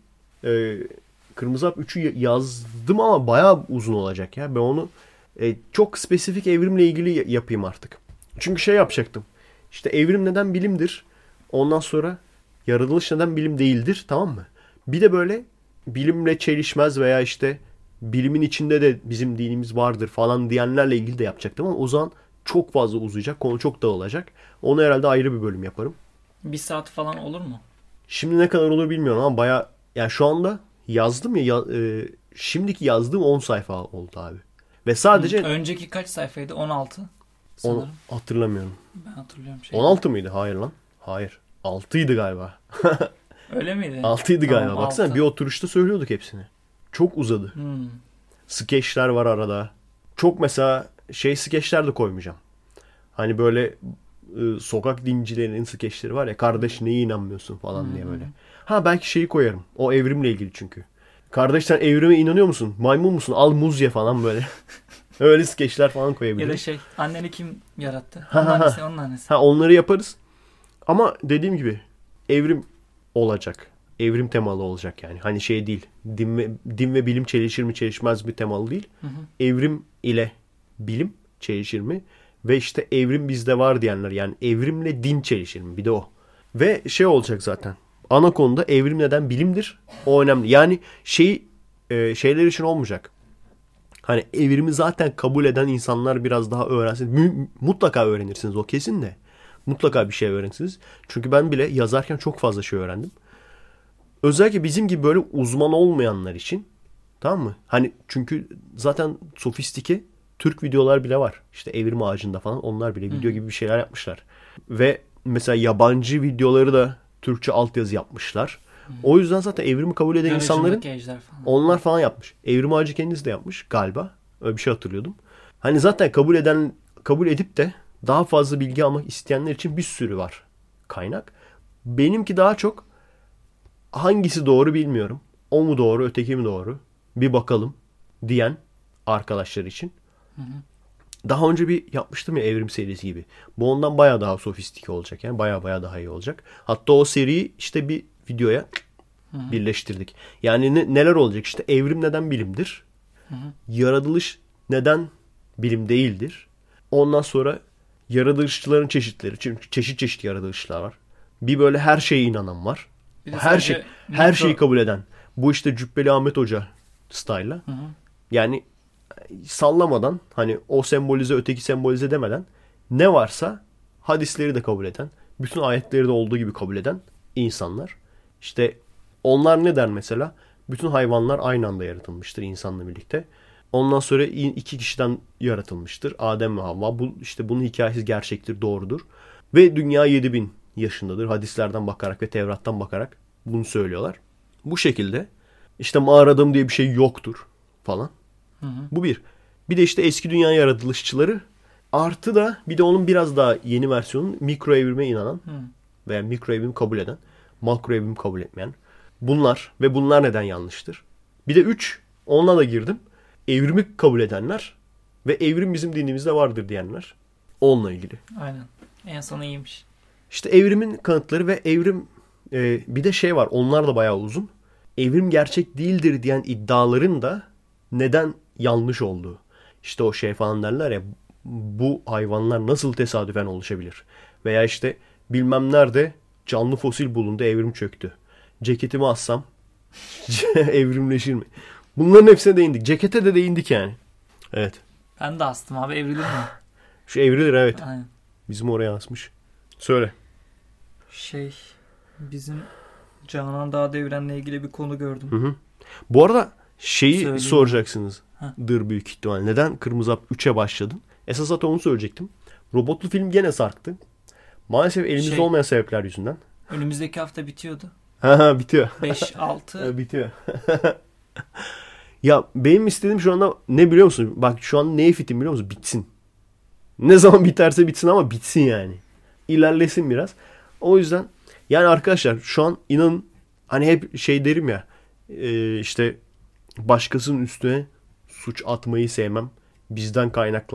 B: Kırmızı Hap 3'ü yazdım ama bayağı uzun olacak ya. Ben onu çok spesifik evrimle ilgili yapayım artık. Çünkü yapacaktım. İşte evrim neden bilimdir? Ondan sonra yaratılış neden bilim değildir? Tamam mı? Bir de böyle bilimle çelişmez veya işte bilimin içinde de bizim dinimiz vardır falan diyenlerle ilgili de yapacaktım ama o zaman çok fazla uzayacak. Konu çok dağılacak. Onu herhalde ayrı bir bölüm yaparım.
C: 1 saat falan olur mu?
B: Şimdi ne kadar olur bilmiyorum ama bayağı yani şu anda yazdım ya şimdiki yazdığım 10 sayfa oldu abi. Ve sadece
C: önceki kaç sayfaydı? 16 sanırım.
B: Onu hatırlamıyorum.
C: Ben hatırlıyorum
B: 16 mıydı? Hayır lan. Hayır. 6'ydı galiba.
C: Öyle miydi?
B: 6'ydı galiba.
C: Tamam,
B: baksana
C: 6.
B: bir oturuşta söylüyorduk hepsini. Çok uzadı. Skeçler var arada. Çok mesela skeçler de koymayacağım. Hani böyle sokak dincilerinin skeçleri var ya. Kardeş neye inanmıyorsun falan diye böyle. Ha belki koyarım. O evrimle ilgili çünkü. Kardeş sen evrime inanıyor musun? Maymun musun? Al muz ye falan böyle. Öyle skeçler falan koyabilirim.
C: Ya da anneni kim yarattı? Onun annesi, onun annesi.
B: Onları yaparız. Ama dediğim gibi evrim olacak. Evrim temalı olacak yani. Hani değil. Din ve bilim çelişir mi çelişmez mi temalı değil. Evrim ile bilim çelişir mi? Ve işte evrim bizde var diyenler. Yani evrimle din çelişir mi? Bir de o. Ve olacak zaten. Ana konuda evrim neden bilimdir? O önemli. Yani şeyler için olmayacak. Hani evrimi zaten kabul eden insanlar biraz daha öğrensin. Mutlaka öğrenirsiniz o kesin de. Mutlaka bir şey öğrenirsiniz. Çünkü ben bile yazarken çok fazla şey öğrendim. Özellikle bizim gibi böyle uzman olmayanlar için. Tamam mı? Hani çünkü zaten sofistike Türk videolar bile var. İşte evrim ağacında falan onlar bile video gibi bir şeyler yapmışlar. Ve mesela yabancı videoları da Türkçe altyazı yapmışlar. O yüzden zaten evrimi kabul eden insanların onlar falan yapmış. Evrim Ağacı kendisi de yapmış galiba. Öyle bir şey hatırlıyordum. Hani zaten kabul edip de daha fazla bilgi almak isteyenler için bir sürü var kaynak. Benimki daha çok hangisi doğru bilmiyorum. O mu doğru, öteki mi doğru? Bir bakalım diyen arkadaşlar için. Daha önce bir yapmıştım ya evrim serisi gibi. Bu ondan bayağı daha sofistike olacak. Yani bayağı daha iyi olacak. Hatta o seriyi işte bir videoya birleştirdik. Yani neler olacak? İşte evrim neden bilimdir? Yaratılış neden bilim değildir? Ondan sonra yaratılışçıların çeşitleri. Çünkü çeşit yaratılışlar var. Bir böyle her şeye inanan var.
C: Bir de
B: Her
C: sadece
B: şey her
C: mikro-
B: şeyi kabul eden. Bu işte Cübbeli Ahmet Hoca style'la.
C: Hı hı.
B: Yani sallamadan hani o sembolize öteki sembolize demeden ne varsa hadisleri de kabul eden, bütün ayetleri de olduğu gibi kabul eden insanlar. İşte onlar ne der mesela? Bütün hayvanlar aynı anda yaratılmıştır insanla birlikte. Ondan sonra iki kişiden yaratılmıştır. Adem ve Havva. Bu, işte bunun hikayesi gerçektir, doğrudur. Ve dünya 7000 yaşındadır. Hadislerden bakarak ve Tevrat'tan bakarak bunu söylüyorlar. Bu şekilde işte mağara adamı diye bir şey yoktur falan.
C: Hı hı.
B: Bu bir. Bir de işte eski dünya yaratılışçıları artı da bir de onun biraz daha yeni versiyonu mikro evrime inanan
C: Hı.
B: veya mikro evrim kabul eden, makro evrim kabul etmeyen. Bunlar ve bunlar neden yanlıştır? Bir de 3, onunla da girdim. Evrimi kabul edenler ve evrim bizim dinimizde vardır diyenler. Onunla ilgili.
C: Aynen. En sonu iyiymiş.
B: İşte evrimin kanıtları ve evrim bir de şey var. Onlar da bayağı uzun. Evrim gerçek değildir diyen iddiaların da neden yanlış olduğu. İşte o şey falan derler ya, bu hayvanlar nasıl tesadüfen oluşabilir? Veya işte bilmem nerede canlı fosil bulundu, evrim çöktü. Ceketimi assam evrimleşir mi? Bunların hepsine değindik. Cekete de değindik yani. Evet.
C: Ben de astım abi, evrilir mi?
B: Şu evrilir, evet.
C: Aynen.
B: Bizim oraya asmış. Söyle.
C: Bizim Canan Dağ Devren'le ilgili bir konu gördüm.
B: Hı hı. Bu arada şeyi
C: Söyleyeyim.
B: soracaksınız.
C: Heh.
B: Dır büyük ihtimal. Neden Kırmızı Hap 3'e başladın? Esas zaten onu söyleyecektim. Robotlu film gene sarktı. Maalesef elimizde olmayan sebepler yüzünden.
C: Önümüzdeki hafta bitiyordu.
B: Ha bitiyor.
C: 5-6.
B: Bitiyor. Ya benim istediğim şu anda ne biliyor musun? Bak şu an neye fitim biliyor musun? Bitsin. Ne zaman biterse bitsin ama bitsin yani. İlerlesin biraz. O yüzden yani arkadaşlar şu an inanın hani hep şey derim ya, işte başkasının üstüne suç atmayı sevmem. Bizden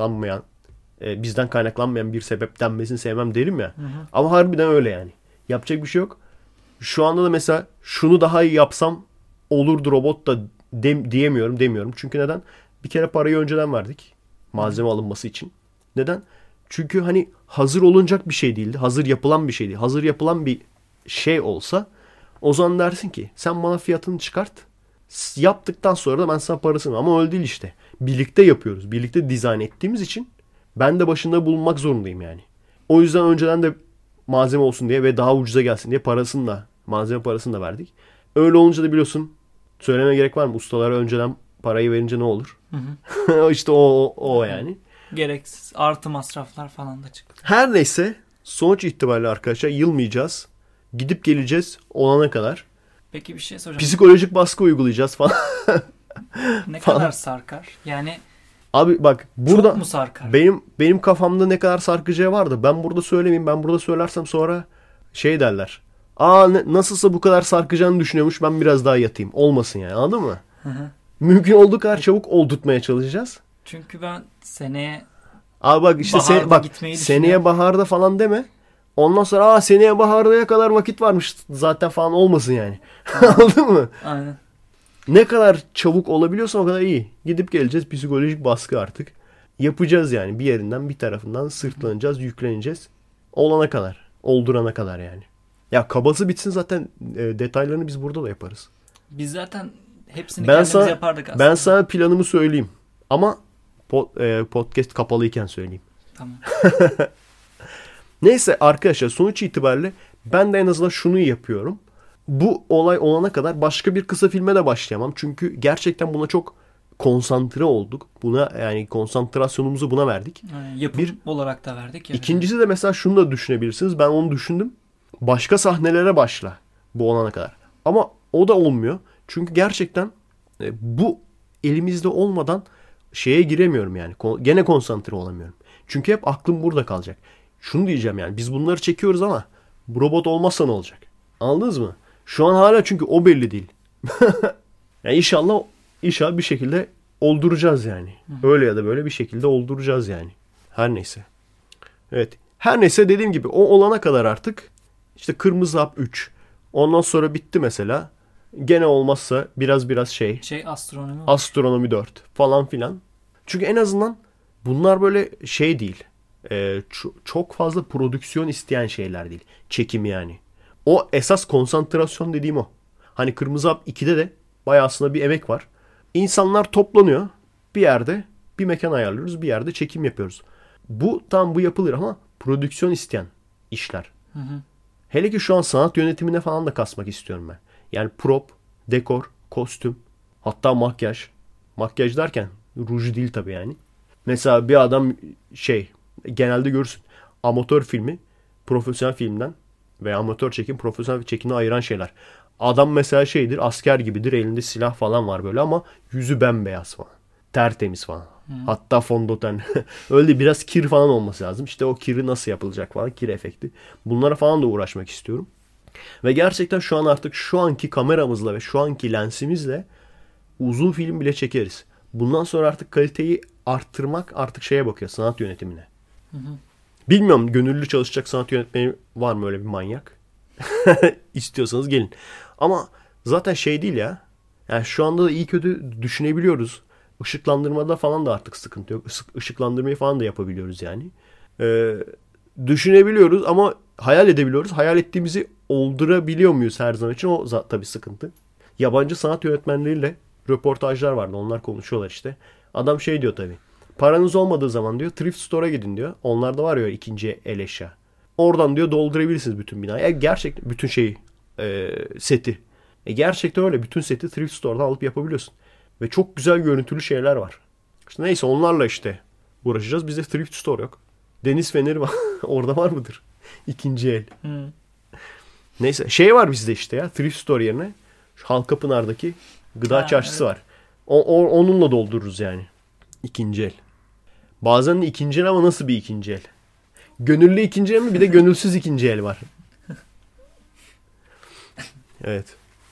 B: kaynaklanmayan bir sebep denmesini sevmem derim ya.
C: Hı hı.
B: Ama harbiden öyle yani. Yapacak bir şey yok. Şu anda da mesela şunu daha iyi yapsam olurdu robot da demiyorum. Çünkü neden? Bir kere parayı önceden verdik. Malzeme alınması için. Neden? Çünkü hani hazır olunacak bir şey değildi. Hazır yapılan bir şeydi. Hazır yapılan bir şey olsa o zaman dersin ki sen bana fiyatını çıkart. Yaptıktan sonra da ben sana parasını. Ama öyle değil işte. Birlikte yapıyoruz. Birlikte dizayn ettiğimiz için ben de başında bulunmak zorundayım yani. O yüzden önceden de malzeme olsun diye ve daha ucuza gelsin diye malzeme parasını da verdik. Öyle olunca da biliyorsun, söylemeye gerek var mı? Ustalara önceden parayı verince ne olur?
C: Hı hı.
B: İşte o yani.
C: Gereksiz artı masraflar falan da çıktı.
B: Her neyse sonuç itibariyle arkadaşlar yılmayacağız. Gidip geleceğiz olana kadar.
C: Peki bir şey soracağım.
B: Psikolojik baskı uygulayacağız falan.
C: Ne
B: falan.
C: kadar sarkar? Yani
B: Abi bak burada
C: çok mu sarkar?
B: benim kafamda ne kadar sarkacağı vardı. Ben burada söylemeyeyim. Ben burada söylersem sonra şey derler. Nasılsa bu kadar sarkacağını düşünüyormuş. Ben biraz daha yatayım. Olmasın yani, anladın mı?
C: Hı hı.
B: Mümkün olduğu kadar çabuk oldurtmaya çalışacağız.
C: Çünkü ben seneye
B: Abi bak işte
C: baharda gitmeyi
B: seneye
C: düşünüyorum.
B: baharda falan deme. Ondan sonra seneye bahardaya kadar vakit varmış zaten falan olmasın yani. Anladın mı?
C: Aynen.
B: Ne kadar çabuk olabiliyorsa o kadar iyi. Gidip geleceğiz, psikolojik baskı artık. Yapacağız yani, bir yerinden bir tarafından sırtlanacağız, yükleneceğiz. Olana kadar, oldurana kadar yani. Ya kabası bitsin zaten, detaylarını biz burada da yaparız.
C: Biz zaten hepsini kendimiz yapardık aslında.
B: Ben sana planımı söyleyeyim. Ama podcast kapalıyken söyleyeyim.
C: Tamam.
B: Neyse arkadaşlar, sonuç itibariyle ben de en azından şunu yapıyorum. Bu olay olana kadar başka bir kısa filme de başlayamam. Çünkü gerçekten buna çok konsantre olduk. Buna yani konsantrasyonumuzu buna verdik.
C: Yani yapım olarak da verdik. Yani.
B: İkincisi de mesela şunu da düşünebilirsiniz. Ben onu düşündüm. Başka sahnelere başla bu olana kadar. Ama o da olmuyor. Çünkü gerçekten bu elimizde olmadan şeye giremiyorum yani. Gene konsantre olamıyorum. Çünkü hep aklım burada kalacak. Şunu diyeceğim yani, biz bunları çekiyoruz ama bu robot olmazsa ne olacak? Anladınız mı? Şu an hala çünkü o belli değil. Yani inşallah bir şekilde olduracağız yani. Öyle ya da böyle bir şekilde olduracağız yani. Her neyse. Evet. Her neyse, dediğim gibi o olana kadar artık işte Kırmızı Hap 3. Ondan sonra bitti mesela. Gene olmazsa biraz astronomi 4 falan filan. Çünkü en azından bunlar böyle şey değil. Çok fazla prodüksiyon isteyen şeyler değil. Çekim yani. O esas konsantrasyon dediğim o. Hani Kırmızı Hap 2'de de bayağı aslında bir emek var. İnsanlar toplanıyor. Bir yerde bir mekan ayarlıyoruz. Bir yerde çekim yapıyoruz. Bu yapılır ama prodüksiyon isteyen işler.
C: Hı hı.
B: Hele ki şu an sanat yönetimine falan da kasmak istiyorum ben. Yani prop, dekor, kostüm, hatta makyaj. Makyaj derken ruj değil tabii yani. Mesela bir adam genelde görürsün. Amatör filmi profesyonel filmden veya amatör çekim profesyonel çekimden ayıran şeyler. Adam mesela asker gibidir, elinde silah falan var böyle ama yüzü bembeyaz falan. Tertemiz falan. Hatta fondöten. Öyle biraz kir falan olması lazım. İşte o kiri nasıl yapılacak falan. Kir efekti. Bunlara falan da uğraşmak istiyorum. Ve gerçekten şu an artık şu anki kameramızla ve şu anki lensimizle uzun film bile çekeriz. Bundan sonra artık kaliteyi arttırmak artık şeye bakıyor. Sanat yönetimine.
C: Hı hı.
B: Bilmiyorum, gönüllü çalışacak sanat yönetmeni var mı öyle bir manyak? İstiyorsanız gelin. Ama zaten değil ya. Yani şu anda da iyi kötü düşünebiliyoruz. Işıklandırmada falan da artık sıkıntı yok. Işıklandırmayı falan da yapabiliyoruz yani. Düşünebiliyoruz ama hayal edebiliyoruz. Hayal ettiğimizi oldurabiliyor muyuz her zaman için? O tabii sıkıntı. Yabancı sanat yönetmenleriyle röportajlar vardı. Onlar konuşuyorlar işte. Adam diyor tabii. Paranız olmadığı zaman diyor thrift store'a gidin diyor. Onlarda var ya ikinci el eşya. Oradan diyor doldurabilirsiniz bütün binayı. Gerçekten bütün seti. Gerçekten öyle. Bütün seti thrift store'dan alıp yapabiliyorsun. Ve çok güzel görüntülü şeyler var. İşte neyse onlarla uğraşacağız. Bizde thrift store yok. Deniz feneri var. Orada var mıdır? İkinci el. Neyse var bizde ya. Thrift store yerine şu Halkapınar'daki gıda çarşısı var. Onunla doldururuz yani. İkinci el. Bazen de ikinci el ama nasıl bir ikinci el? Gönüllü ikinci el mi? Bir de gönülsüz ikinci el var. Evet.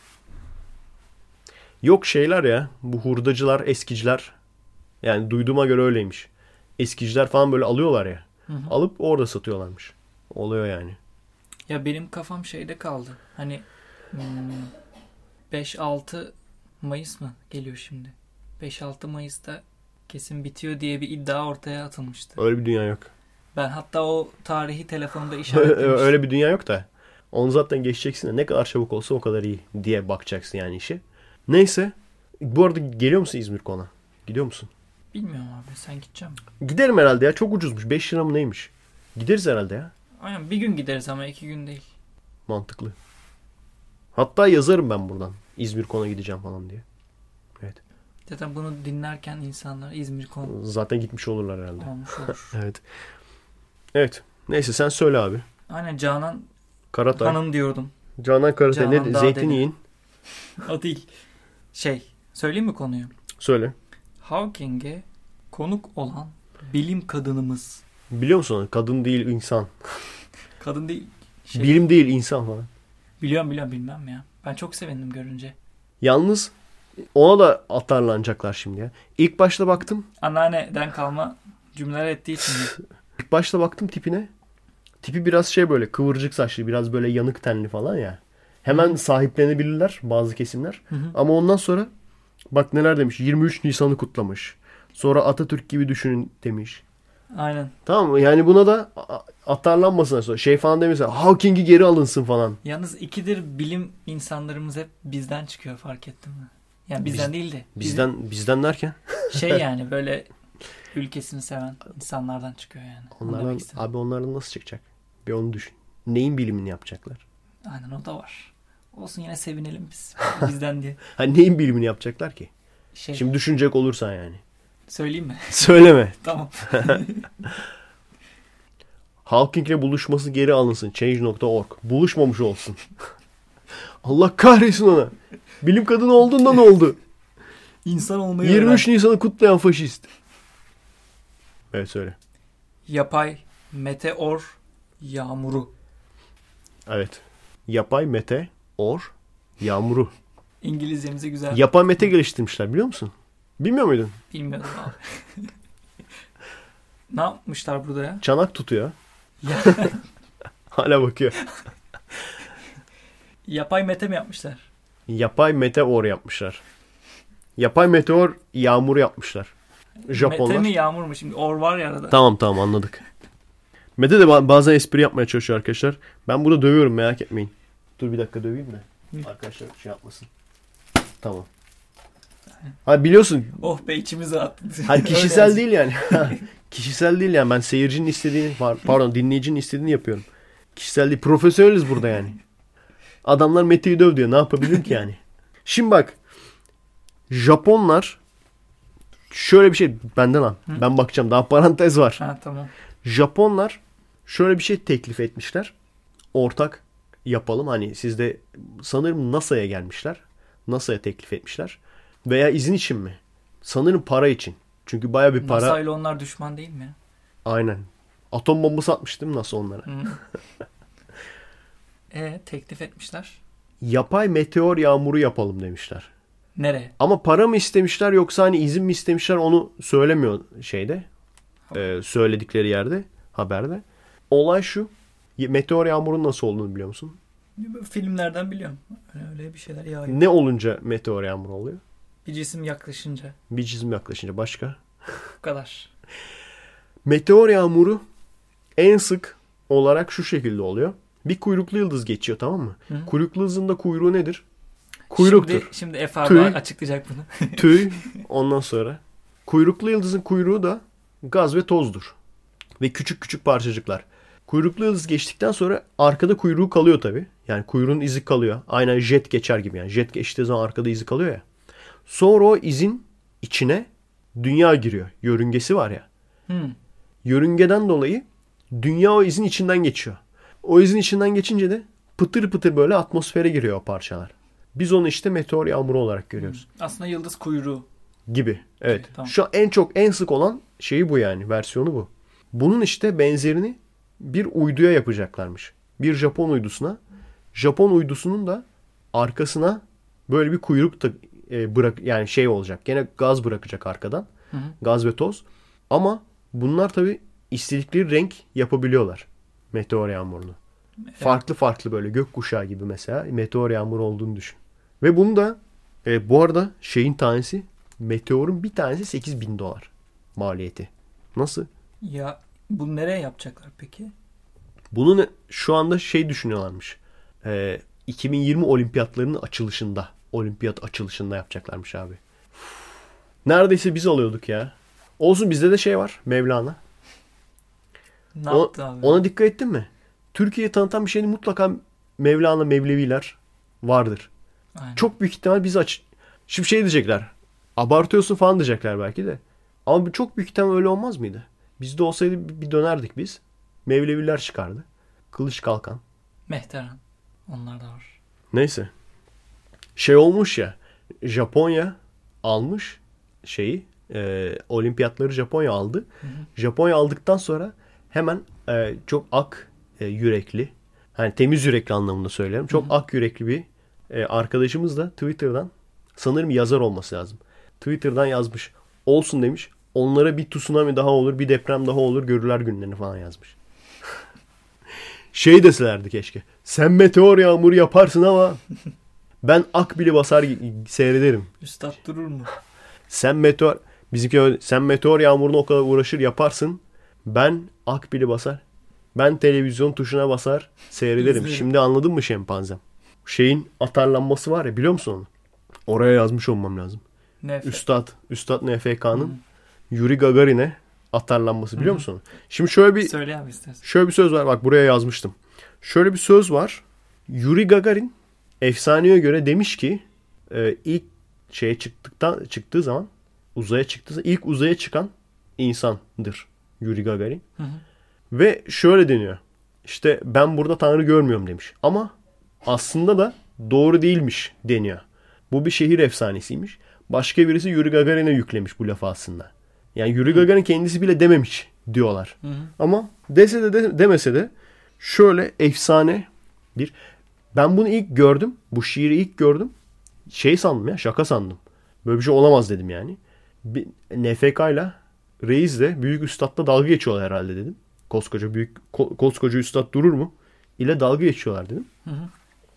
B: Yok ya. Bu hurdacılar, eskiciler. Yani duyduğuma göre öyleymiş. Eskiciler falan böyle alıyorlar ya.
C: Hı hı.
B: Alıp orada satıyorlarmış. Oluyor yani.
C: Ya benim kafam kaldı. Hani 5-6 Mayıs mı geliyor şimdi? 5-6 Mayıs'ta kesin bitiyor diye bir iddia ortaya atılmıştı.
B: Öyle bir dünya yok.
C: Ben hatta o tarihi telefonda işaretlemiştim.
B: Öyle bir dünya yok da. Onu zaten geçeceksin de ne kadar çabuk olsa o kadar iyi diye bakacaksın yani işi. Neyse. Bu arada geliyor musun İzmir Kon'a? Gidiyor musun?
C: Bilmiyorum abi, sen gidecek misin?
B: Giderim herhalde ya. Çok ucuzmuş. 5 lira mı neymiş? Gideriz herhalde ya.
C: Aynen, bir gün gideriz ama 2 gün değil.
B: Mantıklı. Hatta yazarım ben buradan. İzmir Kon'a gideceğim falan diye. Evet.
C: Zaten bunu dinlerken insanlar İzmir Kon
B: zaten gitmiş olurlar herhalde.
C: olmuş olur.
B: Evet. Evet. Neyse sen söyle abi.
C: Aynen, Canan
B: Karatay.
C: Hanım diyordum.
B: Canan Karatay.
C: Canan
B: Ne? Zeytin yiyin.
C: O değil. Söyleyeyim mi konuyu?
B: Söyle.
C: Hawking'e konuk olan bilim kadınımız.
B: Biliyor musun onu? Kadın değil insan.
C: Kadın değil.
B: Bilim değil insan falan.
C: Biliyorum bilmem ya. Ben çok sevindim görünce.
B: Yalnız ona da atarlanacaklar şimdi ya. İlk başta baktım.
C: Anneanneden kalma cümleler ettiği için.
B: İlk başta baktım tipine. Tipi biraz böyle kıvırcık saçlı, biraz böyle yanık tenli falan ya. Hemen sahiplenebilirler bazı kesimler.
C: Hı hı.
B: Ama ondan sonra bak neler demiş. 23 Nisan'ı kutlamış. Sonra Atatürk gibi düşünün demiş.
C: Aynen.
B: Tamam mı? Yani buna da atarlanmasın sonra. Falan demişler. Hawking'i geri alınsın falan.
C: Yalnız ikidir bilim insanlarımız hep bizden çıkıyor, fark ettin mi? Yani bizden değil de.
B: Bizden derken?
C: Yani böyle ülkesini seven insanlardan çıkıyor yani.
B: Onlardan nasıl çıkacak? Bir onu düşün. Neyin bilimini yapacaklar?
C: Aynen, o da var. Olsun, yine sevinelim biz. Bizden diye.
B: Neyin bilimini yapacaklar ki? Şimdi düşünecek olursan yani.
C: Söyleyeyim mi?
B: Söyleme.
C: Tamam.
B: Hawking'le buluşması geri alınsın. Change.org. Buluşmamış olsun. Allah kahretsin ona. Bilim kadını olduğunda ne oldu?
C: İnsan olmayı
B: 23 Nisan'ı kutlayan faşist. Evet söyle.
C: Yapay meteor yağmuru.
B: Evet. Yapay meteor yağmuru.
C: İngilizcemizi güzel.
B: Yapay mete geliştirmişler, biliyor musun? Bilmiyor muydun?
C: Bilmiyordum abi. Ne yapmışlar burada ya?
B: Çanak tutuyor. Hala bakıyor.
C: Yapay mete mi yapmışlar?
B: Yapay meteor yapmışlar. Yapay meteor yağmuru yapmışlar. Japonlar.
C: Mete mi yağmur mu? Şimdi or var ya arada.
B: Tamam anladık. Mete de bazen espri yapmaya çalışıyor arkadaşlar. Ben burada dövüyorum, merak etmeyin. Dur bir dakika döveyim de. Arkadaşlar şey yapmasın. Tamam. Ha biliyorsun.
C: Oh be içimize attı.
B: Hani kişisel değil yani. Kişisel değil yani. Ben seyircinin istediğini, pardon dinleyicinin istediğini yapıyorum. Kişisel değil. Profesyoneliz burada yani. Adamlar Mete'yi döv diyor. Ne yapabilirim ki yani? Şimdi bak. Japonlar şöyle bir şey benden al. Ben bakacağım. Daha parantez var.
C: Ha tamam.
B: Japonlar şöyle bir şey teklif etmişler. Ortak yapalım. Hani siz de sanırım NASA'ya gelmişler. NASA'ya teklif etmişler. Veya izin için mi? Sanırım para için. Çünkü baya bir para.
C: NASA ile onlar düşman değil mi?
B: Aynen. Atom bombası atmış değil mi NASA onlara?
C: Teklif etmişler.
B: Yapay meteor yağmuru yapalım demişler.
C: Nereye?
B: Ama para mı istemişler yoksa hani izin mi istemişler onu söylemiyor şeyde. Söyledikleri yerde, haberde. Olay şu. Meteor yağmurun nasıl olduğunu biliyor musun?
C: Filmlerden biliyorum. Öyle bir şeyler yağıyor.
B: Ne olunca meteor yağmuru oluyor?
C: Bir cisim yaklaşınca.
B: Bir cisim yaklaşınca. Başka?
C: Bu kadar.
B: Meteor yağmuru en sık olarak şu şekilde oluyor. Bir kuyruklu yıldız geçiyor, tamam mı?
C: Hı.
B: Kuyruklu yıldızın da kuyruğu nedir? Kuyruktur.
C: Şimdi Efe abi
B: Tüy.
C: açıklayacak bunu.
B: Tüy. Ondan sonra. Kuyruklu yıldızın kuyruğu da gaz ve tozdur. Ve küçük küçük parçacıklar. Kuyruklu yıldız geçtikten sonra arkada kuyruğu kalıyor tabii. Yani kuyruğun izi kalıyor. Aynen jet geçer gibi yani. Jet geçtiği zaman arkada izi kalıyor ya. Sonra o izin içine dünya giriyor. Yörüngesi var ya. Yörüngeden dolayı dünya o izin içinden geçiyor. O izin içinden geçince de pıtır pıtır böyle atmosfere giriyor o parçalar. Biz onu işte meteor yağmuru olarak görüyoruz.
C: Aslında yıldız kuyruğu.
B: Gibi. Evet.
C: Tamam.
B: Şu an en sık olan şeyi bu yani. Versiyonu bu. Bunun işte benzerini bir uyduya yapacaklarmış. Bir Japon uydusuna. Japon uydusunun da arkasına böyle bir kuyruk da yani şey olacak. Gene gaz bırakacak arkadan.
C: Hı hı.
B: Gaz ve toz. Ama bunlar tabii istedikleri renk yapabiliyorlar. Meteor yağmurunu.
C: Evet.
B: Farklı farklı böyle gökkuşağı gibi mesela meteor yağmuru olduğunu düşün. Ve bunu da bu arada şeyin tanesi, meteorun bir tanesi $8.000 maliyeti. Nasıl?
C: Ya bunu nereye yapacaklar peki?
B: Bunun şu anda şey düşünüyorlarmış. 2020 olimpiyatlarının açılışında. Olimpiyat açılışında yapacaklarmış abi. Neredeyse biz alıyorduk ya. Olsun bizde de şey var. Mevlana.
C: Ne yaptı abi?
B: Ona dikkat ettin mi? Türkiye'yi tanıtan bir şeyin mutlaka Mevlana, Mevleviler vardır.
C: Aynen.
B: Çok büyük ihtimal biz Şimdi şey diyecekler. Abartıyorsun falan diyecekler belki de. Ama çok büyük ihtimal öyle olmaz mıydı? Bizde olsaydı bir dönerdik biz. Mevleviler çıkardı. Kılıç kalkan.
C: Mehteran. Onlar da var.
B: Neyse. Şey olmuş ya. Japonya almış şeyi. Olimpiyatları Japonya aldı.
C: Hı hı.
B: Japonya aldıktan sonra hemen çok ak yürekli. Hani temiz yürekli anlamında söylüyorum. Çok ak yürekli bir arkadaşımız da Twitter'dan sanırım yazar olması lazım. Twitter'dan yazmış. Olsun demiş. Onlara bir tsunami daha olur, bir deprem daha olur, görürler günlerini falan yazmış. Şey deselerdi keşke. Sen meteor yağmuru yaparsın ama ben akbili basar seyrederim.
C: Üstad durur mu?
B: Sen meteor yağmuruna o kadar uğraşır yaparsın. Ben akbili basar. Ben televizyon tuşuna basar seyrederim.
C: İzlerim.
B: Şimdi anladın mı şempanzem? Şeyin atarlanması var ya, biliyor musun onu? Oraya yazmış olmam lazım. Üstad NFK'nın Yuri Gagarin'e atarlanması, biliyor musun onu? Şimdi
C: Söyle abi istersen.
B: şöyle bir söz var. Bak buraya yazmıştım. Şöyle bir söz var. Yuri Gagarin efsaneye göre demiş ki ilk çıktığı zaman ilk uzaya çıkan insandır Yuri Gagarin.
C: Hı hı.
B: Ve şöyle deniyor. İşte ben burada Tanrı görmüyorum demiş. Ama aslında da doğru değilmiş deniyor. Bu bir şehir efsanesiymiş. Başka birisi Yuri Gagarin'e yüklemiş bu lafı aslında. Yani Yuri Gagarin kendisi bile dememiş diyorlar.
C: Hı hı.
B: Ama dese de demese de şöyle efsane bir... Ben bunu ilk gördüm. Bu şiiri ilk gördüm. Şey sandım ya, şaka sandım. Böyle bir şey olamaz dedim yani. NFK'yla Reis de Büyük Üstad'la dalga geçiyorlar herhalde dedim. Koskoca Üstad durur mu? İle dalga geçiyorlar dedim.
C: Hı hı.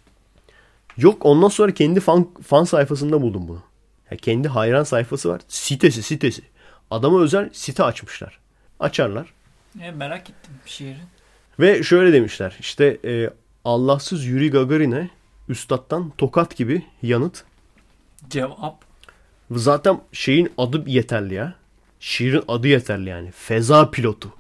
B: Yok, ondan sonra kendi fan sayfasında buldum bunu. Ya kendi hayran sayfası var. Sitesi. Adama özel site açmışlar. Açarlar.
C: Merak ettim şiiri.
B: Ve şöyle demişler. İşte Allahsız Yuri Gagarin'e Üstattan tokat gibi yanıt.
C: Cevap.
B: Zaten şeyin adı yeterli ya. Şiirin adı yeterli yani. Feza pilotu.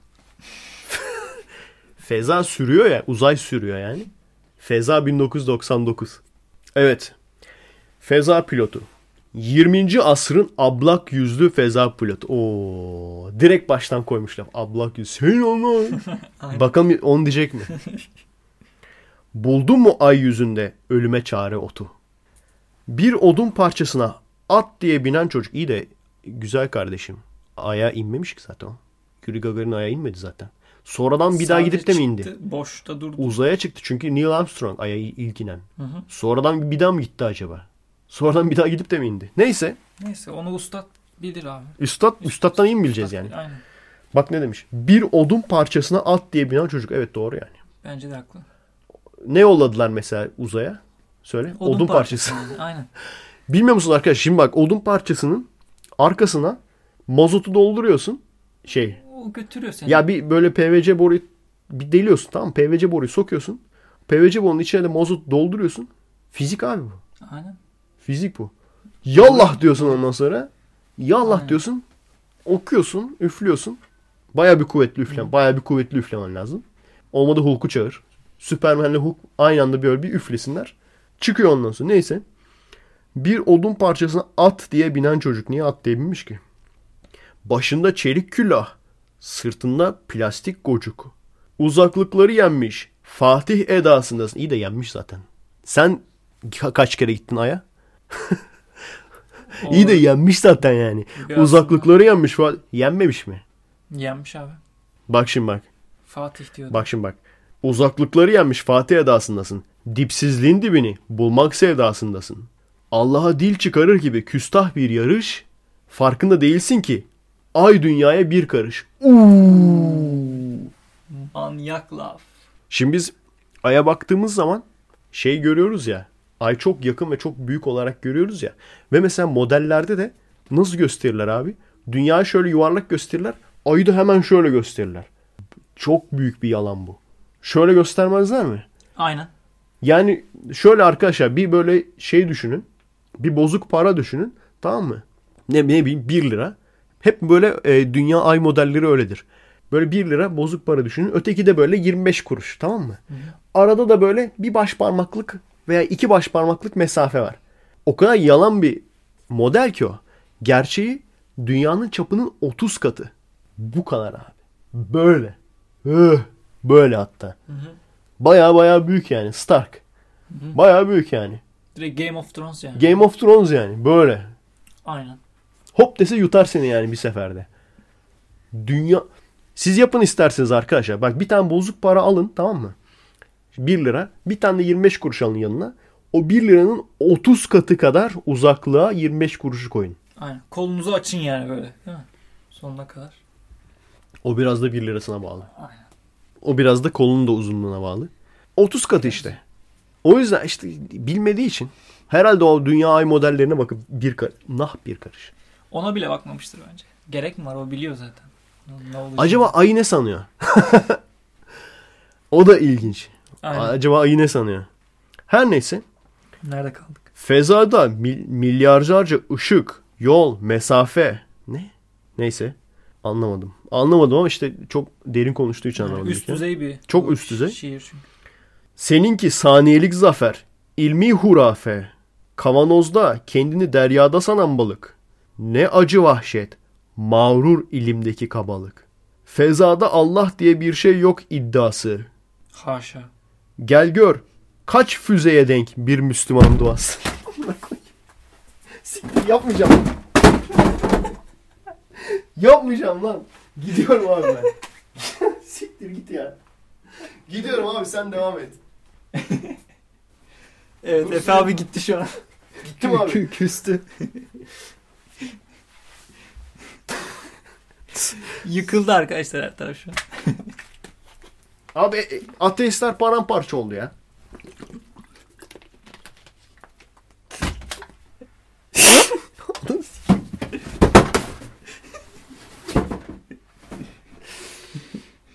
B: Feza sürüyor ya. Uzay sürüyor yani. Feza 1999. Evet. Feza pilotu. 20. asrın ablak yüzlü feza pilotu. Oo, direkt baştan koymuşlar. Ablak yüz. Sen onu. Bakalım onu diyecek mi? Buldun mu ay yüzünde ölüme çare otu? Bir odun parçasına at diye binen çocuk. İyi de güzel kardeşim. Aya inmemiş ki zaten o. Yuri Gagarin aya inmedi zaten. Sonradan bir daha gidip de mi indi?
C: Çıktı, boşta durdu.
B: Uzaya çıktı çünkü Neil Armstrong aya ilk inen. Sonradan bir daha mı gitti acaba? Sonradan bir daha gidip de mi indi? Neyse.
C: Neyse onu ustad bilir abi.
B: Üstattan iyi mi bileceğiz yani?
C: Aynen.
B: Bak ne demiş. Bir odun parçasına at diye binen çocuk. Evet doğru yani.
C: Bence de haklı.
B: Ne yolladılar mesela uzaya? Söyle. Odun parçası.
C: Yani. Aynen.
B: Bilmiyor musun arkadaş? Şimdi bak odun parçasının arkasına mazotu dolduruyorsun.
C: O götürüyor seni.
B: Ya bir böyle PVC boruyu bir deliyorsun, tamam mı? PVC boruyu sokuyorsun. PVC borunun içine de mazot dolduruyorsun. Fizik abi bu.
C: Aynen.
B: Fizik bu. Yallah diyorsun ondan sonra. Yallah
C: Aynen.
B: diyorsun. Okuyorsun, üflüyorsun. Baya bir kuvvetli üflem. Baya bir kuvvetli üflemen lazım. Olmadı Hulk'u çağır. Superman'le Hulk aynı anda böyle bir üflesinler. Çıkıyor ondan sonra. Neyse. Bir odun parçasına at diye binen çocuk. Niye at diye binmiş ki? Başında çelik külah. Sırtında plastik gocuk. Uzaklıkları yenmiş. Fatih edasındasın. İyi de yenmiş zaten. Sen kaç kere gittin Ay'a? İyi de yenmiş zaten yani.
C: Biraz
B: Uzaklıkları yenmiş. Yenmemiş mi?
C: Yenmiş abi.
B: Bak şimdi bak.
C: Fatih diyordu.
B: Bak şimdi bak. Uzaklıkları yenmiş Fatih edasındasın. Dipsizliğin dibini bulmak sevdasındasın. Allah'a dil çıkarır gibi küstah bir yarış. Farkında değilsin ki ay dünyaya bir karış.
C: Manyak laf.
B: Şimdi biz Ay'a baktığımız zaman görüyoruz ya. Ay çok yakın ve çok büyük olarak görüyoruz ya. Ve mesela modellerde de nasıl gösterirler abi? Dünyayı şöyle yuvarlak gösterirler. Ay'ı da hemen şöyle gösterirler. Çok büyük bir yalan bu. Şöyle göstermezler mi?
C: Aynen.
B: Yani şöyle arkadaşlar bir böyle düşünün. Bir bozuk para düşünün. Tamam mı? Ne bileyim 1 lira. Hep böyle dünya ay modelleri öyledir. Böyle 1 lira bozuk para düşünün. Öteki de böyle 25 kuruş. Tamam mı? Hı. Arada da böyle bir baş parmaklık veya 2 baş parmaklık mesafe var. O kadar yalan bir model ki o. Gerçeği dünyanın çapının 30 katı. Bu kadar abi. Böyle. Böyle hatta. Hı hı. Baya büyük yani. Stark. Baya büyük yani.
C: Direkt Game of Thrones yani.
B: Game of Thrones yani. Böyle.
C: Aynen.
B: Hop dese yutar seni yani bir seferde. Dünya... Siz yapın isterseniz arkadaşlar. Bak bir tane bozuk para alın, tamam mı? 1 lira. Bir tane de 25 kuruş alın yanına. O 1 liranın 30 katı kadar uzaklığa 25 kuruşu koyun.
C: Aynen. Kolunuzu açın yani böyle. Değil mi? Sonuna kadar.
B: O biraz da 1 lirasına bağlı.
C: Aynen.
B: O biraz da kolunun da uzunluğuna bağlı. 30 katı işte. O yüzden işte bilmediği için herhalde o dünya ay modellerine bakıp bir karış.
C: Ona bile bakmamıştır bence. Gerek mi var? O biliyor zaten. Ne
B: acaba ayı ne sanıyor? O da ilginç.
C: Aynen.
B: Acaba ayı ne sanıyor? Her neyse.
C: Nerede kaldık?
B: Fezada milyarlarca ışık, yol, mesafe. Ne? Neyse. Anlamadım ama işte çok derin konuştuğu için anlamadım.
C: Üst düzey bir.
B: Çok üst düzey.
C: Şiir çünkü.
B: Seninki saniyelik zafer. İlmi hurafe. Kavanozda kendini deryada sanan balık. Ne acı vahşet. Mağrur ilimdeki kabalık. Fezada Allah diye bir şey yok iddiası.
C: Haşa.
B: Gel gör. Kaç füzeye denk bir Müslüman duası. Siktir yapmayacağım. Yapmayacağım lan. Gidiyorum abi ben. Siktir git ya. Gidiyorum abi sen devam et.
C: Evet Efe abi gitti şu an.
B: Gittim abi.
C: Küstü. Yıkıldı arkadaşlar her taraf şu an.
B: Abi ateistler paramparça oldu ya.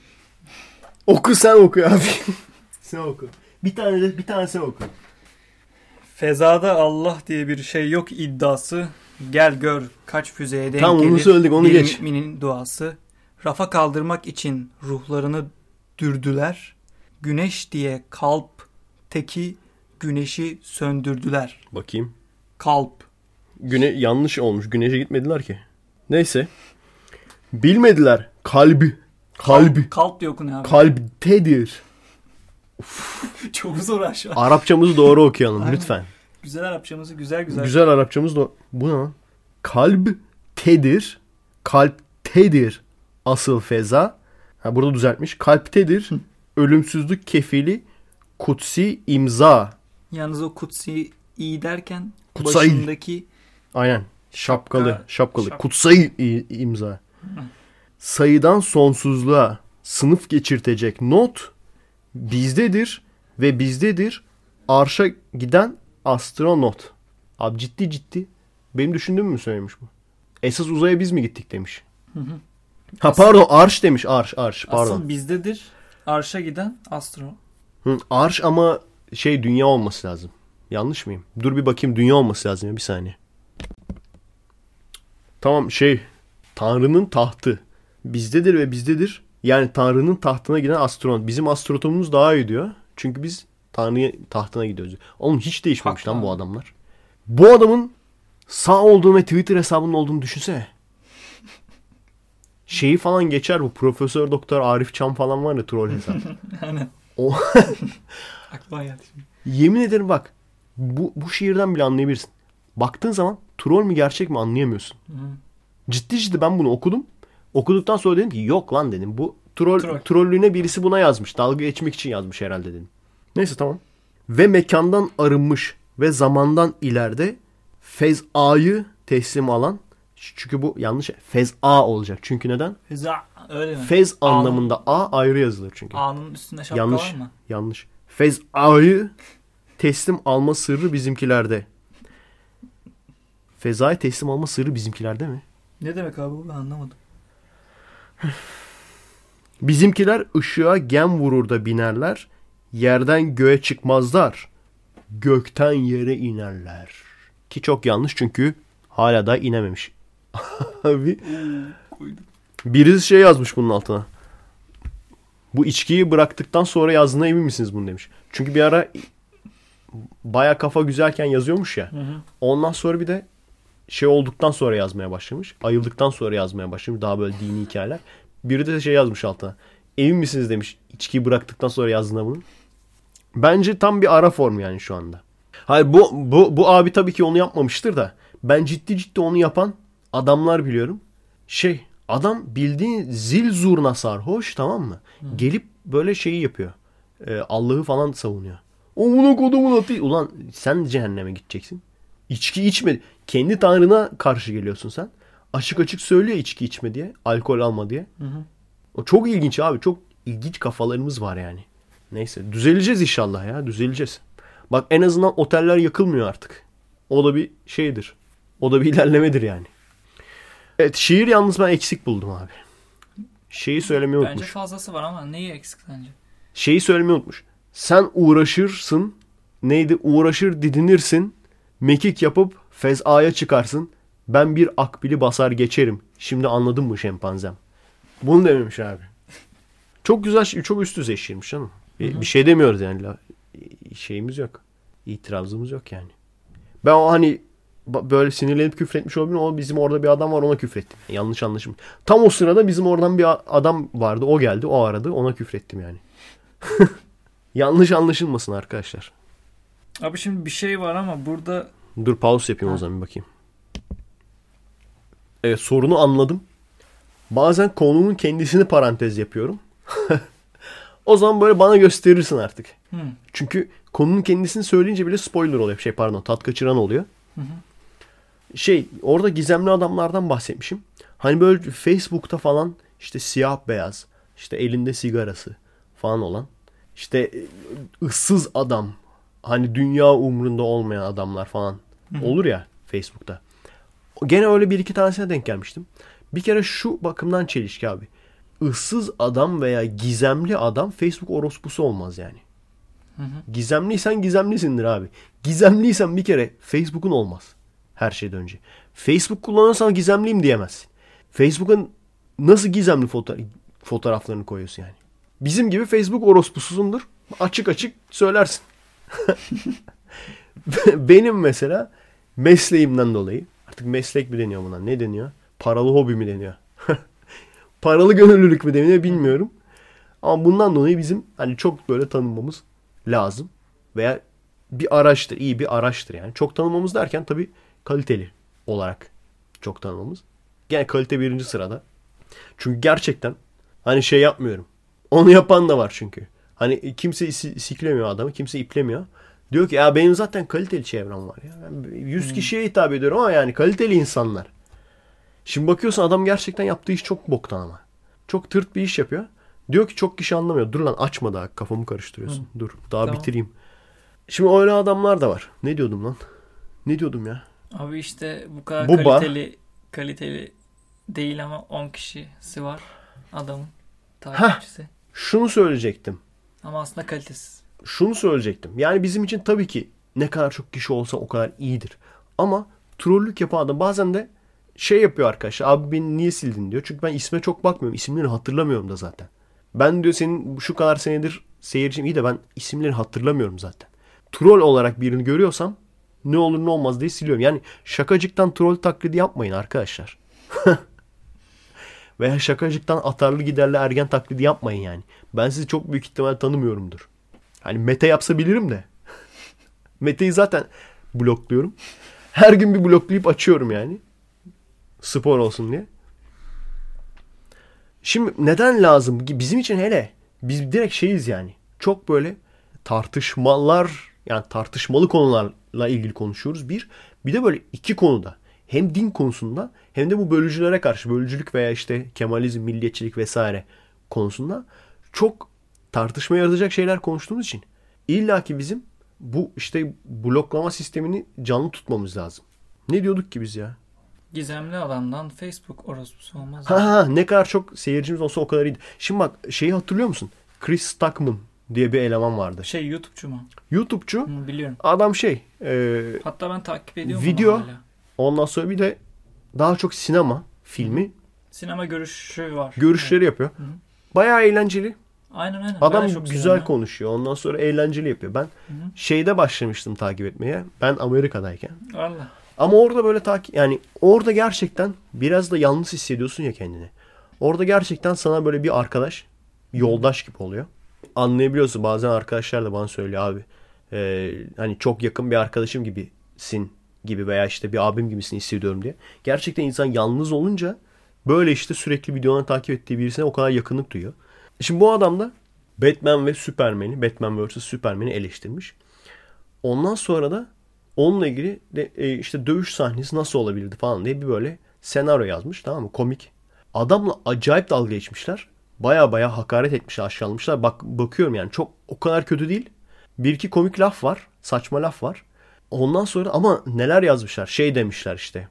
B: Oku sen oku abi. Sen oku. Bir tane sen oku.
C: Fezada Allah diye bir şey yok iddiası. Gel gör kaç füzeye denk
B: Tamam,
C: gelir.
B: onu söyledik, onu
C: bir
B: geç.
C: müminin duası. Rafa kaldırmak için ruhlarını dürdüler. Güneş diye kalp teki güneşi söndürdüler.
B: Bakayım.
C: Kalp.
B: Yanlış olmuş. Güneşe gitmediler ki. Neyse. Bilmediler. Kalbi.
C: Kalp diye okunuyor abi.
B: Kalptedir.
C: Çok zor aşağı.
B: Arapçamızı doğru okuyalım
C: Aynen.
B: lütfen.
C: Güzel Arapçamızı güzel.
B: Güzel Arapçamız doğru. Bu ne lan? Kalptedir. Kalptedir. Asıl feza. Ha, burada düzeltmiş. Kalptedir. Ölümsüzlük kefili kutsi imza.
C: Yalnız o kutsi iyi derken
B: Kutsai.
C: başındaki
B: Aynen. Şapkalı.
C: Şapka.
B: Kutsai imza. Sayıdan sonsuzluğa sınıf geçirtecek not bizdedir ve bizdedir arşa giden astronot. Abi ciddi. Benim düşündüğümü mü söylemiş bu? Esas uzaya biz mi gittik demiş. Ha pardon, arş demiş. Arş pardon.
C: asıl bizdedir arşa giden astro.
B: Arş ama dünya olması lazım. Yanlış mıyım? Dur bir bakayım, dünya olması lazım ya, bir saniye. Tamam, Tanrı'nın tahtı bizdedir ve bizdedir. Yani Tanrı'nın tahtına giden astronot. Bizim astronotumuz daha iyi diyor. Çünkü biz Tanrı'nın tahtına gidiyoruz. Oğlum hiç değişmemiş lan bu adamlar. Bu adamın sağ olduğunu ve Twitter hesabının olduğunu düşünsene. Falan geçer bu. Profesör Doktor Arif Çam falan var ya, troll hesap.
C: Aynen.
B: O
C: Aklıma geldi şimdi.
B: yemin ederim bak. Bu şiirden bile anlayabilirsin. Baktığın zaman troll mü gerçek mi anlayamıyorsun. Ciddi ben bunu okudum. Okuduktan sonra dedim ki yok lan dedim. Bu trollüğüne birisi buna yazmış. Dalga geçmek için yazmış herhalde dedim. Neyse tamam. Ve mekandan arınmış ve zamandan ileride fez'ayı teslim alan. Çünkü bu yanlış. Fez'a olacak. Çünkü neden?
C: Feza öyle mi?
B: Fez anlamında A ayrı yazılır çünkü.
C: A'nın üstünde şapka var mı?
B: Yanlış. Fez'ayı teslim alma sırrı bizimkilerde. Feza'yı teslim alma sırrı bizimkilerde mi?
C: Ne demek abi bu, ben anlamadım.
B: Bizimkiler ışığa gem vurur da binerler. Yerden göğe çıkmazlar. Gökten yere inerler. Ki çok yanlış çünkü hala da inememiş. Abi. Birisi yazmış bunun altına. Bu içkiyi bıraktıktan sonra yazdığına emin misiniz bunu demiş. Çünkü bir ara baya kafa güzelken yazıyormuş ya. Ondan sonra bir de olduktan sonra yazmaya başlamış. Ayıldıktan sonra yazmaya başlamış. Daha böyle dini hikayeler. Biri de yazmış altına. Emin misiniz demiş. İçkiyi bıraktıktan sonra yazdığına bunu. Bence tam bir ara form yani şu anda. Hayır bu abi tabii ki onu yapmamıştır da. Ben ciddi onu yapan adamlar biliyorum. Adam bildiğin zil zurna sarhoş, tamam mı? Gelip böyle yapıyor. Allah'ı falan savunuyor. Ona kodumun atı. Ulan sen cehenneme gideceksin. İçki içme. Kendi tanrına karşı geliyorsun sen. Açık söylüyor içki içme diye. Alkol alma diye. O çok ilginç abi. Çok ilginç kafalarımız var yani. Neyse. Düzeleceğiz inşallah ya. Düzeleceğiz. Bak en azından oteller yakılmıyor artık. O da bir şeydir. O da bir ilerlemedir yani. Evet, şiir yalnız ben eksik buldum abi. Söylemeyi unutmuş.
C: Bence fazlası var ama neyi eksik sence?
B: Söylemeyi unutmuş. Sen uğraşırsın. Uğraşır didinirsin. Mekik yapıp fez'aya çıkarsın. Ben bir akbili basar geçerim. Şimdi anladın mı şempanzem? Bunu dememiş abi. Çok güzel, çok üst düzey şiirmiş canım. Bir şey demiyoruz yani. Şeyimiz yok. İtirazımız yok yani. Ben böyle sinirlenip küfretmiş olabilirim. O bizim orada bir adam var, ona küfrettim. Yanlış anlaşılmış. Tam o sırada bizim oradan bir adam vardı. O geldi, o aradı. Ona küfrettim yani. Yanlış anlaşılmasın arkadaşlar.
C: Abi şimdi bir şey var ama burada...
B: Dur pause yapayım o zaman bir bakayım. Evet, sorunu anladım. Bazen konunun kendisini parantez yapıyorum. O zaman böyle bana gösterirsin artık. Çünkü konunun kendisini söyleyince bile spoiler oluyor. Tat kaçıran oluyor. Orada gizemli adamlardan bahsetmişim. Hani böyle Facebook'ta falan siyah beyaz, elinde sigarası falan olan, ıssız adam, hani dünya umrunda olmayan adamlar falan olur ya Facebook'ta. Gene öyle bir iki tanesine denk gelmiştim. Bir kere şu bakımdan çelişki abi. Issız adam veya gizemli adam Facebook orospusu olmaz yani. Gizemliysen gizemlisindir abi. Gizemliysen bir kere Facebook'un olmaz. Her şeyden önce. Facebook kullanırsan gizemliyim diyemezsin. Facebook'un nasıl gizemli fotoğraflarını koyuyorsun yani. Bizim gibi Facebook orospususundur. Açık açık söylersin. Benim mesela mesleğimden dolayı, artık meslek mi deniyor buna, ne deniyor? Paralı hobi mi deniyor? Paralı gönüllülük mü deniyor bilmiyorum. Ama bundan dolayı bizim hani çok böyle tanınmamız lazım. Veya bir araçtır, iyi bir araçtır yani. Çok tanınmamız derken tabii kaliteli olarak çok tanınmamız. Gene kalite birinci sırada. Çünkü gerçekten hani şey yapmıyorum. Onu yapan da var çünkü. Hani kimse siklemiyor adamı, kimse iplemiyor. Diyor ki ya benim zaten kaliteli çevrem var ya. Ben 100 kişiye hitap ediyorum ama yani kaliteli insanlar. Şimdi bakıyorsun adam gerçekten yaptığı iş çok boktan ama. Çok tırt bir iş yapıyor. Diyor ki çok kişi anlamıyor. Dur lan açma daha, kafamı karıştırıyorsun. Dur daha tamam. Bitireyim. Şimdi öyle adamlar da var. Ne diyordum lan? Ne diyordum ya?
C: Abi işte bu kadar kaliteli değil ama 10 kişisi var adamın takipçisi.
B: Şunu söyleyecektim.
C: Ama aslında kalitesiz.
B: Şunu söyleyecektim. Yani bizim için tabii ki ne kadar çok kişi olsa o kadar iyidir. Ama trollük yapan adam bazen de şey yapıyor arkadaşlar. Abi beni niye sildin diyor. Çünkü ben isme çok bakmıyorum. İsimlerini hatırlamıyorum da zaten. Ben diyor senin şu kadar senedir seyircim iyi de ben isimlerini hatırlamıyorum zaten. Troll olarak birini görüyorsam ne olur ne olmaz diye siliyorum. Yani şakacıktan troll taklidi yapmayın arkadaşlar. Veya şakacıktan atarlı giderli ergen taklidi yapmayın yani. Ben sizi çok büyük ihtimalle tanımıyorumdur. Hani Mete yapsa bilirim de. Mete'yi zaten blokluyorum. Her gün bir bloklayıp açıyorum yani. Spor olsun diye. Şimdi neden lazım? Bizim için hele. Biz direkt şeyiz yani. Çok böyle tartışmalar, yani tartışmalı konularla ilgili konuşuyoruz. Bir de böyle iki konuda. Hem din konusunda hem de bu bölücülere karşı, bölücülük veya işte Kemalizm, milliyetçilik vesaire konusunda çok tartışma yaratacak şeyler konuştuğumuz için illa ki bizim bu işte bloklama sistemini canlı tutmamız lazım. Ne diyorduk ki biz ya?
C: Gizemli adamdan Facebook orospusu olmaz.
B: Ne kadar çok seyircimiz olsa o kadar iyiydi. Şimdi bak şeyi hatırlıyor musun? Chris Stuckman diye bir eleman vardı.
C: YouTube'cu mu?
B: YouTube'cu.
C: Biliyorum.
B: Adam
C: hatta ben takip ediyorum
B: video,
C: hala.
B: Ondan sonra bir de daha çok sinema filmi.
C: Sinema görüşü var.
B: Görüşleri yapıyor.
C: Hı-hı.
B: Bayağı eğlenceli.
C: Aynen.
B: Adam güzel konuşuyor. Ondan sonra eğlenceli yapıyor. Ben şeyde başlamıştım takip etmeye. Ben Amerika'dayken.
C: Allah.
B: Ama orada böyle yani orada gerçekten biraz da yalnız hissediyorsun ya kendini. Orada gerçekten sana böyle bir arkadaş, yoldaş gibi oluyor. Anlayabiliyorsun. Bazen arkadaşlar da bana söylüyor abi. Hani çok yakın bir arkadaşım gibisin gibi veya işte bir abim gibisin hissediyorum diye. Gerçekten insan yalnız olunca böyle işte sürekli videolarını takip ettiği birisine o kadar yakınlık duyuyor. Şimdi bu adam da Batman vs. Superman'i eleştirmiş. Ondan sonra da onunla ilgili de işte dövüş sahnesi nasıl olabilirdi falan diye bir böyle senaryo yazmış, tamam mı? Komik. Adamla acayip dalga geçmişler. Baya hakaret etmişler, aşağılamışlar. Bakıyorum yani çok o kadar kötü değil. Bir iki komik laf var. Saçma laf var. Ondan sonra ama neler yazmışlar. Şey demişler işte.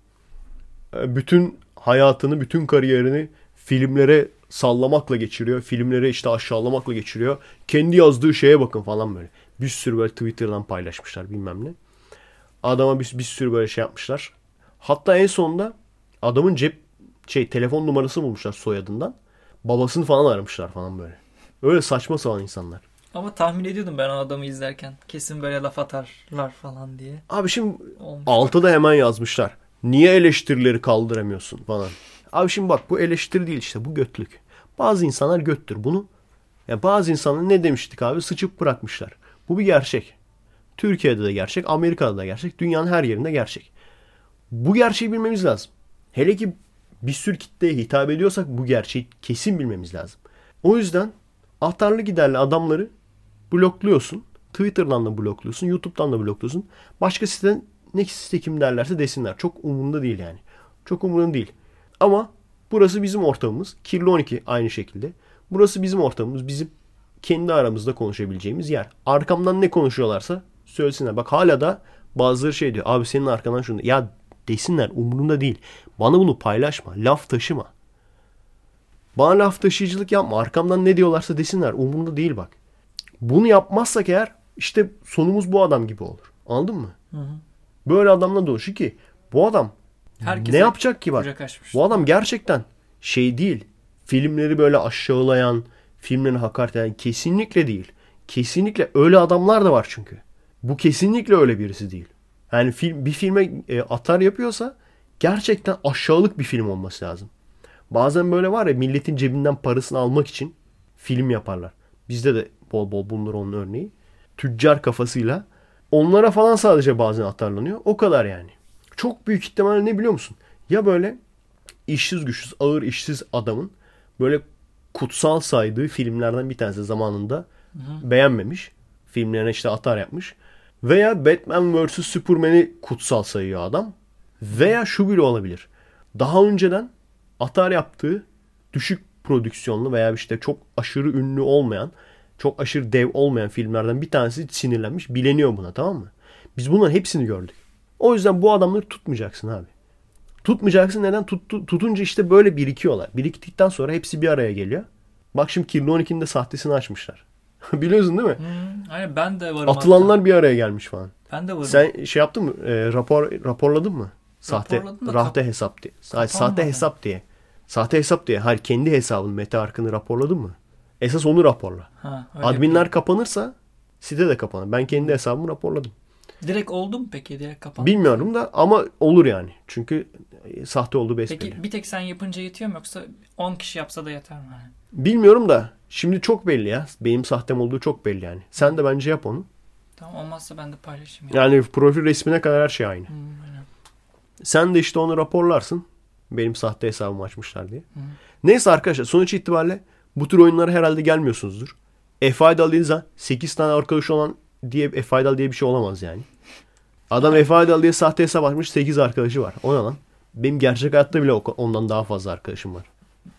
B: Bütün hayatını, bütün kariyerini filmlere sallamakla geçiriyor. Filmlere işte aşağılamakla geçiriyor. Kendi yazdığı şeye bakın falan böyle. Bir sürü böyle Twitter'dan paylaşmışlar bilmem ne. Adama bir sürü böyle şey yapmışlar. Hatta en sonunda adamın telefon numarası bulmuşlar soyadından. Babasını falan aramışlar falan böyle. Öyle saçma sapan insanlar.
C: Ama tahmin ediyordum ben o adamı izlerken. Kesin böyle laf atarlar falan diye.
B: Abi şimdi altta da hemen yazmışlar. Niye eleştirileri kaldıramıyorsun falan. Abi şimdi bak bu eleştiri değil işte, bu götlük. Bazı insanlar göttür bunu. Ya bazı insanlar ne demiştik abi, sıçıp bırakmışlar. Bu bir gerçek. Türkiye'de de gerçek, Amerika'da da gerçek, dünyanın her yerinde gerçek. Bu gerçeği bilmemiz lazım. Hele ki bir sürü kitleye hitap ediyorsak bu gerçeği kesin bilmemiz lazım. O yüzden atarlı giderli adamları blokluyorsun. Twitter'dan da blokluyorsun, YouTube'dan da blokluyorsun. Başka siteden ne site kim derlerse desinler. Çok umurunda değil yani. Çok umurunda değil. Ama burası bizim ortamımız. Kirli 12 aynı şekilde. Burası bizim ortamımız. Bizim kendi aramızda konuşabileceğimiz yer. Arkamdan ne konuşuyorlarsa söylesinler. Bak hala da bazıları şey diyor. Abi senin arkandan şunu. Ya desinler, umurumda değil. Bana bunu paylaşma. Laf taşıma. Bana laf taşıyıcılık yapma. Arkamdan ne diyorlarsa desinler. Umurumda değil bak. Bunu yapmazsak eğer İşte sonumuz bu adam gibi olur. Anladın mı?
C: Hı hı.
B: Böyle adamla dolaşıyor ki bu adam
C: Herkese
B: ne yapacak ki bak?
C: kucak açmış.
B: Bu adam gerçekten şey değil. Filmleri böyle aşağılayan, filmlerini hakaret eden kesinlikle değil. Kesinlikle öyle adamlar da var çünkü. Bu kesinlikle öyle birisi değil. Yani bir filme atar yapıyorsa gerçekten aşağılık bir film olması lazım. Bazen böyle var ya milletin cebinden parasını almak için film yaparlar. Bizde de bol bol bulunur onun örneği. Tüccar kafasıyla onlara falan sadece bazen atarlanıyor. O kadar yani. Çok büyük ihtimalle ne biliyor musun? Ya böyle işsiz güçsüz, ağır işsiz adamın böyle kutsal saydığı filmlerden bir tanesi zamanında beğenmemiş. Filmlerine işte atar yapmış. Veya Batman vs. Superman'i kutsal sayıyor adam. Veya şu bile olabilir. Daha önceden atar yaptığı düşük prodüksiyonlu veya işte çok aşırı ünlü olmayan, çok aşırı dev olmayan filmlerden bir tanesi sinirlenmiş. Bileniyor buna, tamam mı? Biz bunların hepsini gördük. O yüzden bu adamları tutmayacaksın abi. Tutmayacaksın. Neden? Tutunca işte böyle birikiyorlar. Biriktikten sonra hepsi bir araya geliyor. Bak şimdi Kirli 12'nin de sahtesini açmışlar. Biliyorsun değil mi?
C: Aynen, ben de varım.
B: Atılanlar
C: hatta.
B: bir araya gelmiş falan.
C: Ben de varım.
B: Sen şey yaptın mı? Raporladın mı? Sahte hesap diye. Sahte hesap diye. Sahte hesap diye. Hayır, kendi hesabını, Mete Arkın'ı raporladın mı? Esas onu raporla. Adminler kapanırsa site de kapanır. Ben kendi hesabımı raporladım.
C: Direkt oldu mu peki? Direkt kapandı.
B: Bilmiyorum da ama olur yani. Çünkü sahte olduğu besbelli.
C: Peki bir tek sen yapınca yetiyor mu, yoksa 10 kişi yapsa da yeter mi?
B: Bilmiyorum da şimdi çok belli ya. Benim sahtem olduğu çok belli yani. Sen de bence yap onu.
C: Tamam, olmazsa ben de paylaşayım.
B: Yani profil resmine kadar her şey aynı.
C: Aynen.
B: Sen de işte onu raporlarsın. Benim sahte hesabımı açmışlar diye. Neyse arkadaşlar, sonuç itibariyle bu tür oyunlara herhalde gelmiyorsunuzdur. F-Idol dediğiniz zaman 8 tane arkadaşı olan diye F-Idol diye bir şey olamaz yani. Adam F-Idol diye sahte hesap açmış, 8 arkadaşı var. O ne lan? Benim gerçek hayatta bile ondan daha fazla arkadaşım var.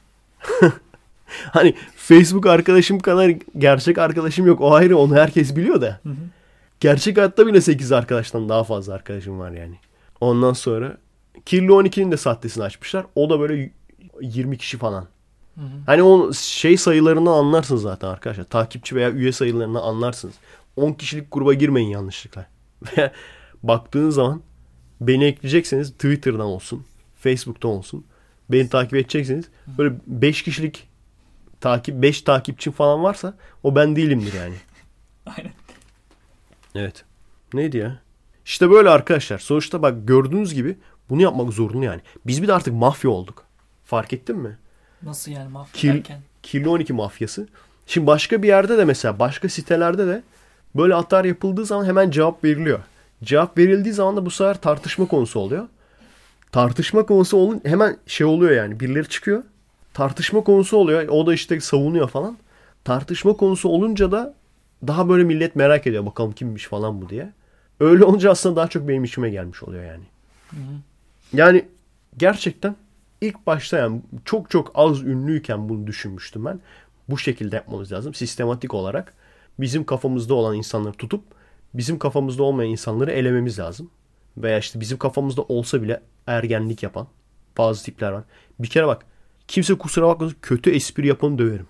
B: Hani Facebook arkadaşım kadar gerçek arkadaşım yok. O ayrı, onu herkes biliyor da. Gerçek hayatta bile 8 arkadaştan daha fazla arkadaşım var yani. Ondan sonra Kirli 12'nin de sahtesini açmışlar. O da böyle 20 kişi falan. Hani o şey sayılarından anlarsınız zaten arkadaşlar. Takipçi veya üye sayılarından anlarsınız. 10 kişilik gruba girmeyin yanlışlıkla. Ve baktığınız zaman beni ekleyecekseniz Twitter'dan olsun, Facebook'tan olsun. Beni takip edeceksiniz. Böyle 5 kişilik 5 takipçim falan varsa o ben değilimdir yani.
C: Aynen.
B: Evet. Neydi ya? İşte böyle arkadaşlar. Sonuçta bak, gördüğünüz gibi bunu yapmak zorunlu yani. Biz bir de artık mafya olduk. Fark ettin mi?
C: Nasıl yani mafya derken?
B: Kirli 12 mafyası. Şimdi başka bir yerde de, mesela başka sitelerde de böyle atar yapıldığı zaman hemen cevap veriliyor. Cevap verildiği zaman da bu sefer tartışma konusu oluyor. Tartışma konusu hemen şey oluyor yani. Birileri çıkıyor. Tartışma konusu oluyor. O da işte savunuyor falan. Tartışma konusu olunca da daha böyle millet merak ediyor. Bakalım kimmiş falan bu diye. Öyle olunca aslında daha çok benim işime gelmiş oluyor yani. Yani gerçekten ilk başta yani çok çok az ünlüyken bunu düşünmüştüm ben. Bu şekilde yapmamız lazım. Sistematik olarak bizim kafamızda olan insanları tutup bizim kafamızda olmayan insanları elememiz lazım. Veya işte bizim kafamızda olsa bile ergenlik yapan bazı tipler var. Bir kere bak, kimse kusura bakmasın, kötü espri yapanı döverim.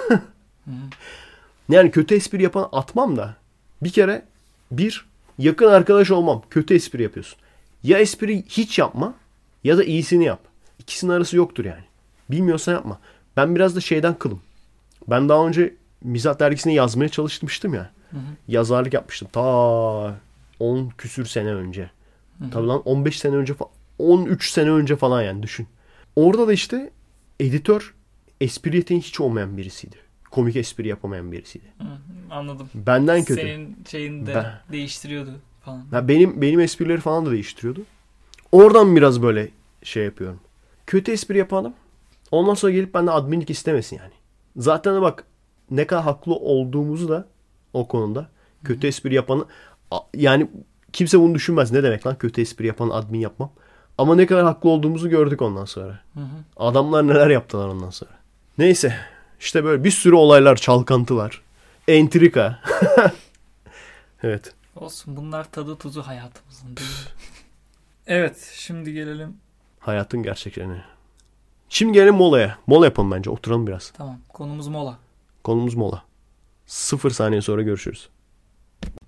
B: Yani kötü espri yapanı atmam da bir kere yakın arkadaş olmam. Kötü espri yapıyorsun. Ya espri hiç yapma ya da iyisini yap. İkisinin arası yoktur yani. Bilmiyorsan yapma. Ben biraz da şeyden kılım. Ben daha önce Mizah Dergisi'ne yazmaya çalışmıştım ya. Yazarlık yapmıştım. Ta 10 küsür sene önce. Tabii lan 15 sene önce 13 sene önce falan yani, düşün. Orada da işte editör espri yeteneği hiç olmayan birisiydi. Komik espri yapamayan birisiydi.
C: Anladım.
B: Benden kötü.
C: Senin şeyini de değiştiriyordu falan.
B: Ya benim esprileri falan da değiştiriyordu. Oradan biraz böyle şey yapıyorum. Kötü espri yapan ondan sonra gelip benden adminlik istemesin yani. Zaten de bak ne kadar haklı olduğumuzu da o konuda. Kötü espri yapanı yani kimse bunu düşünmez. Ne demek lan kötü espri yapan admin yapmam. Ama ne kadar haklı olduğumuzu gördük ondan sonra. Adamlar neler yaptılar ondan sonra. Neyse. İşte böyle bir sürü olaylar, çalkantılar. Entrika. Evet.
C: Olsun, bunlar tadı tuzu hayatımızın değil mi? Evet, şimdi gelelim.
B: Hayatın gerçeklerine. Şimdi gelelim molaya. Mola yapalım bence. Oturalım biraz.
C: Tamam, konumuz mola.
B: Konumuz mola. 0 saniye sonra görüşürüz.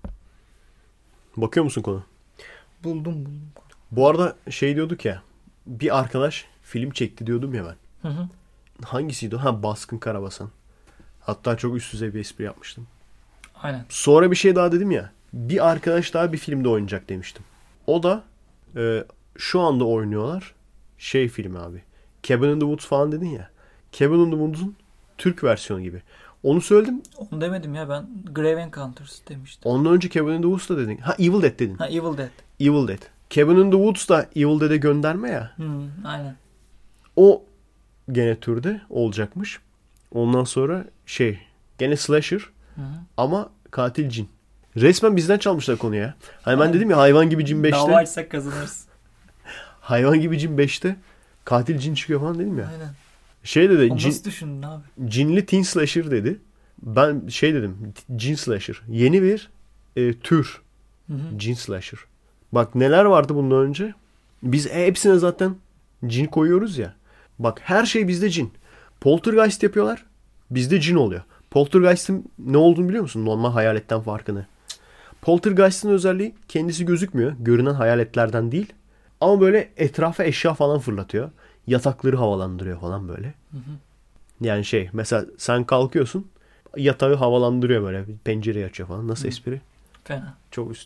B: Bakıyor musun konu?
C: Buldum.
B: Bu arada şey diyorduk ya. Bir arkadaş film çekti diyordum ya ben.
C: Hı.
B: Hangisiydi o? Ha, Baskın Karabasan. Hatta çok üst düzey bir espri yapmıştım.
C: Aynen.
B: Sonra bir şey daha dedim ya. Bir arkadaş daha bir filmde oynayacak demiştim. O da şu anda oynuyorlar. Şey filmi abi. Cabin in the Woods falan dedin ya. Cabin in the Woods'un Türk versiyonu gibi. Onu söyledim.
C: Onu demedim ya, ben Grave Encounters demiştim.
B: Ondan önce Cabin in the Woods da dedin. Ha, Evil Dead dedin.
C: Ha, Evil Dead.
B: Evil Dead. Cabin in the Woods da Evil Dead'e gönderme ya.
C: Aynen.
B: O gene türde olacakmış. Ondan sonra şey, gene slasher ama katil cin. Resmen bizden çalmışlar konuyu ya. Hani ben dedim ya, Hayvan Gibi Cin 5'te.
C: Dava açsak kazanırız.
B: Hayvan Gibi Cin 5'te katil cin çıkıyor falan dedim ya.
C: Aynen.
B: Şey dedi,
C: Onu nasıl düşündün abi?
B: cinli teen slasher dedi. Ben şey dedim, cin slasher. Yeni bir tür. Cin slasher. Bak neler vardı bundan önce. Biz hepsine zaten cin koyuyoruz ya. Bak her şey bizde cin. Poltergeist yapıyorlar. Bizde cin oluyor. Poltergeist'in ne olduğunu biliyor musun? Normal hayaletten farkını. Poltergeist'in özelliği kendisi gözükmüyor. Görünen hayaletlerden değil. Ama böyle etrafa eşya falan fırlatıyor. Yatakları havalandırıyor falan böyle. Yani şey, mesela sen kalkıyorsun, yatağı havalandırıyor böyle. Pencereyi açıyor falan. Nasıl espri?
C: Fena.
B: Çok üst.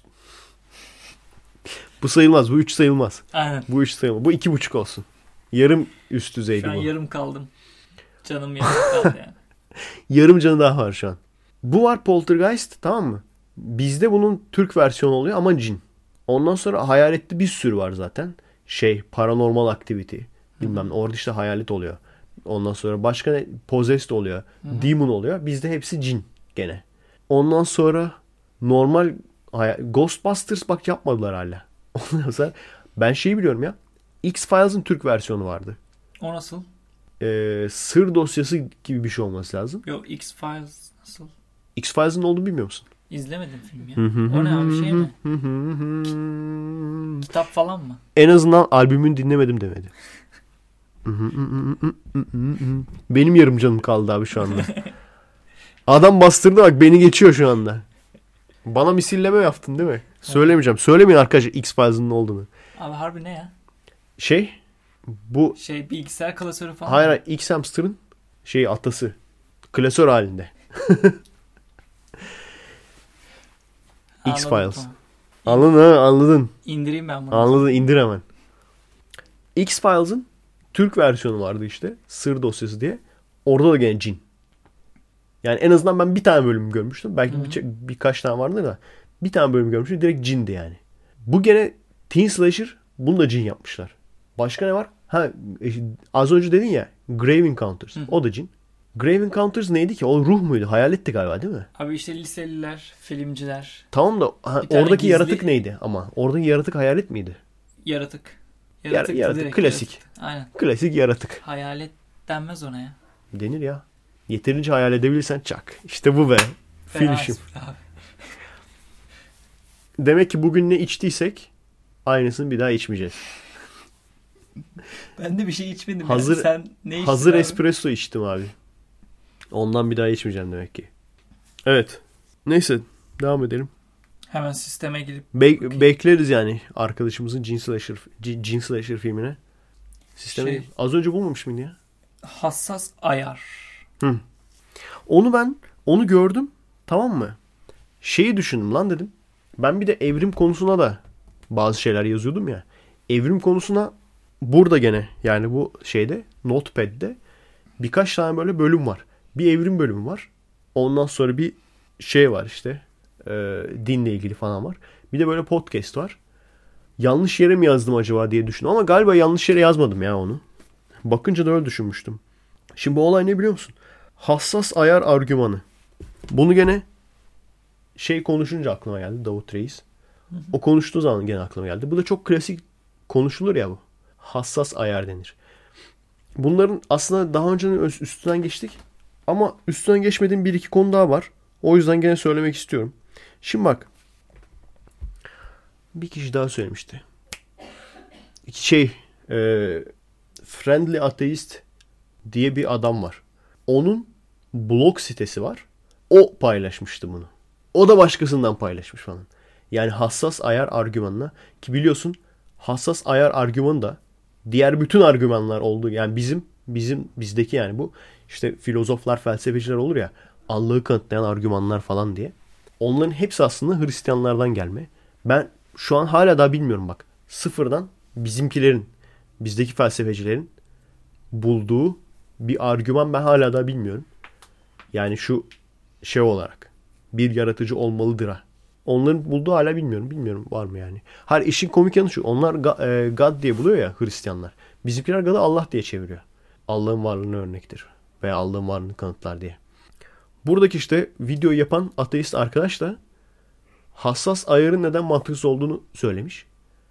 B: Bu sayılmaz. Bu 3 sayılmaz.
C: Aynen.
B: Bu 3 sayılmaz. Bu 2,5 olsun. Yarım üst düzeydi
C: Şu an
B: bu.
C: yarım kaldım. Canım yarım kaldı yani.
B: Yarım canı daha var şu an. Bu var Poltergeist, tamam mı? Bizde bunun Türk versiyonu oluyor ama cin. Ondan sonra hayaletli bir sürü var zaten. Şey, Paranormal Activity. Bilmem, orada işte hayalet oluyor. Ondan sonra başka ne? Possessed oluyor. Demon oluyor. Bizde hepsi cin gene. Ondan sonra normal Ghostbusters bak yapmadılar hala. Ondan sonra ben şeyi biliyorum ya. X-Files'ın Türk versiyonu vardı.
C: O nasıl?
B: Sır dosyası gibi bir şey olması lazım.
C: Yok, X-Files nasıl?
B: X-Files'ın ne olduğunu bilmiyor musun?
C: İzlemedim film ya. O ne abi, şey mi? Kitap falan mı?
B: En azından albümünü dinlemedim demedi. Benim yarım canım kaldı abi şu anda. Adam bastırdı bak, beni geçiyor şu anda. Bana misilleme yaptın değil mi? Söylemeyeceğim. Söylemeyin arkadaşlar X-Files'ın ne olduğunu.
C: Abi harbi ne ya?
B: Şey, bu...
C: Şey, bilgisayar klasörü falan.
B: Hayır, X-Hamster'ın atası. Klasör halinde. X-Files. Anladın.
C: İndireyim ben bunu.
B: Anladın, indir hemen. X-Files'ın Türk versiyonu vardı işte. Sır dosyası diye. Orada da gene cin. Yani en azından ben bir tane bölüm görmüştüm. Belki birkaç tane vardı da. Bir tane bölüm görmüştüm. Direkt cindi yani. Bu gene teen slasher. Bunu da cin yapmışlar. Başka ne var? Ha, az önce dedin ya, Grave Encounters. O da cin. Grave Encounters neydi ki? O ruh muydu? Hayaletti galiba değil mi?
C: Abi işte liseliler, filmciler.
B: Tamam da oradaki
C: gizli...
B: yaratık neydi ama? Oradaki yaratık hayalet miydi?
C: Yaratık.
B: Yaratık. Klasik.
C: Yaratık. Aynen.
B: Klasik yaratık.
C: Hayalet denmez ona ya.
B: Denir ya. Yeterince hayal edebilirsen çak. İşte bu be. Finish'im. Demek ki bugün ne içtiysek aynısını bir daha içmeyeceğiz.
C: Ben de bir şey içmedim.
B: Hazır,
C: Sen ne içtin
B: hazır
C: abi?
B: espresso içtim abi. Ondan bir daha içmeyeceğim demek ki. Evet. Neyse. Devam edelim.
C: Hemen sisteme girip
B: bekleriz yani arkadaşımızın Cin Slasher filmine. Sisteme az önce bulmamış mıydı ya?
C: Hassas ayar.
B: Onu gördüm. Tamam mı? Şeyi düşündüm lan dedim. Ben bir de evrim konusuna da bazı şeyler yazıyordum ya. Evrim konusuna burada gene yani bu şeyde Notepad'de birkaç tane böyle bölüm var. Bir evrim bölümü var. Ondan sonra bir şey var işte. Dinle ilgili falan var. Bir de böyle podcast var. Yanlış yere mi yazdım acaba diye düşündüm. Ama galiba yanlış yere yazmadım ya onu. Bakınca da öyle düşünmüştüm. Şimdi bu olay ne biliyor musun? Hassas ayar argümanı. Bunu gene konuşunca aklıma geldi, Davut Reis. O konuştuğu zaman gene aklıma geldi. Bu da çok klasik konuşulur ya bu. Hassas ayar denir. Bunların aslında daha önce üstünden geçtik. Ama üstünden geçmediğim bir iki konu daha var. O yüzden gene söylemek istiyorum. Şimdi bak. Bir kişi daha söylemişti. Friendly Atheist diye bir adam var. Onun blog sitesi var. O paylaşmıştı bunu. O da başkasından paylaşmış falan. Yani hassas ayar argümanına, ki biliyorsun hassas ayar argümanı da diğer bütün argümanlar olduğu, yani bizdeki yani bu işte filozoflar, felsefeciler olur ya, Allah'ı kanıtlayan argümanlar falan diye. Onların hepsi aslında Hristiyanlardan gelme. Ben şu an hala daha bilmiyorum bak. Sıfırdan bizimkilerin, bizdeki felsefecilerin bulduğu bir argüman ben hala daha bilmiyorum. Yani şu şey olarak bir yaratıcı olmalıdır ha. Onların bulduğu hala bilmiyorum. Bilmiyorum var mı yani. Hayır, işin komik yanı şu. Onlar God diye buluyor ya Hristiyanlar. Bizimkiler God'u Allah diye çeviriyor. Allah'ın varlığını örnektir. Veya Allah'ın varlığını kanıtlar diye. Buradaki işte video yapan ateist arkadaş da hassas ayarın neden mantıksız olduğunu söylemiş.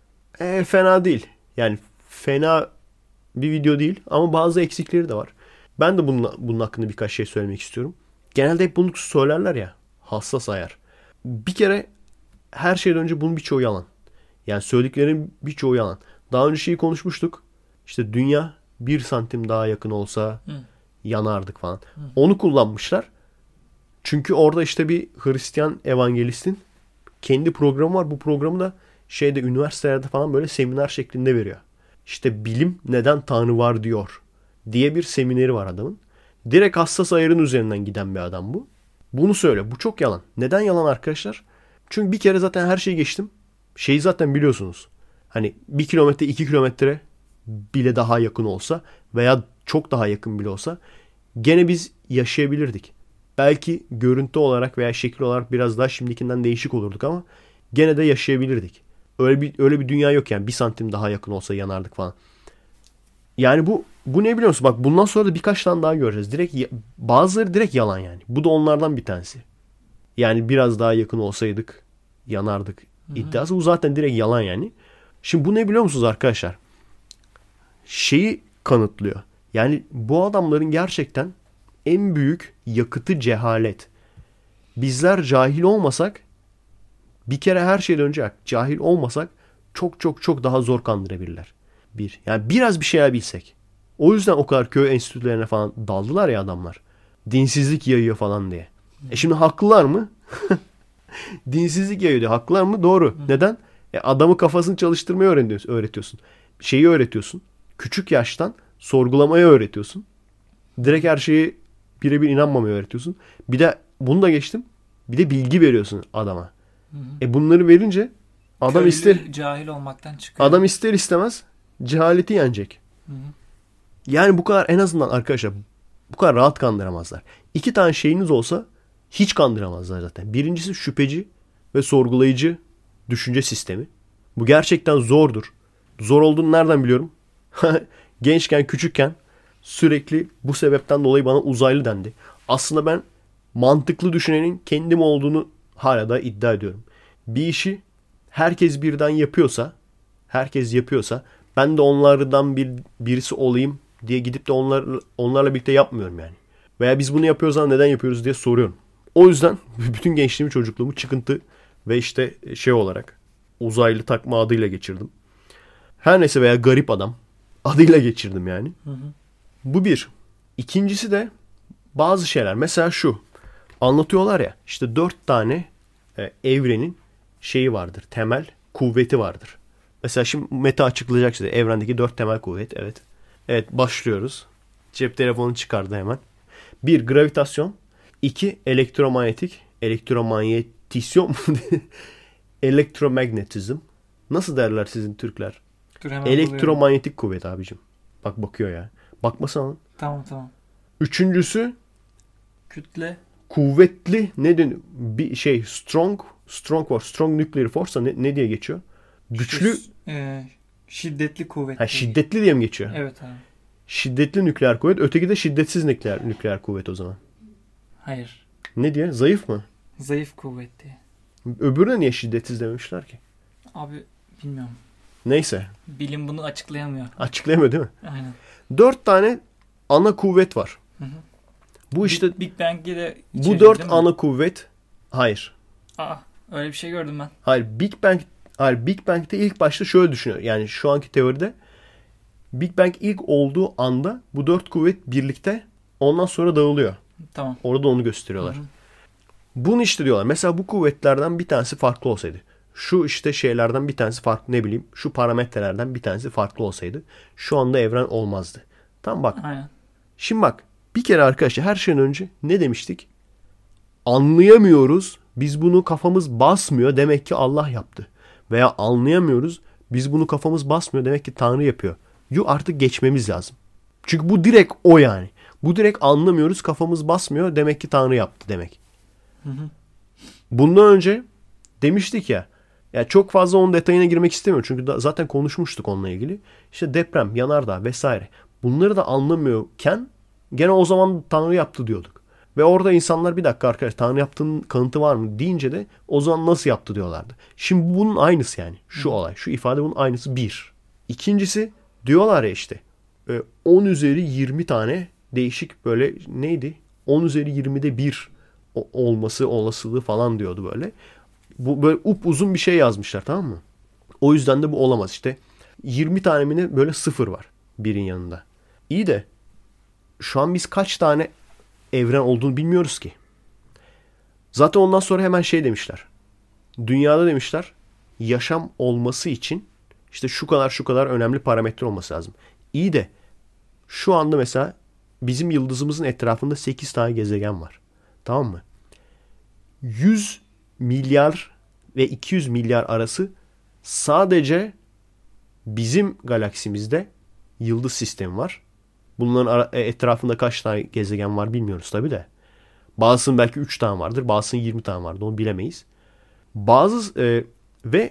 B: Fena değil. Yani fena bir video değil ama bazı eksikleri de var. Ben de bunun hakkında birkaç şey söylemek istiyorum. Genelde hep bunu söylerler ya. Hassas ayar. Bir kere her şeyden önce bunun birçoğu yalan. Yani söylediklerin birçoğu yalan. Daha önce şeyi konuşmuştuk. İşte dünya 1 santim daha yakın olsa yanardık falan. Onu kullanmışlar. Çünkü orada işte bir Hristiyan evangelistin kendi programı var. Bu programı da üniversitelerde falan böyle seminer şeklinde veriyor. İşte bilim neden Tanrı var diyor diye bir semineri var adamın. Direkt hassas ayarın üzerinden giden bir adam bu. Bunu söyle. Bu çok yalan. Neden yalan arkadaşlar? Çünkü bir kere zaten her şeyi geçtim. Şeyi zaten biliyorsunuz. Hani 1 kilometre 2 kilometre bile daha yakın olsa veya çok daha yakın bile olsa gene biz yaşayabilirdik. Belki görüntü olarak veya şekil olarak biraz daha şimdikinden değişik olurduk ama gene de yaşayabilirdik. Öyle bir dünya yok yani. 1 santim daha yakın olsa yanardık falan. Yani bu ne biliyor musun? Bak bundan sonra da birkaç tane daha göreceğiz. Bazıları direkt yalan yani. Bu da onlardan bir tanesi. Yani biraz daha yakın olsaydık yanardık iddiası. Bu zaten direkt yalan yani. Şimdi bu ne biliyor musunuz arkadaşlar? Şeyi kanıtlıyor. Yani bu adamların gerçekten en büyük yakıtı cehalet. Bizler cahil olmasak, bir kere her şeyden önce cahil olmasak çok çok çok daha zor kandırabilirler. Yani biraz bir şeyler bilsek. O yüzden o kadar köy enstitülerine falan daldılar ya adamlar. Dinsizlik yayıyor falan diye. Şimdi haklılar mı? Dinsizlik yayıyor diyor. Haklılar mı? Doğru. Neden? Adamı kafasını çalıştırmayı öğretiyorsun. Şeyi öğretiyorsun. Küçük yaştan sorgulamayı öğretiyorsun. Direkt her şeyi birebir inanmamayı öğretiyorsun. Bir de bunu da geçtim. Bir de bilgi veriyorsun adama. Bunları verince adam
C: köylü cahil olmaktan çıkıyor.
B: Adam ister istemez cehaleti yenecek. Yani bu kadar, en azından arkadaşlar bu kadar rahat kandıramazlar. 2 tane şeyiniz olsa hiç kandıramazlar zaten. Birincisi şüpheci ve sorgulayıcı düşünce sistemi. Bu gerçekten zordur. Zor olduğunu nereden biliyorum? Gençken, küçükken sürekli bu sebepten dolayı bana uzaylı dendi. Aslında ben mantıklı düşünenin kendim olduğunu hala da iddia ediyorum. Bir işi herkes birden yapıyorsa, ben de onlardan birisi olayım diye gidip de onlarla birlikte yapmıyorum yani. Veya biz bunu yapıyoruz ama neden yapıyoruz diye soruyorum. O yüzden bütün gençliğimi, çocukluğumu çıkıntı ve işte olarak uzaylı takma adıyla geçirdim. Her neyse, veya garip adam adıyla geçirdim yani. Bu bir. İkincisi de bazı şeyler. Mesela şu. Anlatıyorlar ya, işte 4 tane evrenin şeyi vardır. Temel kuvveti vardır. Mesela şimdi Mete açıklayacak size. Evrendeki 4 temel kuvvet. Evet. Evet, başlıyoruz. Cep telefonu çıkardı hemen. 1. Gravitasyon. 2. Elektromanyetisyon. Elektromagnetizm. Nasıl derler sizin Türkler? Elektromanyetik kuvvet abicim. Bak bakıyor ya. Bakmasana.
C: Tamam.
B: Üçüncüsü
C: kütle.
B: Kuvvetli ne deniyor? Bir şey strong var. Strong nuclear force ne diye geçiyor? Güçlü
C: şiddetli kuvvet.
B: Şiddetli diye mi geçiyor?
C: Evet abi.
B: Şiddetli nükleer kuvvet. Öteki de şiddetsiz nükleer kuvvet o zaman.
C: Hayır.
B: Ne diye? Zayıf mı?
C: Zayıf kuvvet diye.
B: Öbürüne niye şiddetsiz dememişler ki?
C: Abi bilmiyorum.
B: Neyse.
C: Bilim bunu açıklayamıyor.
B: Açıklayamıyor değil mi?
C: Aynen.
B: 4 tane ana kuvvet var. Bu işte
C: Big Bang'e de
B: bu 4 ana kuvvet. Hayır.
C: Öyle bir şey gördüm ben.
B: Hayır, Big Bang'de ilk başta şöyle düşünüyor. Yani şu anki teoride Big Bang ilk olduğu anda bu 4 kuvvet birlikte, ondan sonra dağılıyor.
C: Tamam.
B: Orada onu gösteriyorlar. Bunu işte diyorlar. Mesela bu kuvvetlerden bir tanesi farklı olsaydı. şu işte şeylerden bir tanesi farklı, ne bileyim şu parametrelerden bir tanesi farklı olsaydı şu anda evren olmazdı. Tamam bak.
C: Aynen.
B: Şimdi bak bir kere arkadaşlar her şeyden önce ne demiştik? Anlayamıyoruz. Biz bunu kafamız basmıyor. Demek ki Allah yaptı. Veya anlayamıyoruz. Biz bunu kafamız basmıyor. Demek ki Tanrı yapıyor. Artık geçmemiz lazım. Çünkü bu direkt o yani. Bu direkt anlamıyoruz. Kafamız basmıyor. Demek ki Tanrı yaptı demek.
C: Hı hı.
B: Bundan önce demiştik ya. Ya çok fazla onun detayına girmek istemiyorum. Çünkü zaten konuşmuştuk onunla ilgili. İşte deprem, yanardağ vesaire. Bunları da anlamıyorken gene o zaman Tanrı yaptı diyorduk. Ve orada insanlar bir dakika arkadaş Tanrı yaptığının kanıtı var mı deyince de o zaman nasıl yaptı diyorlardı. Şimdi bunun aynısı yani. Şu olay, şu ifade bunun aynısı bir. İkincisi diyorlar ya işte 10 üzeri 20 tane değişik böyle neydi? 10 üzeri 20'de 1 olması olasılığı falan diyordu böyle. Bu böyle upuzun bir şey yazmışlar, tamam mı? O yüzden de bu olamaz işte. 20 tane mi ne böyle sıfır var birin yanında. İyi de şu an biz kaç tane evren olduğunu bilmiyoruz ki. Zaten ondan sonra hemen şey demişler. Dünyada demişler yaşam olması için işte şu kadar önemli parametre olması lazım. İyi de şu anda mesela bizim yıldızımızın etrafında 8 tane gezegen var. Tamam mı? 100 milyar ve 200 milyar arası sadece bizim galaksimizde yıldız sistemi var. Bunların etrafında kaç tane gezegen var bilmiyoruz tabii de. Bazısının belki 3 tane vardır. Bazısının 20 tane vardır. Onu bilemeyiz. Ve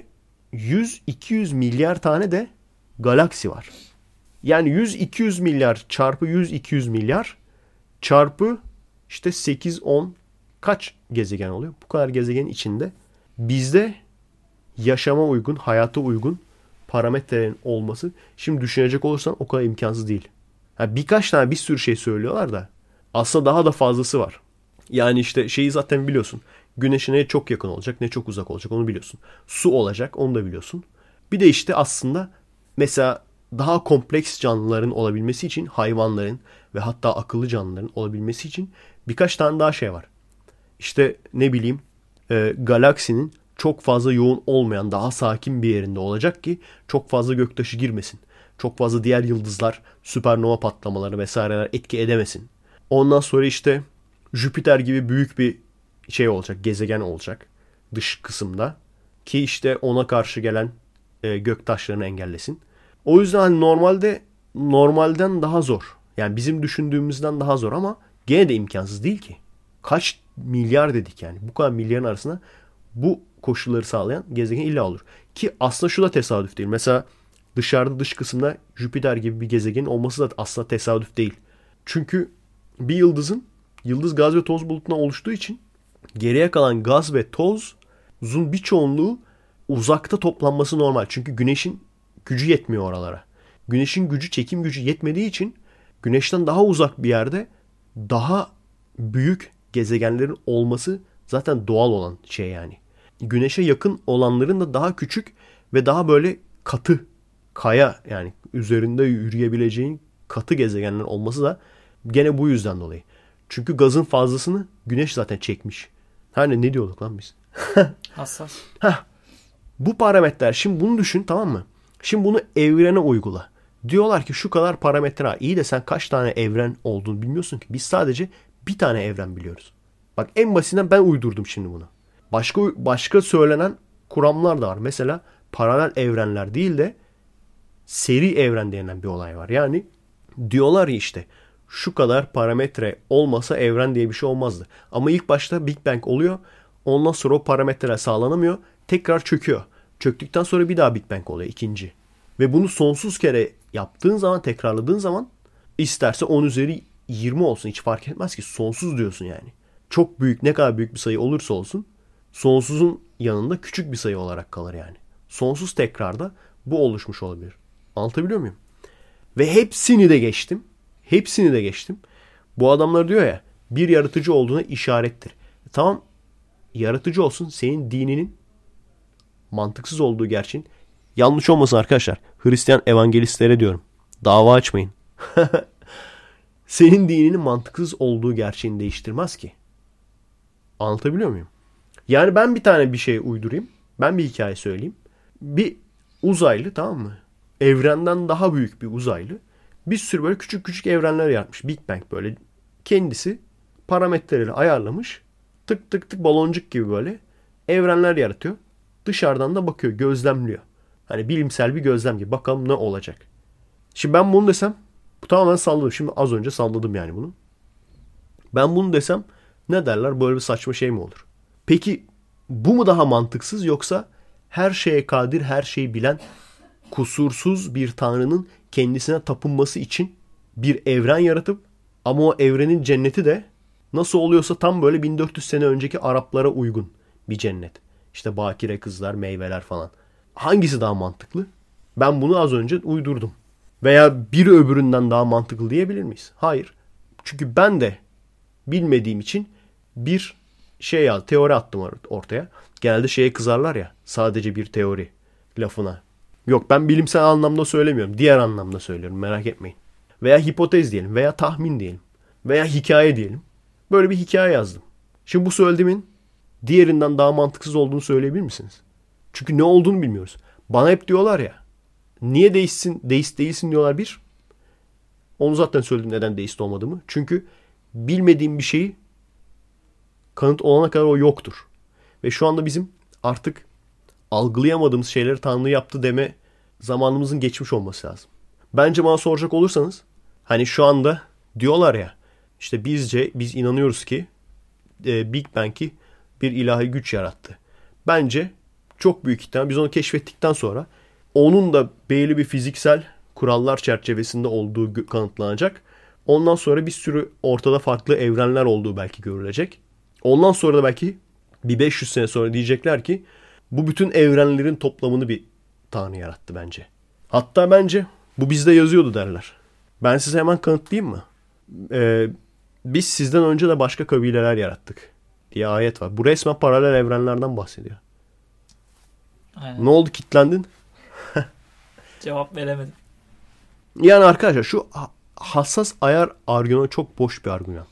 B: 100-200 milyar tane de galaksi var. Yani 100-200 milyar çarpı 100-200 milyar çarpı işte 8-10 kaç gezegen oluyor? Bu kadar gezegenin içinde bizde yaşama uygun, hayata uygun parametrelerin olması şimdi düşünecek olursan o kadar imkansız değil. Birkaç tane bir sürü şey söylüyorlar da aslında daha da fazlası var. Yani işte şeyi zaten biliyorsun. Güneşe ne çok yakın olacak ne çok uzak olacak onu biliyorsun. Su olacak onu da biliyorsun. Bir de işte aslında mesela daha kompleks canlıların olabilmesi için hayvanların ve hatta akıllı canlıların olabilmesi için birkaç tane daha şey var. İşte ne bileyim galaksinin çok fazla yoğun olmayan daha sakin bir yerinde olacak ki çok fazla göktaşı girmesin. Çok fazla diğer yıldızlar, süpernova patlamaları vesaireler etki edemesin. Ondan sonra işte Jüpiter gibi büyük bir şey olacak, gezegen olacak dış kısımda. Ki işte ona karşı gelen göktaşlarını engellesin. O yüzden hani normalden daha zor. Yani bizim düşündüğümüzden daha zor ama gene de imkansız değil ki. Kaç milyar dedik yani. Bu kadar milyarın arasında bu koşulları sağlayan gezegen illa olur. Ki aslında şu da tesadüf değil. Mesela dışarıda dış kısımda Jüpiter gibi bir gezegenin olması da aslında tesadüf değil. Çünkü bir yıldız gaz ve toz bulutuna oluştuğu için geriye kalan gaz ve tozun bir çoğunluğu uzakta toplanması normal. Çünkü güneşin gücü yetmiyor oralara. Güneşin gücü, çekim gücü yetmediği için güneşten daha uzak bir yerde daha büyük gezegenlerin olması zaten doğal olan şey yani. Güneşe yakın olanların da daha küçük ve daha böyle katı, kaya yani üzerinde yürüyebileceğin katı gezegenler olması da gene bu yüzden dolayı. Çünkü gazın fazlasını güneş zaten çekmiş. Hani ne diyorduk lan biz?
C: Hassas.
B: Bu parametreler, şimdi bunu düşün, tamam mı? Şimdi bunu evrene uygula. Diyorlar ki şu kadar parametre var. İyi de sen kaç tane evren olduğunu bilmiyorsun ki. Biz sadece bir tane evren biliyoruz. Bak en basitinden ben uydurdum şimdi bunu. Başka söylenen kuramlar da var. Mesela paralel evrenler değil de seri evren denilen bir olay var. Yani diyorlar ya işte şu kadar parametre olmasa evren diye bir şey olmazdı. Ama ilk başta Big Bang oluyor. Ondan sonra o parametreler sağlanamıyor. Tekrar çöküyor. Çöktükten sonra bir daha Big Bang oluyor, ikinci. Ve bunu sonsuz kere yaptığın zaman, tekrarladığın zaman isterse 10 üzeri 20 olsun hiç fark etmez ki. Sonsuz diyorsun yani. Çok büyük, ne kadar büyük bir sayı olursa olsun sonsuzun yanında küçük bir sayı olarak kalır yani. Sonsuz tekrarda bu oluşmuş olabilir. Anlatabiliyor muyum? Ve hepsini de geçtim. Bu adamlar diyor ya bir yaratıcı olduğuna işarettir. Tamam, yaratıcı olsun, senin dininin mantıksız olduğu gerçeğin, yanlış olmasın arkadaşlar, Hristiyan evangelistlere diyorum, dava açmayın. Senin dininin mantıksız olduğu gerçeğini değiştirmez ki. Anlatabiliyor muyum? Yani ben bir tane bir şey uydurayım. Ben bir hikaye söyleyeyim. Bir uzaylı, tamam mı? Evrenden daha büyük bir uzaylı. Bir sürü böyle küçük küçük evrenler yaratmış. Big Bang böyle. Kendisi parametreleri ayarlamış. Tık tık tık baloncuk gibi böyle evrenler yaratıyor. Dışarıdan da bakıyor, gözlemliyor. Hani bilimsel bir gözlem gibi. Bakalım ne olacak. Şimdi ben bunu desem, bu tamamen salladım. Şimdi az önce salladım yani bunu. Ben bunu desem ne derler? Böyle bir saçma şey mi olur? Peki bu mu daha mantıksız, yoksa her şeye kadir, her şeyi bilen, kusursuz bir tanrının kendisine tapınması için bir evren yaratıp ama o evrenin cenneti de nasıl oluyorsa tam böyle 1400 sene önceki Araplara uygun bir cennet. İşte bakire kızlar, meyveler falan. Hangisi daha mantıklı? Ben bunu az önce uydurdum. Veya biri öbüründen daha mantıklı diyebilir miyiz? Hayır. Çünkü ben de bilmediğim için bir teori attım ortaya. Genelde şeye kızarlar ya, sadece bir teori lafına. Yok, ben bilimsel anlamda söylemiyorum. Diğer anlamda söylüyorum, merak etmeyin. Veya hipotez diyelim, veya tahmin diyelim. Veya hikaye diyelim. Böyle bir hikaye yazdım. Şimdi bu söylediğimin diğerinden daha mantıksız olduğunu söyleyebilir misiniz? Çünkü ne olduğunu bilmiyoruz. Bana hep diyorlar ya, niye deist değilsin diyorlar bir. Onu zaten söyledim, neden deist olmadığımı. Çünkü bilmediğim bir şeyi kanıt olana kadar o yoktur. Ve şu anda bizim artık algılayamadığımız şeyleri Tanrı yaptı deme zamanımızın geçmiş olması lazım. Bence bana soracak olursanız, hani şu anda diyorlar ya, işte biz inanıyoruz ki Big Bang'i bir ilahi güç yarattı. Bence çok büyük ihtimal biz onu keşfettikten sonra onun da belli bir fiziksel kurallar çerçevesinde olduğu kanıtlanacak. Ondan sonra bir sürü ortada farklı evrenler olduğu belki görülecek. Ondan sonra da belki bir 500 sene sonra diyecekler ki bu bütün evrenlerin toplamını bir tanrı yarattı bence. Hatta bence bu bizde yazıyordu derler. Ben size hemen kanıtlayayım mı? Biz sizden önce de başka kabileler yarattık diye ayet var. Bu resmen paralel evrenlerden bahsediyor.
C: Aynen.
B: Ne oldu, kilitlendin?
C: Cevap veremedim.
B: Yani arkadaşlar şu hassas ayar argümanı çok boş bir argüman.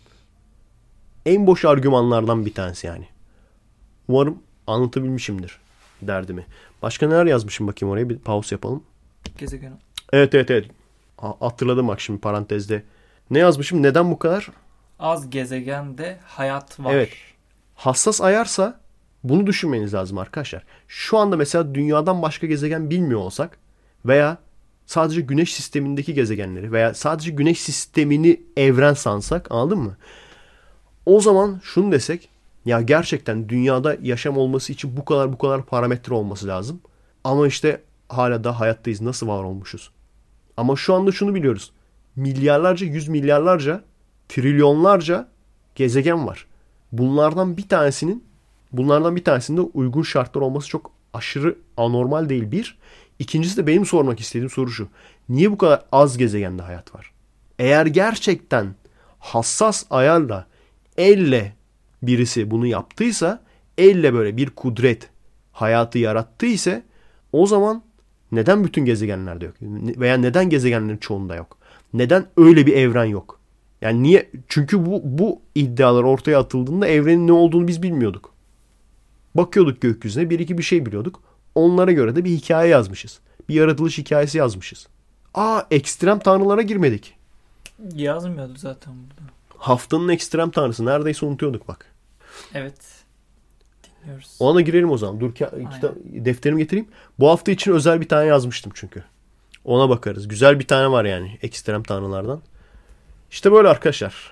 B: En boş argümanlardan bir tanesi yani. Umarım anlatabilmişimdir derdimi. Başka neler yazmışım, bakayım oraya bir pause yapalım.
C: Gezegen.
B: Evet. Hatırladım bak şimdi parantezde. Ne yazmışım? Neden bu kadar?
C: Az gezegende hayat var.
B: Evet. Hassas ayarsa bunu düşünmeniz lazım arkadaşlar. Şu anda mesela dünyadan başka gezegen bilmiyor olsak veya sadece güneş sistemindeki gezegenleri veya sadece güneş sistemini evren sansak, anladın mı? O zaman şunu desek, ya gerçekten dünyada yaşam olması için bu kadar parametre olması lazım. Ama işte hala da hayattayız. Nasıl var olmuşuz? Ama şu anda şunu biliyoruz. Milyarlarca, 100 milyarlarca, trilyonlarca gezegen var. Bunlardan bir tanesinde uygun şartlar olması çok aşırı anormal değil bir. İkincisi de benim sormak istediğim soru şu. Niye bu kadar az gezegende hayat var? Eğer gerçekten hassas ayarla, elle birisi bunu yaptıysa, elle böyle bir kudret hayatı yarattıysa, o zaman neden bütün gezegenlerde yok? Veya neden gezegenlerin çoğunda yok? Neden öyle bir evren yok? Yani niye? Çünkü bu iddialar ortaya atıldığında evrenin ne olduğunu biz bilmiyorduk. Bakıyorduk gökyüzüne, bir şey biliyorduk. Onlara göre de bir hikaye yazmışız. Bir yaratılış hikayesi yazmışız. Ekstrem tanrılara girmedik.
C: Yazmıyordu zaten burada.
B: Haftanın ekstrem tanrısı. Neredeyse unutuyorduk bak.
C: Evet. Dinliyoruz.
B: Ona girelim o zaman. Dur defterimi getireyim. Bu hafta için özel bir tane yazmıştım çünkü. Ona bakarız. Güzel bir tane var yani ekstrem tanrılardan. İşte böyle arkadaşlar.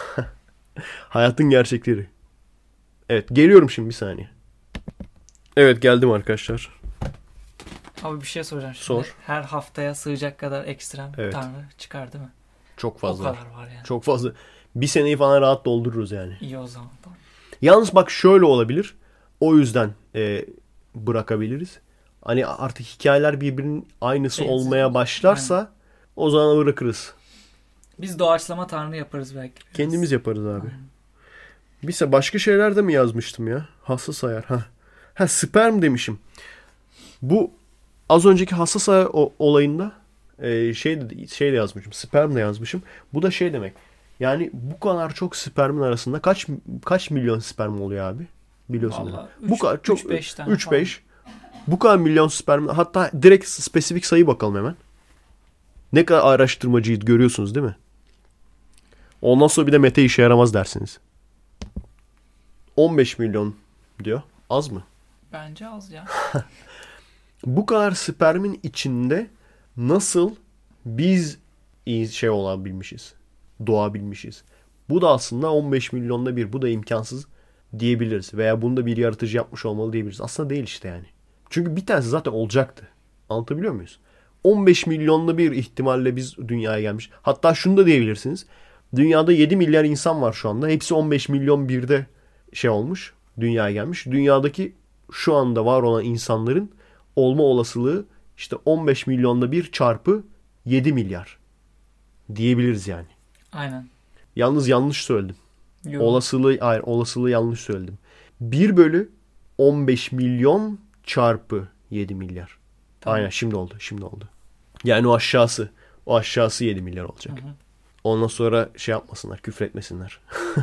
B: Hayatın gerçekleri. Evet, geliyorum şimdi bir saniye. Evet, geldim arkadaşlar.
C: Abi bir şey soracağım şimdi.
B: Sor.
C: Her haftaya sığacak kadar ekstrem
B: Evet.
C: tanrı çıkar değil mi?
B: Çok fazla.
C: O kadar var yani.
B: Çok fazla. Bir seneyi falan rahat doldururuz yani.
C: İyi o zaman. Tamam.
B: Yalnız bak şöyle olabilir. O yüzden bırakabiliriz. Hani artık hikayeler birbirinin aynısı
C: Benziyor.
B: olmaya başlarsa o zaman bırakırız.
C: Biz doğaçlama tanrı yaparız belki. Biraz.
B: Kendimiz yaparız abi.
C: Aynen.
B: Bilse başka şeyler de mi yazmıştım ya? Hassas ayar. Sperm demişim. Bu az önceki hassas ayar olayında şey de yazmışım. Sperm de yazmışım. Bu da şey demek. Yani bu kadar çok spermin arasında kaç milyon sperm oluyor abi? Biliyorsun.
C: Vallahi
B: Bu kadar çok
C: 3-5 tane
B: 3-5. Bu kadar milyon sperm, hatta direkt spesifik sayı bakalım hemen. Ne kadar araştırmacıyı görüyorsunuz değil mi? Ondan sonra bir de Mete işe yaramaz dersiniz. 15 milyon diyor. Az mı?
C: Bence az ya.
B: Bu kadar spermin içinde nasıl biz iyi olabilmişiz? Doğabilmişiz. Bu da aslında 15 milyonda bir. Bu da imkansız diyebiliriz. Veya bunu da bir yaratıcı yapmış olmalı diyebiliriz. Aslında değil işte yani. Çünkü bir tanesi zaten olacaktı. Anlatabiliyor muyuz? 15 milyonda bir ihtimalle biz dünyaya gelmiş. Hatta şunu da diyebilirsiniz. Dünyada 7 milyar insan var şu anda. Hepsi 15 milyon birde olmuş. Dünyaya gelmiş. Dünyadaki şu anda var olan insanların olma olasılığı işte 15 milyonda bir çarpı 7 milyar diyebiliriz yani.
C: Aynen.
B: Yalnız yanlış söyledim.
C: Yok.
B: Olasılığı yanlış söyledim. 1 bölü 15 milyon çarpı 7 milyar. Tamam. Aynen şimdi oldu. Yani o aşağısı 7 milyar olacak. Hı hı. Ondan sonra yapmasınlar, küfretmesinler.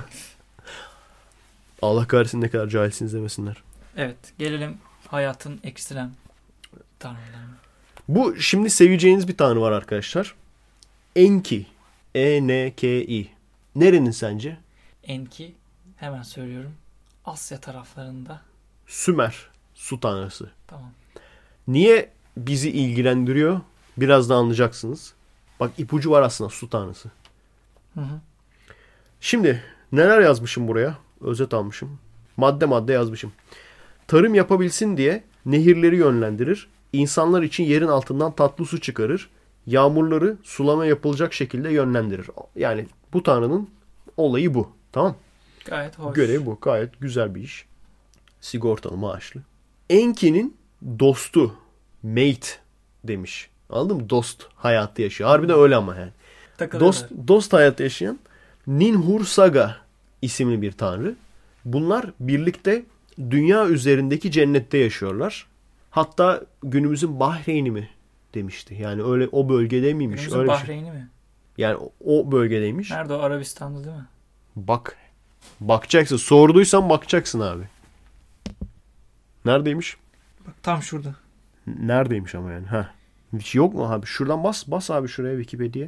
B: Allah kahretsin ne kadar cahilsiniz demesinler.
C: Evet, gelelim hayatın ekstrem tanrılarına.
B: Bu şimdi seveceğiniz bir tanrı var arkadaşlar. Enki. E-N-K-I. Nerenin sence?
C: Enki, hemen söylüyorum. Asya taraflarında.
B: Sümer. Su tanrısı.
C: Tamam.
B: Niye bizi ilgilendiriyor? Biraz da anlayacaksınız. Bak ipucu var aslında su tanrısı.
C: Hı hı.
B: Şimdi neler yazmışım buraya? Özet almışım. Madde madde yazmışım. Tarım yapabilsin diye nehirleri yönlendirir. İnsanlar için yerin altından tatlı su çıkarır. Yağmurları sulama yapılacak şekilde yönlendirir. Yani bu tanrının olayı bu. Tamam.
C: Gayet hoş.
B: Görevi bu. Gayet güzel bir iş. Sigortalı, maaşlı. Enki'nin dostu. Mate demiş. Anladın mı? Dost hayatı yaşıyor. Harbiden öyle ama yani. Dost hayatı yaşayan Ninhur Saga isimli bir tanrı. Bunlar birlikte dünya üzerindeki cennette yaşıyorlar. Hatta günümüzün Bahreyn'i mi demişti. Yani öyle o bölgede miymiş?
C: Günümüzün
B: öyle
C: Bahreyn'i mi?
B: Yani o bölgedeymiş.
C: Nerede o? Arabistan'da değil mi?
B: Bak. Bakacaksın. Sorduysan bakacaksın abi. Neredeymiş?
C: Bak tam şurada.
B: Neredeymiş ama yani? Ha. Hiç yok mu abi? Şuradan bas abi şuraya Wikipedia'ya.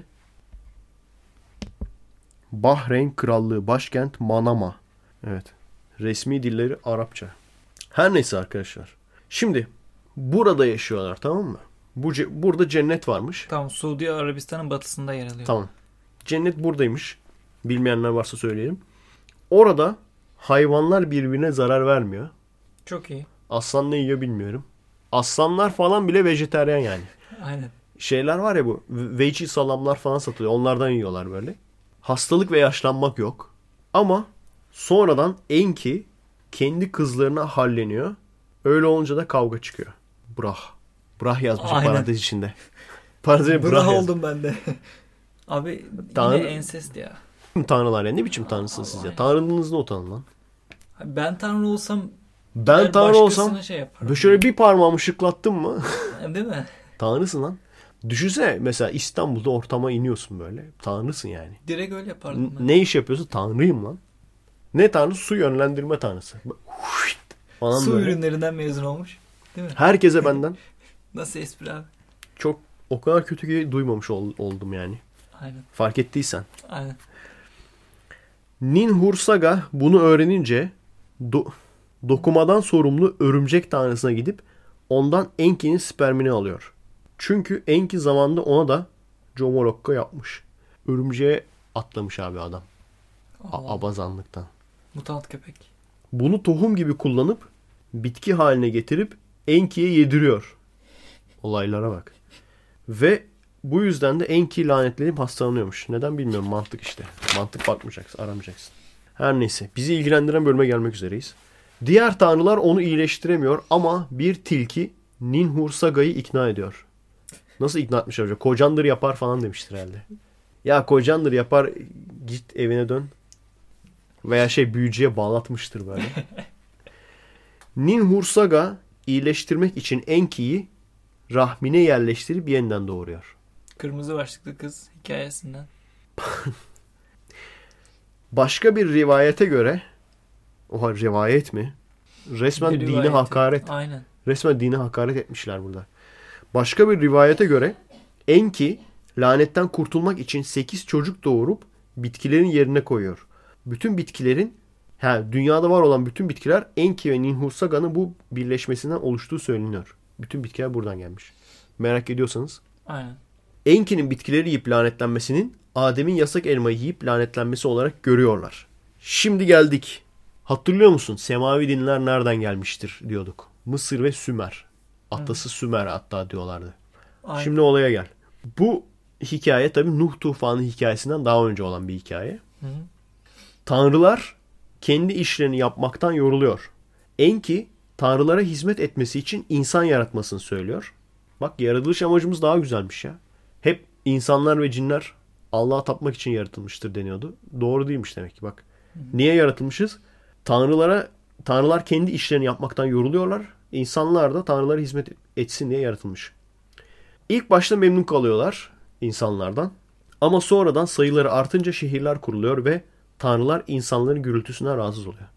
B: Bahreyn Krallığı başkent Manama. Evet. Resmi dilleri Arapça. Her neyse arkadaşlar. Şimdi burada yaşıyorlar, tamam mı? Burada cennet varmış.
C: Tamam, Suudi Arabistan'ın batısında yer alıyor.
B: Tamam. Cennet buradaymış. Bilmeyenler varsa söyleyelim. Orada hayvanlar birbirine zarar vermiyor.
C: Çok iyi.
B: Aslan ne yiyor bilmiyorum. Aslanlar falan bile vejetaryen yani.
C: Aynen.
B: Şeyler var ya bu veggie salamlar falan satılıyor. Onlardan yiyorlar böyle. Hastalık ve yaşlanmak yok. Ama sonradan Enki kendi kızlarına halleniyor. Öyle olunca da kavga çıkıyor. Brah yazmış parantez içinde.
C: Brah oldum ben de. Abi yine ensest ya.
B: Tanrılar ya. Ne biçim tanrısınız siz ya? Tanrılığınızda utanın lan.
C: Ben tanrı olsam
B: ben tanrı olsam şöyle bir parmağımı şıklattım mı?
C: Değil mi?
B: Tanrısın lan. Düşünsene mesela İstanbul'da ortama iniyorsun böyle. Tanrısın yani.
C: Direkt öyle yapardım ben.
B: Ne iş yapıyorsun? Tanrıyım lan. Ne tanrısı? Su yönlendirme tanrısı.
C: Su böyle. Ürünlerinden mezun olmuş. Değil mi?
B: Herkese benden.
C: Nasıl espri abi?
B: Çok o kadar kötü ki duymamış oldum yani.
C: Aynen.
B: Fark ettiysen.
C: Aynen.
B: Ninhur Saga bunu öğrenince dokumadan sorumlu örümcek tanrısına gidip ondan Enki'nin spermini alıyor. Çünkü Enki zamanında ona da Jomolokko yapmış. Örümceğe atlamış abi adam. Abazanlıktan.
C: Mutant köpek.
B: Bunu tohum gibi kullanıp bitki haline getirip Enki'ye yediriyor. Olaylara bak. Ve bu yüzden de Enki lanetlenip hastalanıyormuş. Neden bilmiyorum. Mantık işte. Mantık bakmayacaksın. Aramayacaksın. Her neyse. Bizi ilgilendiren bölüme gelmek üzereyiz. Diğer tanrılar onu iyileştiremiyor ama bir tilki Ninhur Saga'yı ikna ediyor. Nasıl ikna etmiş hocam? Kocandır yapar falan demiştir herhalde. Ya kocandır yapar git evine dön. Veya büyücüye bağlatmıştır böyle. Ninhur Saga iyileştirmek için Enki'yi rahmine yerleştirip yeniden doğuruyor.
C: Kırmızı başlıklı kız hikayesinden.
B: Başka bir rivayete göre, oha rivayet mi? Resmen dine hakaret.
C: Aynen.
B: Resmen dine hakaret etmişler burada. Başka bir rivayete göre Enki lanetten kurtulmak için 8 çocuk doğurup bitkilerin yerine koyuyor. Bütün bitkilerin, dünyada var olan bütün bitkiler Enki ve Ninhursaga'nın bu birleşmesinden oluştuğu söyleniyor. Bütün bitkiler buradan gelmiş. Merak ediyorsanız.
C: Aynen.
B: Enki'nin bitkileri yiyip lanetlenmesinin Adem'in yasak elmayı yiyip lanetlenmesi olarak görüyorlar. Şimdi geldik. Hatırlıyor musun? Semavi dinler nereden gelmiştir diyorduk. Mısır ve Sümer. Atası Sümer hatta diyorlardı.
C: Aynen.
B: Şimdi olaya gel. Bu hikaye tabii Nuh tufanı hikayesinden daha önce olan bir hikaye.
C: Hı.
B: Tanrılar kendi işlerini yapmaktan yoruluyor. Enki tanrılara hizmet etmesi için insan yaratmasını söylüyor. Bak, yaratılış amacımız daha güzelmiş ya. Hep insanlar ve cinler Allah'a tapmak için yaratılmıştır deniyordu. Doğru değilmiş demek ki bak. Niye yaratılmışız? Tanrılar kendi işlerini yapmaktan yoruluyorlar. İnsanlar da tanrılara hizmet etsin diye yaratılmış. İlk başta memnun kalıyorlar insanlardan. Ama sonradan sayıları artınca şehirler kuruluyor ve tanrılar insanların gürültüsünden rahatsız oluyor.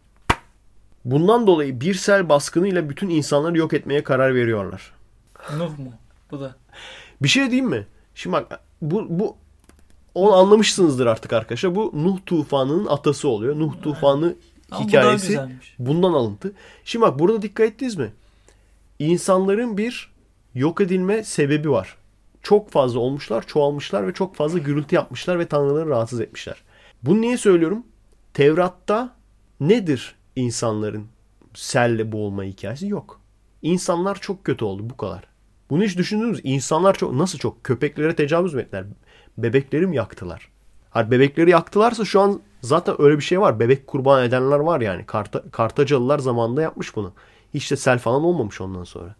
B: Bundan dolayı bir sel baskınıyla bütün insanları yok etmeye karar veriyorlar.
C: Nuh mu? Bu da.
B: Bir şey diyeyim mi? Şimdi bak, bu onu anlamışsınızdır artık arkadaşlar. Bu Nuh tufanının atası oluyor. Nuh tufanı hikayesi bundan alıntı. Şimdi bak, burada dikkat ettiniz mi? İnsanların bir yok edilme sebebi var. Çok fazla olmuşlar, çoğalmışlar ve çok fazla gürültü yapmışlar ve tanrıları rahatsız etmişler. Bunu niye söylüyorum? Tevrat'ta nedir insanların selle boğulma hikayesi? Yok. İnsanlar çok kötü oldu, bu kadar. Bunu hiç düşündünüz mü? İnsanlar nasıl çok? Köpeklere tecavüz mü ettiler? Bebekleri mi yaktılar? Bebekleri yaktılarsa şu an zaten öyle bir şey var. Bebek kurban edenler var yani. Kartacalılar zamanında yapmış bunu. Hiç de sel falan olmamış ondan sonra.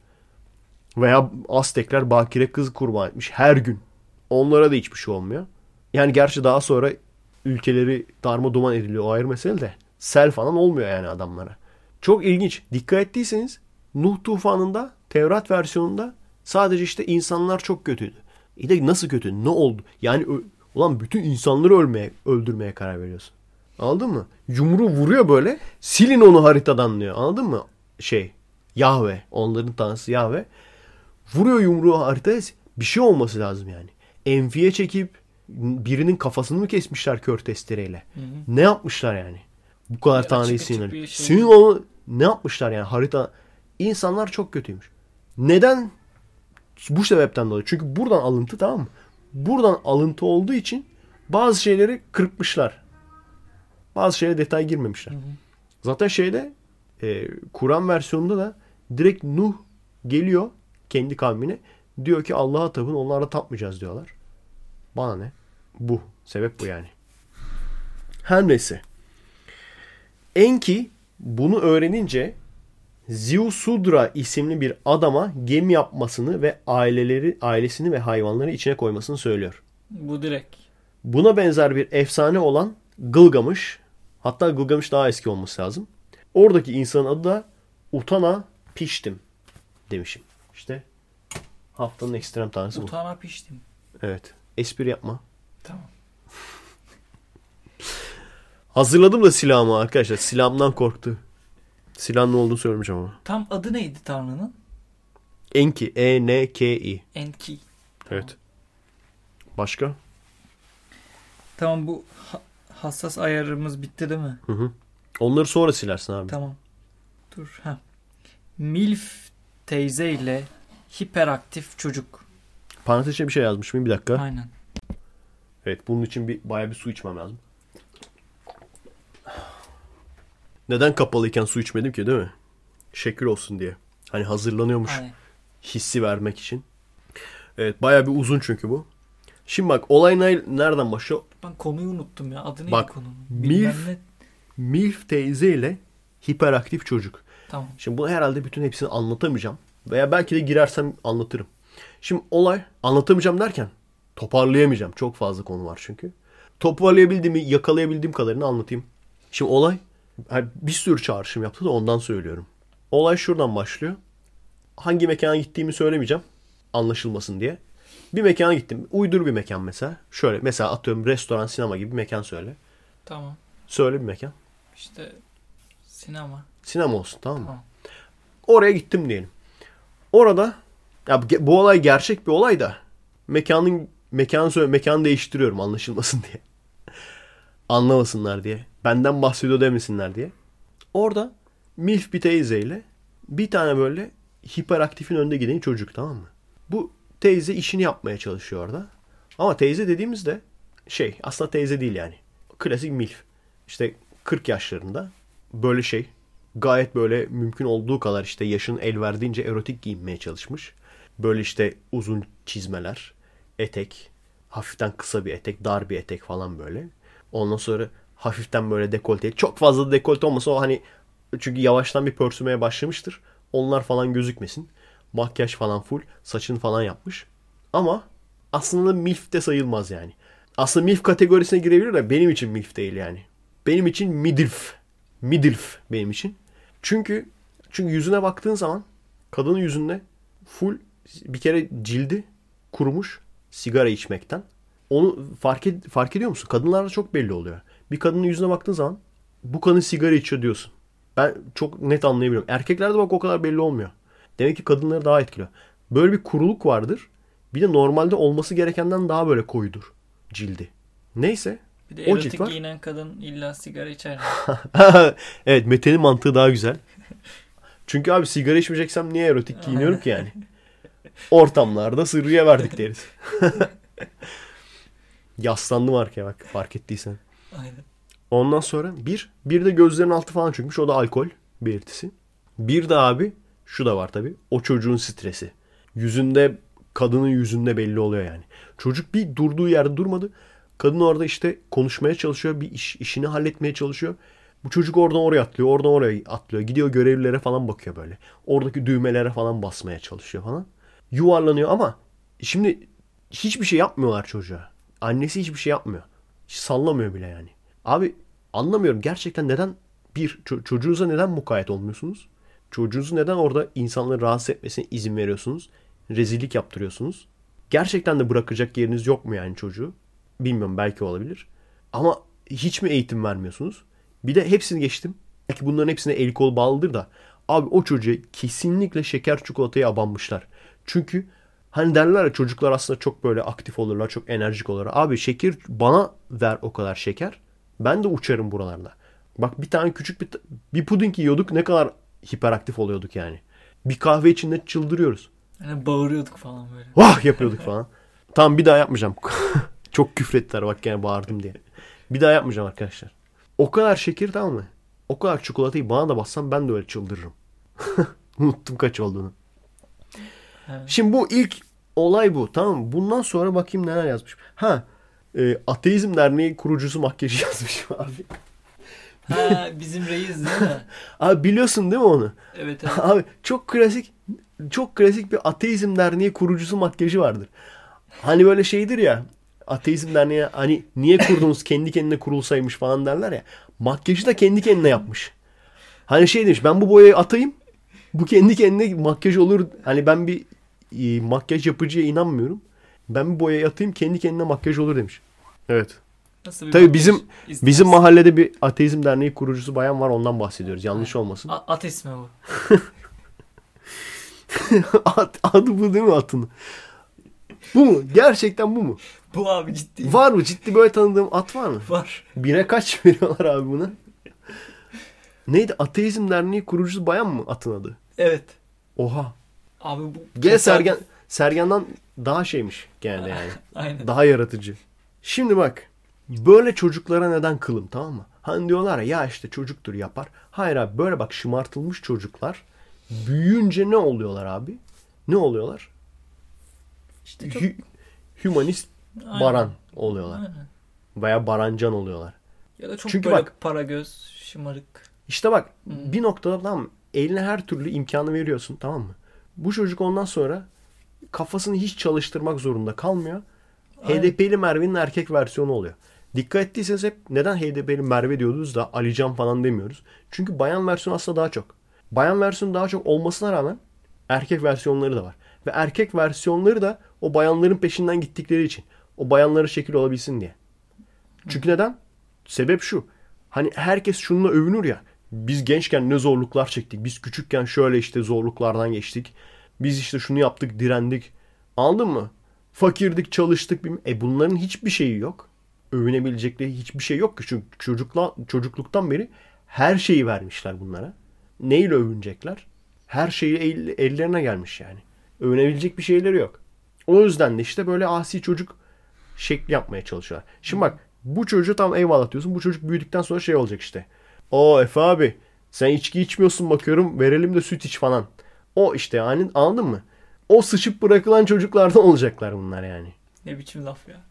B: Veya Aztekler bakire kız kurban etmiş her gün. Onlara da hiçbir şey olmuyor. Yani gerçi daha sonra ülkeleri darmadağın ediliyor, o ayrı mesele de. Sel falan olmuyor yani adamlara. Çok ilginç. Dikkat ettiyseniz Nuh tufanında, Tevrat versiyonunda sadece işte insanlar çok kötüydü. De nasıl kötü? Ne oldu? Yani ulan bütün insanları öldürmeye karar veriyorsun. Anladın mı? Yumruğu vuruyor böyle. Silin onu haritadan diyor. Anladın mı? Yahve. Onların tanrısı Yahve. Vuruyor yumruğu haritaya. Bir şey olması lazım yani. Enfiye çekip birinin kafasını mı kesmişler kör testereyle? Hı hı. Ne yapmışlar yani? Bu kadar tanrıyı sinir. Sinir onu ne yapmışlar yani harita? İnsanlar çok kötüymüş. Neden? Bu sebepten dolayı. Çünkü buradan alıntı, tamam mı? Buradan alıntı olduğu için bazı şeyleri kırpmışlar. Bazı şeye detay girmemişler. Hı hı. Zaten Kur'an versiyonunda da direkt Nuh geliyor kendi kavmine. Diyor ki Allah'a tapın, onlara tapmayacağız diyorlar. Bana ne? Bu. Sebep bu yani. Her neyse. Enki bunu öğrenince Ziusudra isimli bir adama gemi yapmasını ve ailesini ve hayvanları içine koymasını söylüyor.
C: Bu direkt.
B: Buna benzer bir efsane olan Gılgamış, hatta Gılgamış daha eski olması lazım. Oradaki insanın adı da Utana Piştim demişim. İşte haftanın ekstrem tanrısı bu.
C: Utana Piştim.
B: Evet. Espri yapma.
C: Tamam.
B: Hazırladım da silahımı arkadaşlar. Silahımdan korktu. Silahın ne olduğunu söylemeyeceğim ama.
C: Tam adı neydi Tanrı'nın?
B: Enki. E-N-K-I.
C: Enki.
B: Evet. Başka?
C: Tamam, bu hassas ayarımız bitti değil mi?
B: Hı hı. Onları sonra silersin abi.
C: Tamam. Dur. Milf teyze ile hiperaktif çocuk.
B: Parantez içine bir şey yazmış mıyım? Bir dakika.
C: Aynen.
B: Evet, bunun için bayağı bir su içmem lazım. Neden kapalıyken su içmedim ki, değil mi? Şekil olsun diye. Hani hazırlanıyormuş. Aynen. Hissi vermek için. Evet, bayağı bir uzun çünkü bu. Şimdi bak, olay nereden başlıyor?
C: Ben konuyu unuttum ya. Adı neydi
B: bak,
C: konunun?
B: Milf teyze ile hiperaktif çocuk.
C: Tamam.
B: Şimdi bunu herhalde bütün hepsini anlatamayacağım. Veya belki de girersem anlatırım. Şimdi olay, anlatamayacağım derken toparlayamayacağım. Çok fazla konu var çünkü. Toparlayabildiğimi, yakalayabildiğim kadarını anlatayım. Şimdi olay, bir sürü çağrışım yaptı da ondan söylüyorum. Olay şuradan başlıyor. Hangi mekana gittiğimi söylemeyeceğim. Anlaşılmasın diye. Bir mekana gittim. Uydur bir mekan mesela. Şöyle mesela atıyorum restoran, sinema gibi bir mekan söyle.
C: Tamam.
B: Söyle bir mekan.
C: İşte sinema.
B: Sinema olsun, tamam mı? Tamam. Oraya gittim diyelim. Orada ya bu olay gerçek bir olay da mekanı değiştiriyorum anlaşılmasın diye. Anlamasınlar diye. Benden bahsediyor demesinler diye. Orada milf bir teyzeyle bir tane böyle hiperaktifin önde giden çocuk, tamam mı? Bu teyze işini yapmaya çalışıyor orada. Ama teyze dediğimizde aslında teyze değil yani. Klasik milf. İşte 40 yaşlarında böyle gayet böyle mümkün olduğu kadar işte yaşın el verdiğince erotik giyinmeye çalışmış. Böyle işte uzun çizmeler, etek, hafiften kısa bir etek, dar bir etek falan böyle. Ondan sonra hafiften böyle dekolte. Çok fazla da dekolte olmasa o hani çünkü yavaştan bir pörsümeye başlamıştır. Onlar falan gözükmesin. Makyaj falan full. Saçını falan yapmış. Ama aslında milf de sayılmaz yani. Aslında milf kategorisine girebilir de benim için milf değil yani. Benim için midilf. Midilf benim için. Çünkü yüzüne baktığın zaman kadının yüzünde full bir kere cildi kurumuş sigara içmekten. Onu fark ediyor musun? Kadınlarda çok belli oluyor. Bir kadının yüzüne baktığın zaman bu kadın sigara içiyor diyorsun. Ben çok net anlayabiliyorum. Erkeklerde bak o kadar belli olmuyor. Demek ki kadınları daha etkiliyor. Böyle bir kuruluk vardır. Bir de normalde olması gerekenden daha böyle koyudur cildi. Neyse.
C: Bir de erotik giyinen kadın illa sigara içer.
B: Evet, Mete'nin mantığı daha güzel. Çünkü abi sigara içmeyeceksem niye erotik giyiniyorum ki yani? Ortamlarda sırrıya verdik deriz. Yaslandım arkaya bak fark ettiysen.
C: Aynen.
B: Ondan sonra bir de gözlerinin altı falan çökmüş. O da alkol belirtisi. Bir de abi şu da var tabii. O çocuğun stresi. Kadının yüzünde belli oluyor yani. Çocuk bir durduğu yerde durmadı. Kadın orada işte konuşmaya çalışıyor. Bir işini halletmeye çalışıyor. Bu çocuk oradan oraya atlıyor. Oradan oraya atlıyor. Gidiyor görevlilere falan bakıyor böyle. Oradaki düğmelere falan basmaya çalışıyor falan. Yuvarlanıyor ama şimdi hiçbir şey yapmıyorlar çocuğa. Annesi hiçbir şey yapmıyor. Hiç sallamıyor bile yani. Abi anlamıyorum gerçekten neden çocuğunuza neden mukayyet olmuyorsunuz? Çocuğunuzu neden orada insanları rahatsız etmesine izin veriyorsunuz? Rezillik yaptırıyorsunuz. Gerçekten de bırakacak yeriniz yok mu yani çocuğu? Bilmiyorum, belki olabilir. Ama hiç mi eğitim vermiyorsunuz? Bir de hepsini geçtim. Belki bunların hepsine el kol bağlıdır da. Abi o çocuğa kesinlikle şeker çikolataya abanmışlar. Çünkü hani derler ya çocuklar aslında çok böyle aktif olurlar. Çok enerjik olurlar. Abi şeker bana ver o kadar şeker. Ben de uçarım buralarda. Bak bir tane küçük bir puding yiyorduk. Ne kadar hiperaktif oluyorduk yani. Bir kahve içinde çıldırıyoruz.
C: Yani bağırıyorduk falan böyle.
B: Vah yapıyorduk falan. Tamam bir daha yapmayacağım. Çok küfrettiler bak yani bağırdım diye. Bir daha yapmayacağım arkadaşlar. O kadar şeker, tamam mı? O kadar çikolatayı bana da bassam ben de öyle çıldırırım. Unuttum kaç olduğunu. Evet. Şimdi bu ilk olay bu, tamam mı? Bundan sonra bakayım neler yazmış. Ateizm Derneği kurucusu makyajı yazmış abi.
C: Bizim reis değil mi?
B: Abi biliyorsun değil mi onu?
C: Evet.
B: Abi çok klasik bir Ateizm Derneği kurucusu makyajı vardır. Hani böyle şeydir ya. Ateizm Derneği hani niye kurdunuz, kendi kendine kurulsaymış falan derler ya. Makyajı da kendi kendine yapmış. Hani demiş, ben bu boyayı atayım. Bu kendi kendine makyaj olur. Hani ben bir makyaj yapıcıya inanmıyorum. Ben bir boyayı atayım, kendi kendine makyaj olur demiş. Evet. Tabii bizim mahallede bir Ateizm Derneği kurucusu bayan var, ondan bahsediyoruz. Yanlış olmasın.
C: At ismi bu.
B: Adı bu değil mi atın? Bu mu? Gerçekten bu mu?
C: Bu abi ciddi.
B: Var mı? Ciddi böyle tanıdığım at var mı?
C: Var.
B: Bire kaç veriyorlar abi buna? Neydi? Ateizm Derneği kurucusu bayan mı atın adı?
C: Evet.
B: Oha.
C: Abi bu...
B: Gene Sergen'den daha şeymiş genelde yani.
C: Aynen.
B: Daha yaratıcı. Şimdi bak. Böyle çocuklara neden kılım, tamam mı? Hani diyorlar ya işte çocuktur yapar. Hayır abi, böyle bak şımartılmış çocuklar büyüyünce ne oluyorlar abi? Ne oluyorlar?
C: İşte çok...
B: Hümanist baran oluyorlar.
C: Aynen.
B: Veya barancan oluyorlar.
C: Ya da çok
B: çünkü
C: böyle
B: bak,
C: para göz, şımarık.
B: İşte bak bir noktada tamam mı? Eline her türlü imkanı veriyorsun, tamam mı? Bu çocuk ondan sonra kafasını hiç çalıştırmak zorunda kalmıyor. Aynen. HDP'li Merve'nin erkek versiyonu oluyor. Dikkat ettiyseniz hep neden HDP'li Merve diyoruz da Alican falan demiyoruz. Çünkü bayan versiyonu aslında daha çok. Bayan versiyonu daha çok olmasına rağmen erkek versiyonları da var. Ve erkek versiyonları da o bayanların peşinden gittikleri için. O bayanlara şekil olabilsin diye. Çünkü neden? Sebep şu. Hani herkes şununla övünür ya. Biz gençken ne zorluklar çektik. Biz küçükken şöyle işte zorluklardan geçtik. Biz işte şunu yaptık, direndik. Anladın mı? Fakirdik, çalıştık. Bunların hiçbir şeyi yok. Övünebilecekleri hiçbir şey yok ki. Çünkü çocukluktan beri her şeyi vermişler bunlara. Neyle övünecekler? Her şeyi ellerine gelmiş yani. Övünebilecek bir şeyleri yok. O yüzden de işte böyle asi çocuk şekli yapmaya çalışıyorlar. Şimdi bak, bu çocuğu tam eyvallah diyorsun. Bu çocuk büyüdükten sonra şey olacak işte. O Efe abi sen içki içmiyorsun bakıyorum, verelim de süt iç falan. O işte yani, anladın mı? O sıçıp bırakılan çocuklardan olacaklar bunlar yani.
C: Ne biçim laf ya.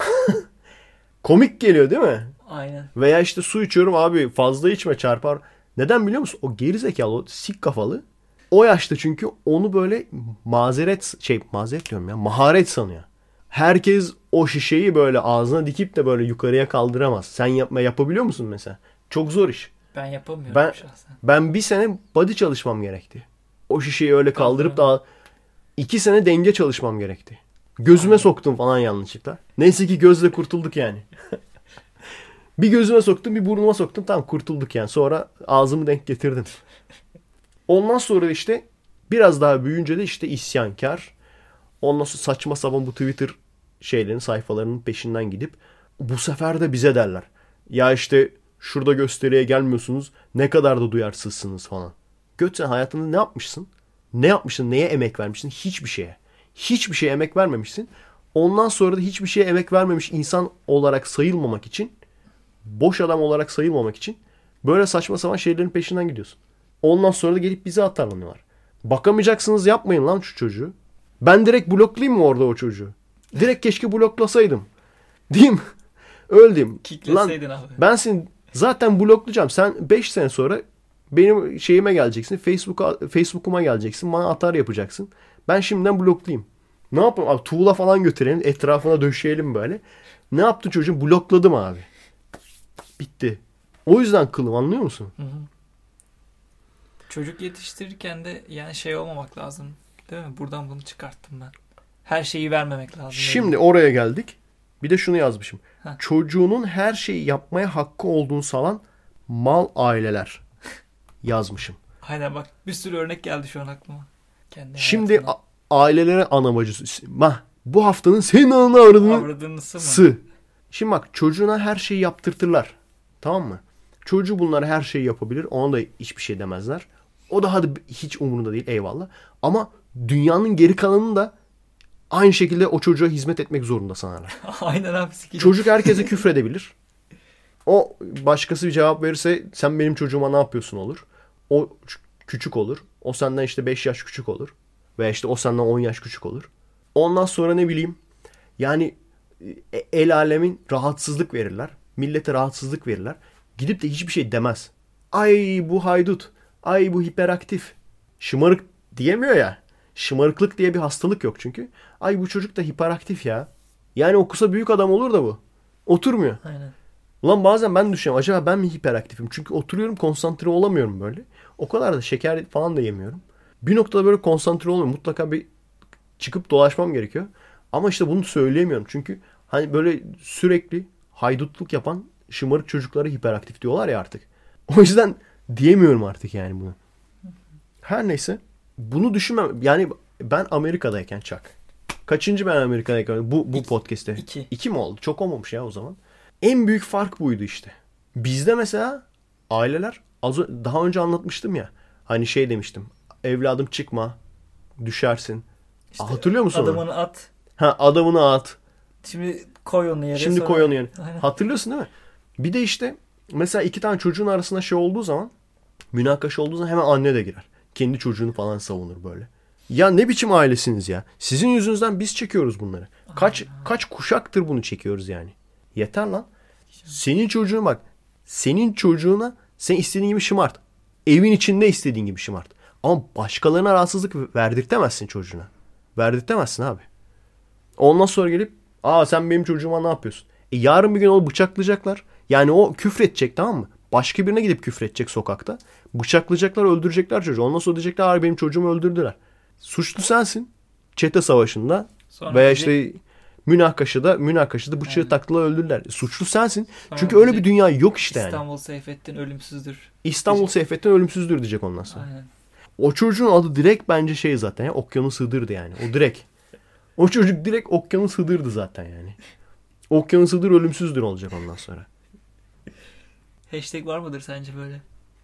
B: Komik geliyor değil mi?
C: Aynen.
B: Veya işte su içiyorum abi, fazla içme çarpar. Neden biliyor musun? O gerizekalı, o sik kafalı. O yaşta çünkü onu böyle mazeret diyorum ya, maharet sanıyor. Herkes o şişeyi böyle ağzına dikip de böyle yukarıya kaldıramaz. Sen yapabiliyor musun mesela? Çok zor iş.
C: Ben yapamıyorum şahsen.
B: Ben bir sene body çalışmam gerekti. O şişeyi öyle kaldırıp da 2 sene denge çalışmam gerekti. Gözüme soktum falan yanlışlıkla. Neyse ki gözle kurtulduk yani. Bir gözüme soktum, bir burnuma soktum. Tamam, kurtulduk yani. Sonra ağzımı denk getirdim. Ondan sonra işte biraz daha büyüyünce de işte isyankar. Ondan sonra saçma sapan bu Twitter sayfalarının peşinden gidip bu sefer de bize derler. Ya işte şurada gösteriye gelmiyorsunuz. Ne kadar da duyarsızsınız falan. Göt, sen hayatında ne yapmışsın? Ne yapmışsın? Neye emek vermişsin? Hiçbir şeye. Hiçbir şeye emek vermemişsin. Ondan sonra da hiçbir şeye emek vermemiş insan olarak sayılmamak için, boş adam olarak sayılmamak için böyle saçma sapan şeylerin peşinden gidiyorsun. Ondan sonra da gelip bize atarlanıyorlar. Bakamayacaksınız, yapmayın lan şu çocuğu. Ben direkt bloklayayım mı orada o çocuğu? Direkt keşke bloklasaydım. Değil mi? Öyle diyeyim.
C: Kickleseydin abi.
B: Ben seni zaten bloklayacağım. Sen 5 sene sonra benim şeyime geleceksin. Facebook'uma geleceksin. Bana atar yapacaksın. Ben şimdiden bloklayayım. Ne yapalım? Abi, tuğla falan götürelim. Etrafına döşeyelim böyle. Ne yaptı çocuğum? Blokladım abi. Bitti. O yüzden kılım, anlıyor musun?
C: Hı hı. Çocuk yetiştirirken de yani şey olmamak lazım. Değil mi? Buradan bunu çıkarttım ben. Her şeyi vermemek lazım.
B: Şimdi oraya geldik. Bir de şunu yazmışım.
C: Heh.
B: Çocuğunun her şeyi yapmaya hakkı olduğunu sanan mal aileler yazmışım.
C: Aynen, bak bir sürü örnek geldi şu an aklıma.
B: Şimdi ailelere anamacı. Bu haftanın senin anını aradığını sı. Şimdi bak, çocuğuna her şeyi yaptırtırlar. Tamam mı? Çocuğu bunlara her şeyi yapabilir. Ona da hiçbir şey demezler. O da hadi hiç umurunda değil, eyvallah. Ama dünyanın geri kalanını da aynı şekilde o çocuğa hizmet etmek zorunda sanarlar.
C: Aynen abi.
B: Çocuk herkese küfredebilir. O başkası bir cevap verirse sen benim çocuğuma ne yapıyorsun olur. O küçük olur. O senden işte 5 yaş küçük olur. Veya işte o senden 10 yaş küçük olur. Ondan sonra ne bileyim yani el alemin rahatsızlık verirler. Millete rahatsızlık verirler. Gidip de hiçbir şey demez. Ay bu haydut. Ay bu hiperaktif. Şımarık diyemiyor ya. Şımarıklık diye bir hastalık yok çünkü. Ay bu çocuk da hiperaktif ya. Yani okusa büyük adam olur da bu. Oturmuyor.
C: Aynen.
B: Ulan bazen ben düşünüyorum. Acaba ben mi hiperaktifim? Çünkü oturuyorum, konsantre olamıyorum böyle. O kadar da şeker falan da yemiyorum. Bir noktada böyle konsantre olmuyorum. Mutlaka bir çıkıp dolaşmam gerekiyor. Ama işte bunu söyleyemiyorum. Çünkü hani böyle sürekli haydutluk yapan şımarık çocuklara hiperaktif diyorlar ya artık. O yüzden diyemiyorum artık yani bunu. Her neyse. Bunu düşünmem. Yani ben Amerika'dayken Çak. Kaçıncı ben Amerika'dayken bu podcast'te? 2 mi oldu? Çok olmamış ya o zaman. En büyük fark buydu işte. Bizde mesela aileler daha önce anlatmıştım ya. Hani şey demiştim. Evladım çıkma. Düşersin. İşte hatırlıyor musun
C: adamını
B: onu?
C: at.
B: Adamını at.
C: Şimdi koy onu yere.
B: Şimdi koy onu yere.
C: Aynen.
B: Hatırlıyorsun değil mi? Bir de işte mesela 2 tane çocuğun arasında şey olduğu zaman, münakaşa olduğu zaman hemen anne de girer. Kendi çocuğunu falan savunur böyle. Ya ne biçim ailesiniz ya? Sizin yüzünüzden biz çekiyoruz bunları. Kaç kuşaktır bunu çekiyoruz yani. Yeter lan. Senin çocuğun bak. Senin çocuğuna sen istediğin gibi şımart. Evin içinde istediğin gibi şımart. Ama başkalarına rahatsızlık verdirtemezsin çocuğuna. Verdirtemezsin abi. Ondan sonra gelip sen benim çocuğuma ne yapıyorsun? Yarın bir gün onu bıçaklayacaklar. Yani o küfredecek, tamam mı? Başka birine gidip küfredecek sokakta. Bıçaklayacaklar, öldürecekler çocuğu. Ondan sonra diyecekler benim çocuğumu öldürdüler. Suçlu sensin. Çete savaşında sonra veya işte münakaşada bıçağı taktılar, öldürdüler. Suçlu sensin. Sonra çünkü öyle bir dünya yok işte yani.
C: İstanbul Seyfettin ölümsüzdür.
B: İstanbul Seyfettin ölümsüzdür diyecek ondan sonra.
C: Aynen.
B: O çocuğun adı direkt bence şey zaten ya, Okyanus Hıdır'dı yani. O direkt. O çocuk direkt Okyanus Hıdır'dı zaten yani. Okyanus Hıdır ölümsüzdür olacak ondan sonra.
C: Hashtag var mıdır sence böyle?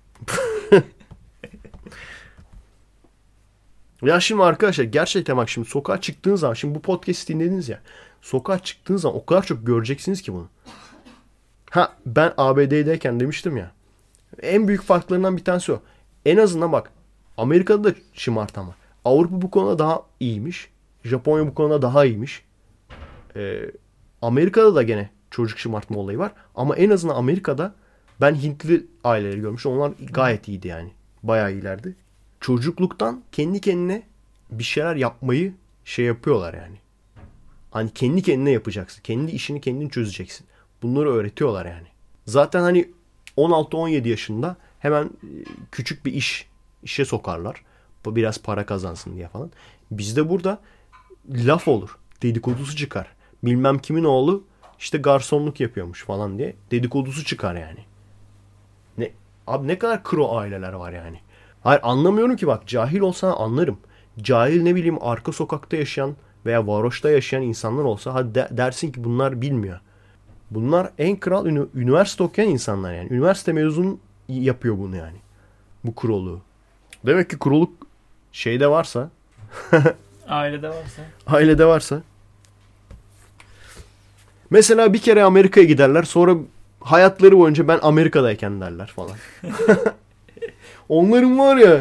B: Ya şimdi arkadaşlar gerçekten bak şimdi sokağa çıktığın zaman, şimdi bu podcast'i dinlediniz ya. Sokağa çıktığın zaman o kadar çok göreceksiniz ki bunu. Ha ben ABD'deyken demiştim ya. En büyük farklarından bir tanesi o. En azından bak Amerika'da da şımartma var. Avrupa bu konuda daha iyiymiş. Japonya bu konuda daha iyiymiş. Amerika'da da gene çocuk şımartma olayı var. Ama en azından Amerika'da ben Hintli aileleri görmüştüm. Onlar gayet iyiydi yani. Bayağı iyilerdi. Çocukluktan kendi kendine bir şeyler yapmayı şey yapıyorlar yani. Hani kendi kendine yapacaksın. Kendi işini kendin çözeceksin. Bunları öğretiyorlar yani. Zaten hani 16-17 yaşında hemen küçük bir işe sokarlar. Biraz para kazansın diye falan. Bizde burada laf olur. Dedikodusu çıkar. Bilmem kimin oğlu işte garsonluk yapıyormuş falan diye dedikodusu çıkar yani. Abi ne kadar kro aileler var yani. Hayır anlamıyorum ki bak, cahil olsa anlarım. Cahil ne bileyim arka sokakta yaşayan veya varoşta yaşayan insanlar olsa hadi dersin ki bunlar bilmiyor. Bunlar en kral üniversite okuyan insanlar yani. Üniversite mezunu yapıyor bunu yani. Bu kroluğu. Demek ki kroluk şeyde varsa ailede varsa mesela bir kere Amerika'ya giderler, sonra hayatları boyunca ben Amerika'dayken derler falan. Onların var ya.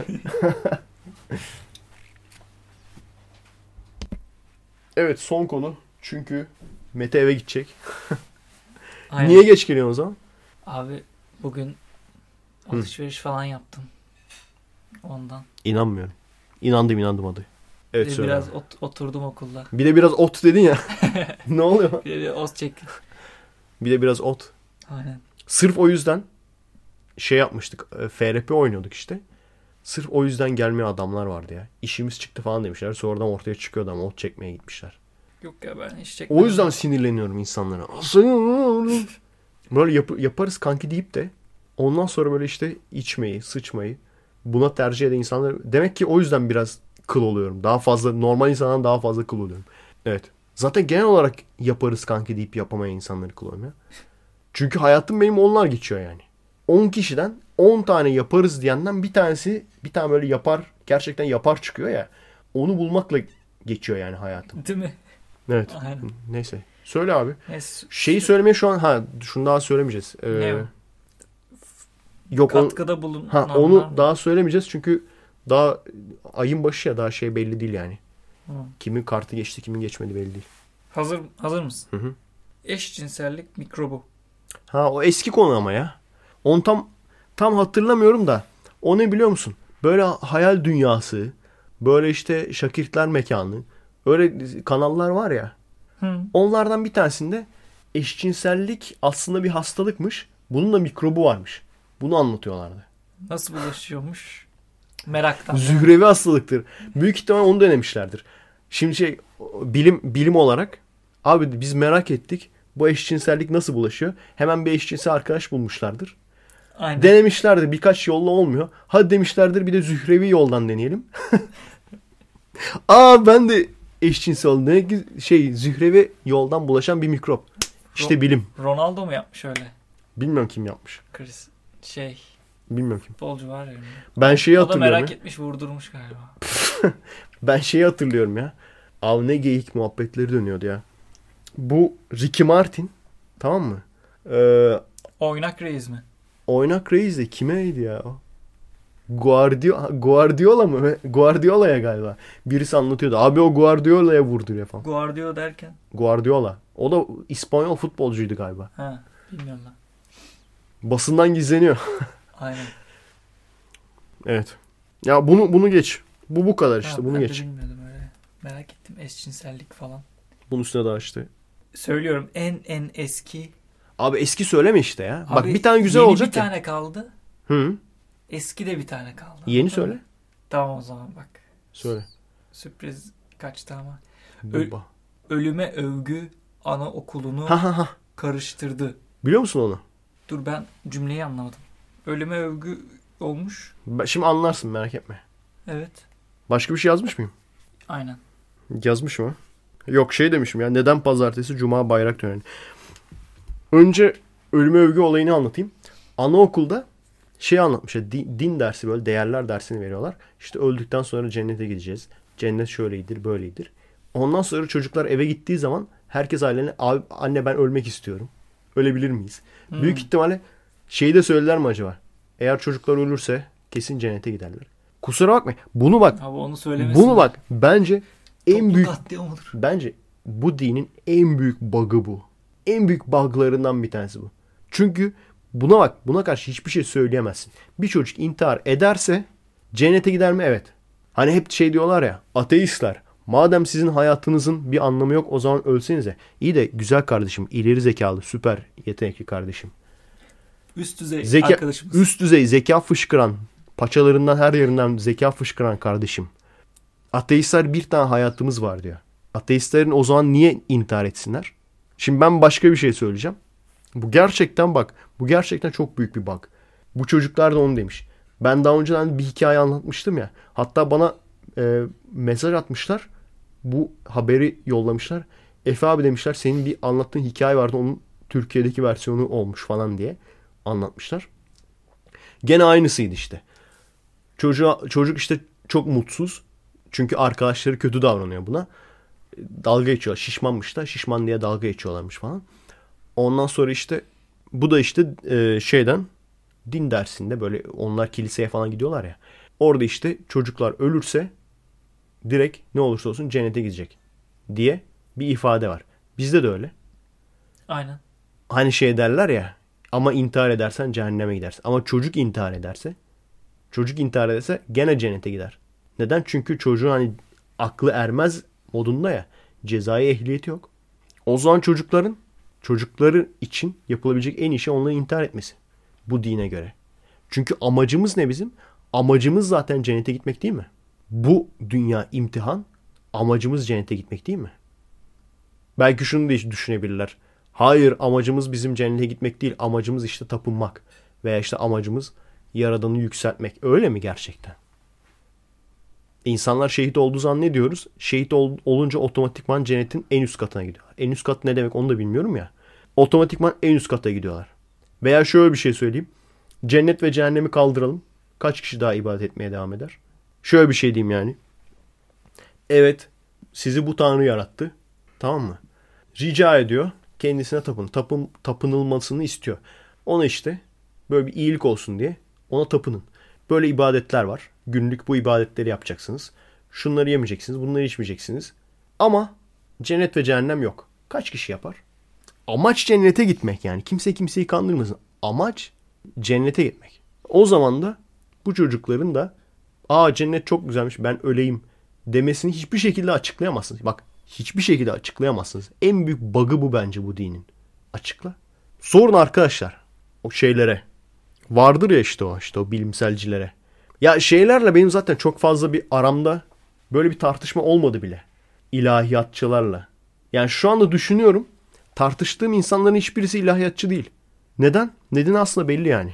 B: Evet son konu. Çünkü Mete eve gidecek.
C: Aynen.
B: Niye geç geliyorsun o zaman?
C: Abi bugün alışveriş falan yaptım. Ondan.
B: İnanmıyorum. İnandım hadi. Evet söyle.
C: Biraz oturdum okulda.
B: Bir de biraz ot dedin ya. Ne oluyor?
C: Bir de ot çektim.
B: Bir de biraz ot.
C: Aynen.
B: Sırf o yüzden şey yapmıştık. FRP oynuyorduk işte. Sırf o yüzden gelmeyen adamlar vardı ya. İşimiz çıktı falan demişler. Sonradan ortaya çıkıyordu ama ot çekmeye gitmişler.
C: Yok ya ben hiç çekmedim.
B: O yüzden sinirleniyorum insanlara. Böyle yaparız kanki deyip de ondan sonra böyle işte içmeyi, sıçmayı buna tercih eden insanlar. Demek ki o yüzden biraz kıl oluyorum. Daha fazla normal insandan daha fazla kıl oluyorum. Evet. Zaten genel olarak yaparız kanki deyip yapamayan insanları kıl oluyorum ya. Çünkü hayatım benim onlar geçiyor yani. 10 kişiden 10 tane yaparız diyenden bir tane böyle yapar, gerçekten yapar çıkıyor ya. Onu bulmakla geçiyor yani hayatım.
C: Değil mi?
B: Evet.
C: Aynen.
B: Neyse. Söyle abi.
C: Neyse.
B: Şeyi söylemeye şu an şunu daha söylemeyeceğiz.
C: Ne o?
B: Yok
C: katkıda bulun.
B: Onu daha söylemeyeceğiz çünkü daha ayın başı ya, daha şey belli değil yani. Kimin kartı geçti, kimin geçmedi belli değil.
C: Hazır mısın?
B: Hı.
C: Eşcinsellik mikrobu.
B: O eski konu ama ya. Onu tam hatırlamıyorum da. O ne biliyor musun? Böyle hayal dünyası, böyle işte şakirtler mekanı, öyle kanallar var ya. Onlardan bir tanesinde eşcinsellik aslında bir hastalıkmış. Bunun da mikrobu varmış. Bunu anlatıyorlardı.
C: Nasıl bulaşıyormuş? Meraktan.
B: Zührevi hastalıktır. Büyük ihtimal onu denemişlerdir. Şimdi bilim olarak abi biz merak ettik. Bu eşcinsellik nasıl bulaşıyor? Hemen bir eşcinsel arkadaş bulmuşlardır.
C: Aynen.
B: Denemişlerdir. Birkaç yolla olmuyor. Hadi demişlerdir bir de zührevi yoldan deneyelim. Ben de eşcinsel oldum. Demek ki zührevi yoldan bulaşan bir mikrop. İşte bilim.
C: Ronaldo mu yapmış öyle?
B: Bilmiyorum kim yapmış.
C: Bilmiyorum
B: kim.
C: Futbolcu var ya.
B: Ben şeyi
C: o da
B: hatırlıyorum.
C: merak etmiş, vurdurmuş galiba.
B: Ben şeyi hatırlıyorum ya. Abi ne geyik muhabbetleri dönüyordu ya. Bu Ricky Martin, tamam mı?
C: Oynak Reis mi?
B: Oynak Reis de kimeydi ya o? Guardiola mı? Guardiola'ya galiba. Birisi anlatıyordu. Abi o Guardiola'ya vurduruyor falan.
C: Guardiola derken?
B: Guardiola. O da İspanyol futbolcuydu galiba.
C: Ha, bilmiyorum lan.
B: Basından gizleniyor.
C: Aynen.
B: Evet. Ya bunu geç. Bu kadar işte. Bunu geç.
C: Ben de bilmiyordum öyle. Merak ettim eşcinsellik falan.
B: Bunun üstüne daha işte.
C: Söylüyorum en eski.
B: Abi eski söyleme işte ya.
C: Abi,
B: bak bir tane güzel
C: yeni
B: olacak
C: bir tane kaldı.
B: Hı.
C: Eski de bir tane kaldı.
B: Yeni söyle.
C: Tamam o zaman bak.
B: Söyle.
C: Sürpriz kaçtı ama.
B: Baba.
C: Ölüme övgü anaokulunu karıştırdı.
B: Biliyor musun onu?
C: Dur ben cümleyi anlamadım. Ölüme övgü olmuş.
B: Şimdi anlarsın merak etme.
C: Evet.
B: Başka bir şey yazmış mıyım?
C: Aynen.
B: Yazmış mı? Yok şey demişim ya. Neden pazartesi, cuma bayrak töreni? Önce ölüme övgü olayını anlatayım. Anaokulda şey anlatmışlar. Din dersi böyle değerler dersini veriyorlar. İşte öldükten sonra cennete gideceğiz. Cennet şöyledir, böyledir. Ondan sonra çocuklar eve gittiği zaman herkes ailelerine abi, anne ben ölmek istiyorum. Ölebilir miyiz? Büyük ihtimalle şeyi de söylerler mi acaba? Eğer çocuklar ölürse kesin cennete giderler. Kusura bakmayın. Bunu bak.
C: Abi onu söylemesin.
B: Bunu bak. Bence en büyük
C: katliam olur.
B: bence bu dinin en büyük bug'ı bu. En büyük bug'larından bir tanesi bu. Çünkü buna bak. Buna karşı hiçbir şey söyleyemezsin. Bir çocuk intihar ederse cennete gider mi? Evet. Hani hep şey diyorlar ya. Ateistler. Madem sizin hayatınızın bir anlamı yok o zaman ölsenize. İyi de güzel kardeşim. İleri zekalı. Süper yetenekli kardeşim.
C: Üst düzey arkadaşımız.
B: Üst düzey zeka fışkıran. Paçalarından her yerinden zeka fışkıran kardeşim. Ateistler bir tane hayatımız var diyor. Ateistlerin o zaman niye intihar etsinler? Şimdi ben başka bir şey söyleyeceğim. Bu gerçekten bak. Bu gerçekten çok büyük bir bug. Bu çocuklar da onu demiş. Ben daha önceden bir hikaye anlatmıştım ya. Hatta bana mesaj atmışlar. Bu haberi yollamışlar. Efe abi demişler senin bir anlattığın hikaye vardı. Onun Türkiye'deki versiyonu olmuş falan diye anlatmışlar. Gene aynısıydı işte. Çocuk işte çok mutsuz. Çünkü arkadaşları kötü davranıyor buna. Dalga geçiyorlar. Şişmanmış da şişman diye dalga geçiyorlarmış falan. Ondan sonra işte bu da işte şeyden din dersinde böyle onlar kiliseye falan gidiyorlar ya. Orada işte çocuklar ölürse direkt ne olursa olsun cennete gidecek diye bir ifade var. Bizde de öyle.
C: Aynen.
B: Hani şey derler ya ama intihar edersen cehenneme gidersin. Ama çocuk intihar ederse gene cennete gider. Neden? Çünkü çocuğun hani aklı ermez modunda ya. Cezai ehliyeti yok. O zaman çocukları için yapılabilecek en iyi şey onların intihar etmesi. Bu dine göre. Çünkü amacımız ne bizim? Amacımız zaten cennete gitmek değil mi? Bu dünya imtihan. Amacımız cennete gitmek değil mi? Belki şunu da düşünebilirler. Hayır amacımız bizim cennete gitmek değil. Amacımız işte tapınmak. Veya işte amacımız Yaradan'ı yükseltmek. Öyle mi gerçekten? İnsanlar şehit olduğu zaman ne diyoruz? Şehit olunca otomatikman cennetin en üst katına gidiyorlar. En üst kat ne demek onu da bilmiyorum ya. Otomatikman en üst kata gidiyorlar. Veya şöyle bir şey söyleyeyim. Cennet ve cehennemi kaldıralım. Kaç kişi daha ibadet etmeye devam eder? Şöyle bir şey diyeyim yani. Evet sizi bu Tanrı yarattı. Tamam mı? Rica ediyor. Kendisine tapınılmasını istiyor. Ona işte böyle bir iyilik olsun diye ona tapının. Böyle ibadetler var. Günlük bu ibadetleri yapacaksınız. Şunları yemeyeceksiniz. Bunları içmeyeceksiniz. Ama cennet ve cehennem yok. Kaç kişi yapar? Amaç cennete gitmek yani. Kimse kimseyi kandırmasın. Amaç cennete gitmek. O zaman da bu çocukların da cennet çok güzelmiş ben öleyim demesini hiçbir şekilde açıklayamazsınız. Bak hiçbir şekilde açıklayamazsınız. En büyük bug'ı bu bence bu dinin. Açıkla. Sorun arkadaşlar. O şeylere. Vardır ya işte o bilimselcilere. Ya şeylerle benim zaten çok fazla bir aramda böyle bir tartışma olmadı bile. İlahiyatçılarla. Yani şu anda düşünüyorum. Tartıştığım insanların hiçbirisi ilahiyatçı değil. Neden? Nedeni aslında belli yani.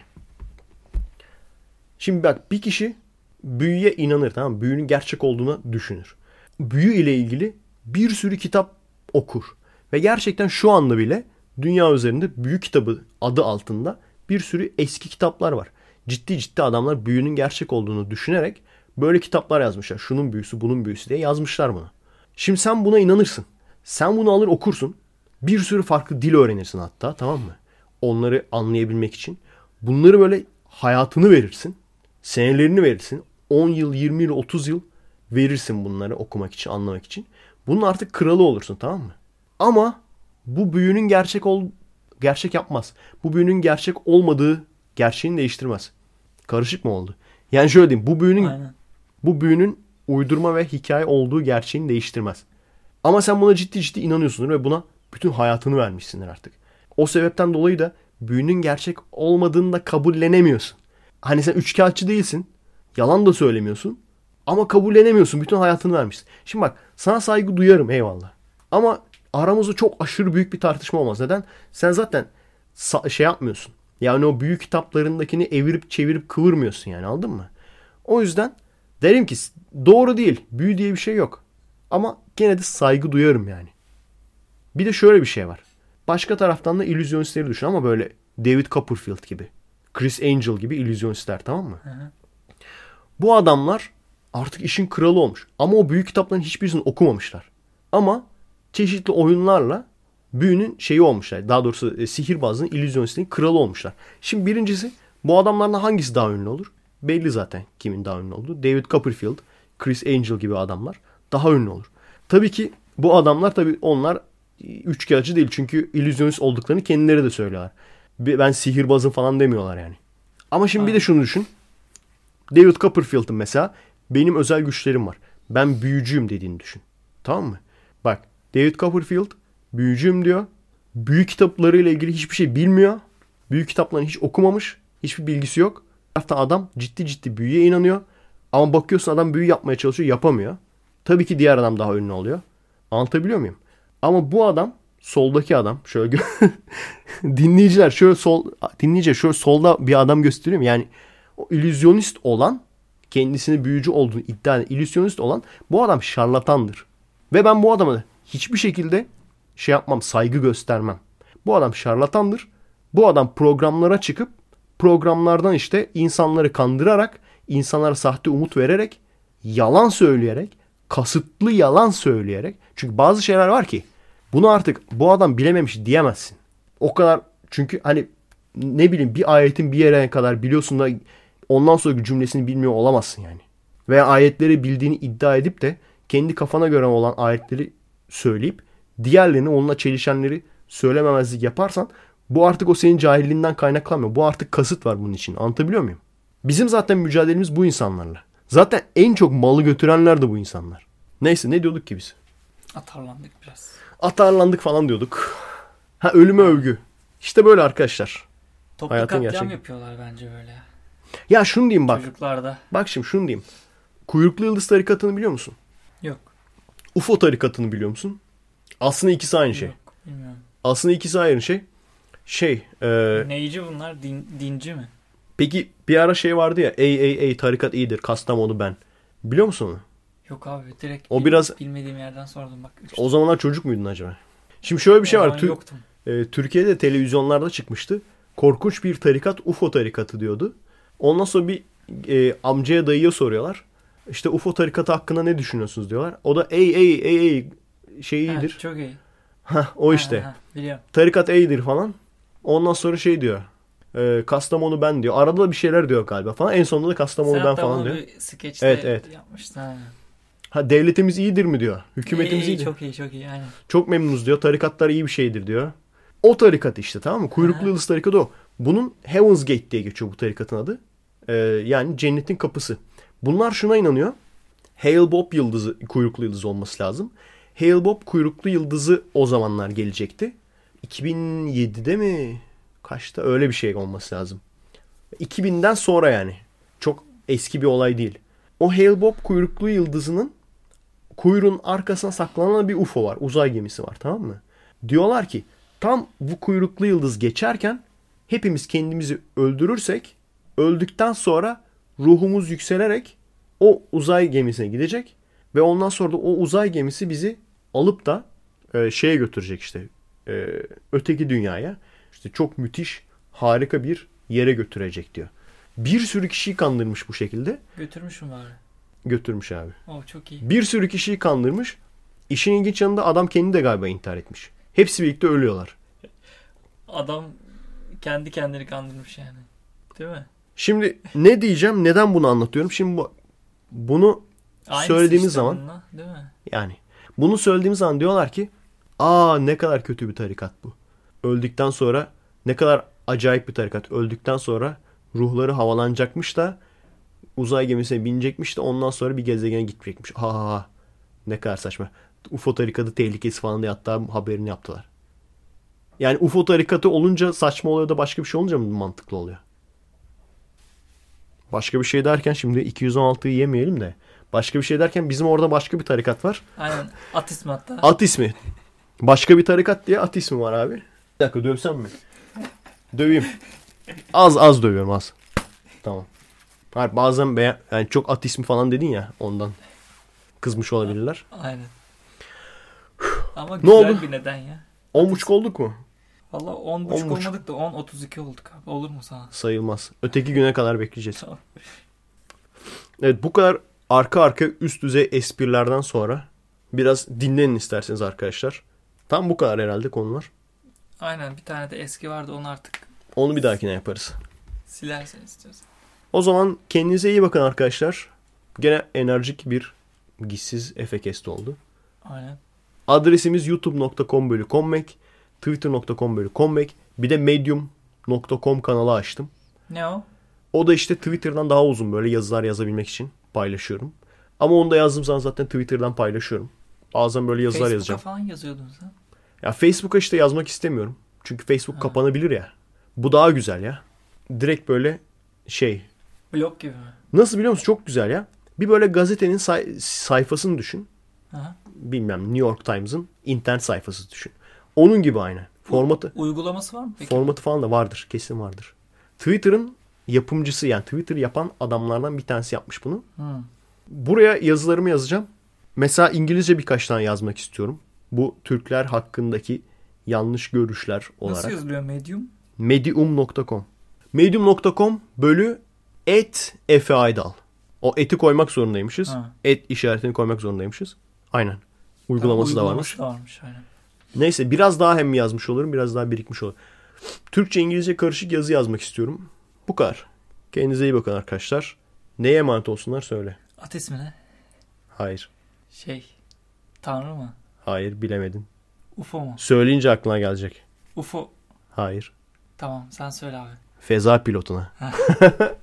B: Şimdi bak bir kişi büyüye inanır tamam mı? Büyünün gerçek olduğunu düşünür. Büyü ile ilgili bir sürü kitap okur. Ve gerçekten şu anda bile dünya üzerinde büyü kitabı adı altında bir sürü eski kitaplar var. Ciddi adamlar büyünün gerçek olduğunu düşünerek böyle kitaplar yazmışlar. Şunun büyüsü, bunun büyüsü diye yazmışlar bunu. Şimdi sen buna inanırsın. Sen bunu alır okursun. Bir sürü farklı dil öğrenirsin hatta tamam mı? Onları anlayabilmek için. Bunları böyle hayatını verirsin. Senelerini verirsin. 10 yıl, 20 yıl, 30 yıl verirsin bunları okumak için, anlamak için. Bunun artık kralı olursun tamam mı? Ama bu büyünün gerçek yapmaz. Bu büyünün gerçek olmadığı gerçeğini değiştirmez. Karışık mı oldu? Yani şöyle diyeyim. Bu büyünün uydurma ve hikaye olduğu gerçeğini değiştirmez. Ama sen buna ciddi inanıyorsundur ve buna bütün hayatını vermişsindir artık. O sebepten dolayı da büyünün gerçek olmadığını da kabullenemiyorsun. Hani sen üçkağıtçı değilsin. Yalan da söylemiyorsun. Ama kabullenemiyorsun. Bütün hayatını vermişsin. Şimdi bak sana saygı duyarım eyvallah. Ama aramızda çok aşırı büyük bir tartışma olmaz. Neden? Sen zaten şey yapmıyorsun. Yani o büyük kitaplarındakini evirip çevirip kıvırmıyorsun yani anladın mı? O yüzden Derim ki doğru değil. Büyü diye bir şey yok. Ama gene de saygı duyarım yani. Bir de şöyle bir şey var. Başka taraftan da illüzyonistleri düşün ama böyle David Copperfield gibi. Chris Angel gibi illüzyonistler, tamam mı?
C: Hı.
B: Bu adamlar artık işin kralı olmuş. Ama o büyük kitapların hiçbirisini okumamışlar. Ama çeşitli oyunlarla büyünün şeyi olmuşlar. Daha doğrusu sihirbazlığın, illüzyonistliğin kralı olmuşlar. Şimdi birincisi, bu adamlardan hangisi daha ünlü olur? Belli zaten kimin daha ünlü olduğu. David Copperfield, Chris Angel gibi adamlar daha ünlü olur. Tabii ki bu adamlar, onlar üçkağıtçı değil. Çünkü illüzyonist olduklarını kendileri de söylüyorlar. Ben sihirbazım falan demiyorlar yani. Ama şimdi bir de şunu düşün. David Copperfield'ın mesela benim özel güçlerim var. Ben büyücüyüm dediğini düşün. Tamam mı? Bak, David Copperfield büyücüyüm diyor. Büyü kitaplarıyla ilgili hiçbir şey bilmiyor. Büyü kitaplarını hiç okumamış. Hiçbir bilgisi yok. Bir taraftan adam ciddi büyüye inanıyor. Ama bakıyorsun adam büyü yapmaya çalışıyor, yapamıyor. Tabii ki diğer adam daha ünlü oluyor. Anlatabiliyor muyum? Ama bu adam, soldaki adam, şöyle dinleyiciler şöyle solda bir adam göstereyim. Yani o illüzyonist olan, kendisini büyücü olduğunu iddia eden illüzyonist olan bu adam şarlatandır. Ve ben bu adama hiçbir şekilde saygı göstermem. Bu adam şarlatandır. Bu adam programlara çıkıp programlardan işte insanları kandırarak, insanlara sahte umut vererek, yalan söyleyerek, kasıtlı yalan söyleyerek. Çünkü bazı şeyler var ki bunu artık bu adam bilememiş diyemezsin. O kadar, çünkü hani ne bileyim, bir ayetin bir yere kadar biliyorsun da ondan sonraki cümlesini bilmiyor olamazsın yani. Veya ayetleri bildiğini iddia edip de kendi kafana göre olan ayetleri söyleyip diğerlerini, onunla çelişenleri söylememezlik yaparsan bu artık o senin cahilliğinden kaynaklanmıyor. Bu artık kasıt var bunun için. Anlatabiliyor muyum? Bizim zaten mücadelemiz bu insanlarla. Zaten en çok malı götürenler de bu insanlar. Neyse, ne diyorduk ki biz?
C: Atarlandık biraz.
B: Atarlandık falan diyorduk. Ölüme övgü. İşte böyle arkadaşlar.
C: Toplu
B: Hayatın
C: katliam
B: gerçeği.
C: yapıyorlar bence böyle.
B: Ya şunu diyeyim bak.
C: Çocuklarda.
B: Bak şimdi şunu diyeyim. Kuyruklu Yıldız tarikatını biliyor musun?
C: Yok.
B: UFO tarikatını biliyor musun? Aslında ikisi aynı şey.
C: Yok. Bilmiyorum.
B: Aslında ikisi aynı şey.
C: Neyci bunlar? Dinci mi?
B: Peki bir ara vardı ya. Ey tarikat iyidir. Kastamonu ben. Biliyor musun onu?
C: Yok abi, direkt
B: O biraz
C: bilmediğim yerden sordum bak.
B: O zamanlar çocuk muydun acaba? Şimdi şöyle bir şey var.
C: Yoktum.
B: Türkiye'de televizyonlarda çıkmıştı. Korkunç bir tarikat, UFO tarikatı diyordu. Ondan sonra bir amcaya, dayıya soruyorlar. İşte UFO tarikatı hakkında ne düşünüyorsunuz diyorlar. O da ey iyidir.
C: Çok iyi.
B: O işte.
C: Biliyorum.
B: Tarikat iyidir falan. Ondan sonra diyor. Kastamonu ben diyor. Arada da bir şeyler diyor galiba falan. En sonunda da Kastamonu ben falan diyor.
C: Sen bir skeçte
B: Evet.
C: yapmıştın.
B: Devletimiz iyidir mi diyor. Hükümetimiz iyidir.
C: Çok iyi aynen.
B: Çok memnunuz diyor. Tarikatlar iyi bir şeydir diyor. O tarikat işte, tamam mı? Kuyruklu Yıldız tarikatı o. Bunun Heaven's Gate diye geçiyor bu tarikatın adı. Yani cennetin kapısı. Bunlar şuna inanıyor. Hale-Bopp yıldızı, kuyruklu yıldız olması lazım. Hale-Bopp kuyruklu yıldızı o zamanlar gelecekti. 2007'de mi? Kaçta? Öyle bir şey olması lazım. 2000'den sonra yani. Çok eski bir olay değil. O Hale-Bopp kuyruklu yıldızının kuyruğun arkasına saklanan bir UFO var. Uzay gemisi var, tamam mı? Diyorlar ki tam bu kuyruklu yıldız geçerken hepimiz kendimizi öldürürsek, öldükten sonra ruhumuz yükselerek o uzay gemisine gidecek ve ondan sonra da o uzay gemisi bizi alıp da götürecek işte öteki dünyaya. İşte çok müthiş, harika bir yere götürecek diyor. Bir sürü kişiyi kandırmış bu şekilde.
C: Götürmüş mü bari?
B: Götürmüş abi.
C: Çok iyi.
B: Bir sürü kişiyi kandırmış. İşin ilginç yanında adam kendi de galiba intihar etmiş. Hepsi birlikte ölüyorlar.
C: Adam kendi kendini kandırmış yani. Değil mi?
B: Şimdi ne diyeceğim? Neden bunu anlatıyorum? Şimdi bunu
C: Aynısı
B: söylediğimiz
C: işte
B: zaman
C: bununla, değil mi?
B: yani bunu söylediğimiz zaman diyorlar ki ne kadar kötü bir tarikat bu. Öldükten sonra ne kadar acayip bir tarikat. Öldükten sonra ruhları havalanacakmış da uzay gemisine binecekmiş de ondan sonra bir gezegene gitmeyecekmiş. Ne kadar saçma. UFO tarikatı tehlikesi falan diye hatta haberini yaptılar. Yani UFO tarikatı olunca saçma oluyor da başka bir şey olunca mı mantıklı oluyor? Başka bir şey derken şimdi 216'yı yemeyelim de. Başka bir şey derken bizim orada başka bir tarikat var.
C: Aynen. At ismi hatta.
B: At ismi. Başka bir tarikat diye at ismi var abi. Bir dakika, dövsem mi? Döveyim. Az dövüyorum az. Tamam. Hayır, bazen yani çok at ismi falan dedin ya, ondan kızmış olabilirler.
C: Aynen. Ama
B: Ne
C: güzel
B: oldu?
C: bir neden ya.
B: 10.5 olduk mu?
C: Valla 10.5
B: 10.5.
C: olmadık da 10.32 olduk abi. Olur mu sana?
B: Sayılmaz. Öteki güne kadar bekleyeceğiz.
C: Tamam.
B: Evet, bu kadar arka arka üst düzey esprilerden sonra biraz dinlenin isterseniz arkadaşlar. Tam bu kadar herhalde konular.
C: Aynen, bir tane de eski vardı, onu artık
B: Onu bir dahakine yaparız.
C: silersen istiyorsan.
B: O zaman kendinize iyi bakın arkadaşlar. Gene enerjik bir gissiz Efekest oldu.
C: Aynen.
B: Adresimiz youtube.com/kommek, twitter.com/kommek, bir de medium.com kanalı açtım.
C: Ne o?
B: O da işte Twitter'dan daha uzun böyle yazılar yazabilmek için paylaşıyorum. Ama onu da yazdığım zaman zaten Twitter'dan paylaşıyorum. Bazen böyle yazılar
C: Facebook'a
B: yazacağım.
C: falan yazıyordun sen.
B: Ya Facebook'a işte yazmak istemiyorum. Çünkü Facebook kapanabilir ya. Bu daha güzel ya. Direkt böyle
C: Blog gibi mi?
B: Nasıl biliyor musun? Çok güzel ya. Bir böyle gazetenin sayfasını düşün.
C: Aha.
B: Bilmem, New York Times'ın internet sayfası düşün. Onun gibi aynı.
C: Uygulaması var mı peki?
B: Formatı falan da vardır. Kesin vardır. Twitter'ın yapımcısı, yani Twitter yapan adamlardan bir tanesi yapmış bunu. Buraya yazılarımı yazacağım. Mesela İngilizce birkaç tane yazmak istiyorum. Bu Türkler hakkındaki yanlış görüşler olarak.
C: Nasıl yazılıyor Medium?
B: Medium.com Medium.com/Efe Aydal. O eti koymak zorundaymışız.
C: Ha.
B: Et işaretini koymak zorundaymışız. Aynen. Uygulaması da varmış.
C: Da varmış aynen.
B: Neyse, biraz daha hem yazmış olurum, biraz daha birikmiş olur. Türkçe İngilizce karışık yazı yazmak istiyorum. Bu kadar. Kendinize iyi bakın arkadaşlar. Neye emanet olsunlar söyle.
C: At ismi ne?
B: Hayır.
C: Tanrı mı?
B: Hayır, bilemedin.
C: UFO mu?
B: Söyleyince aklına gelecek.
C: UFO.
B: Hayır.
C: Tamam, sen söyle abi.
B: Feza pilotuna.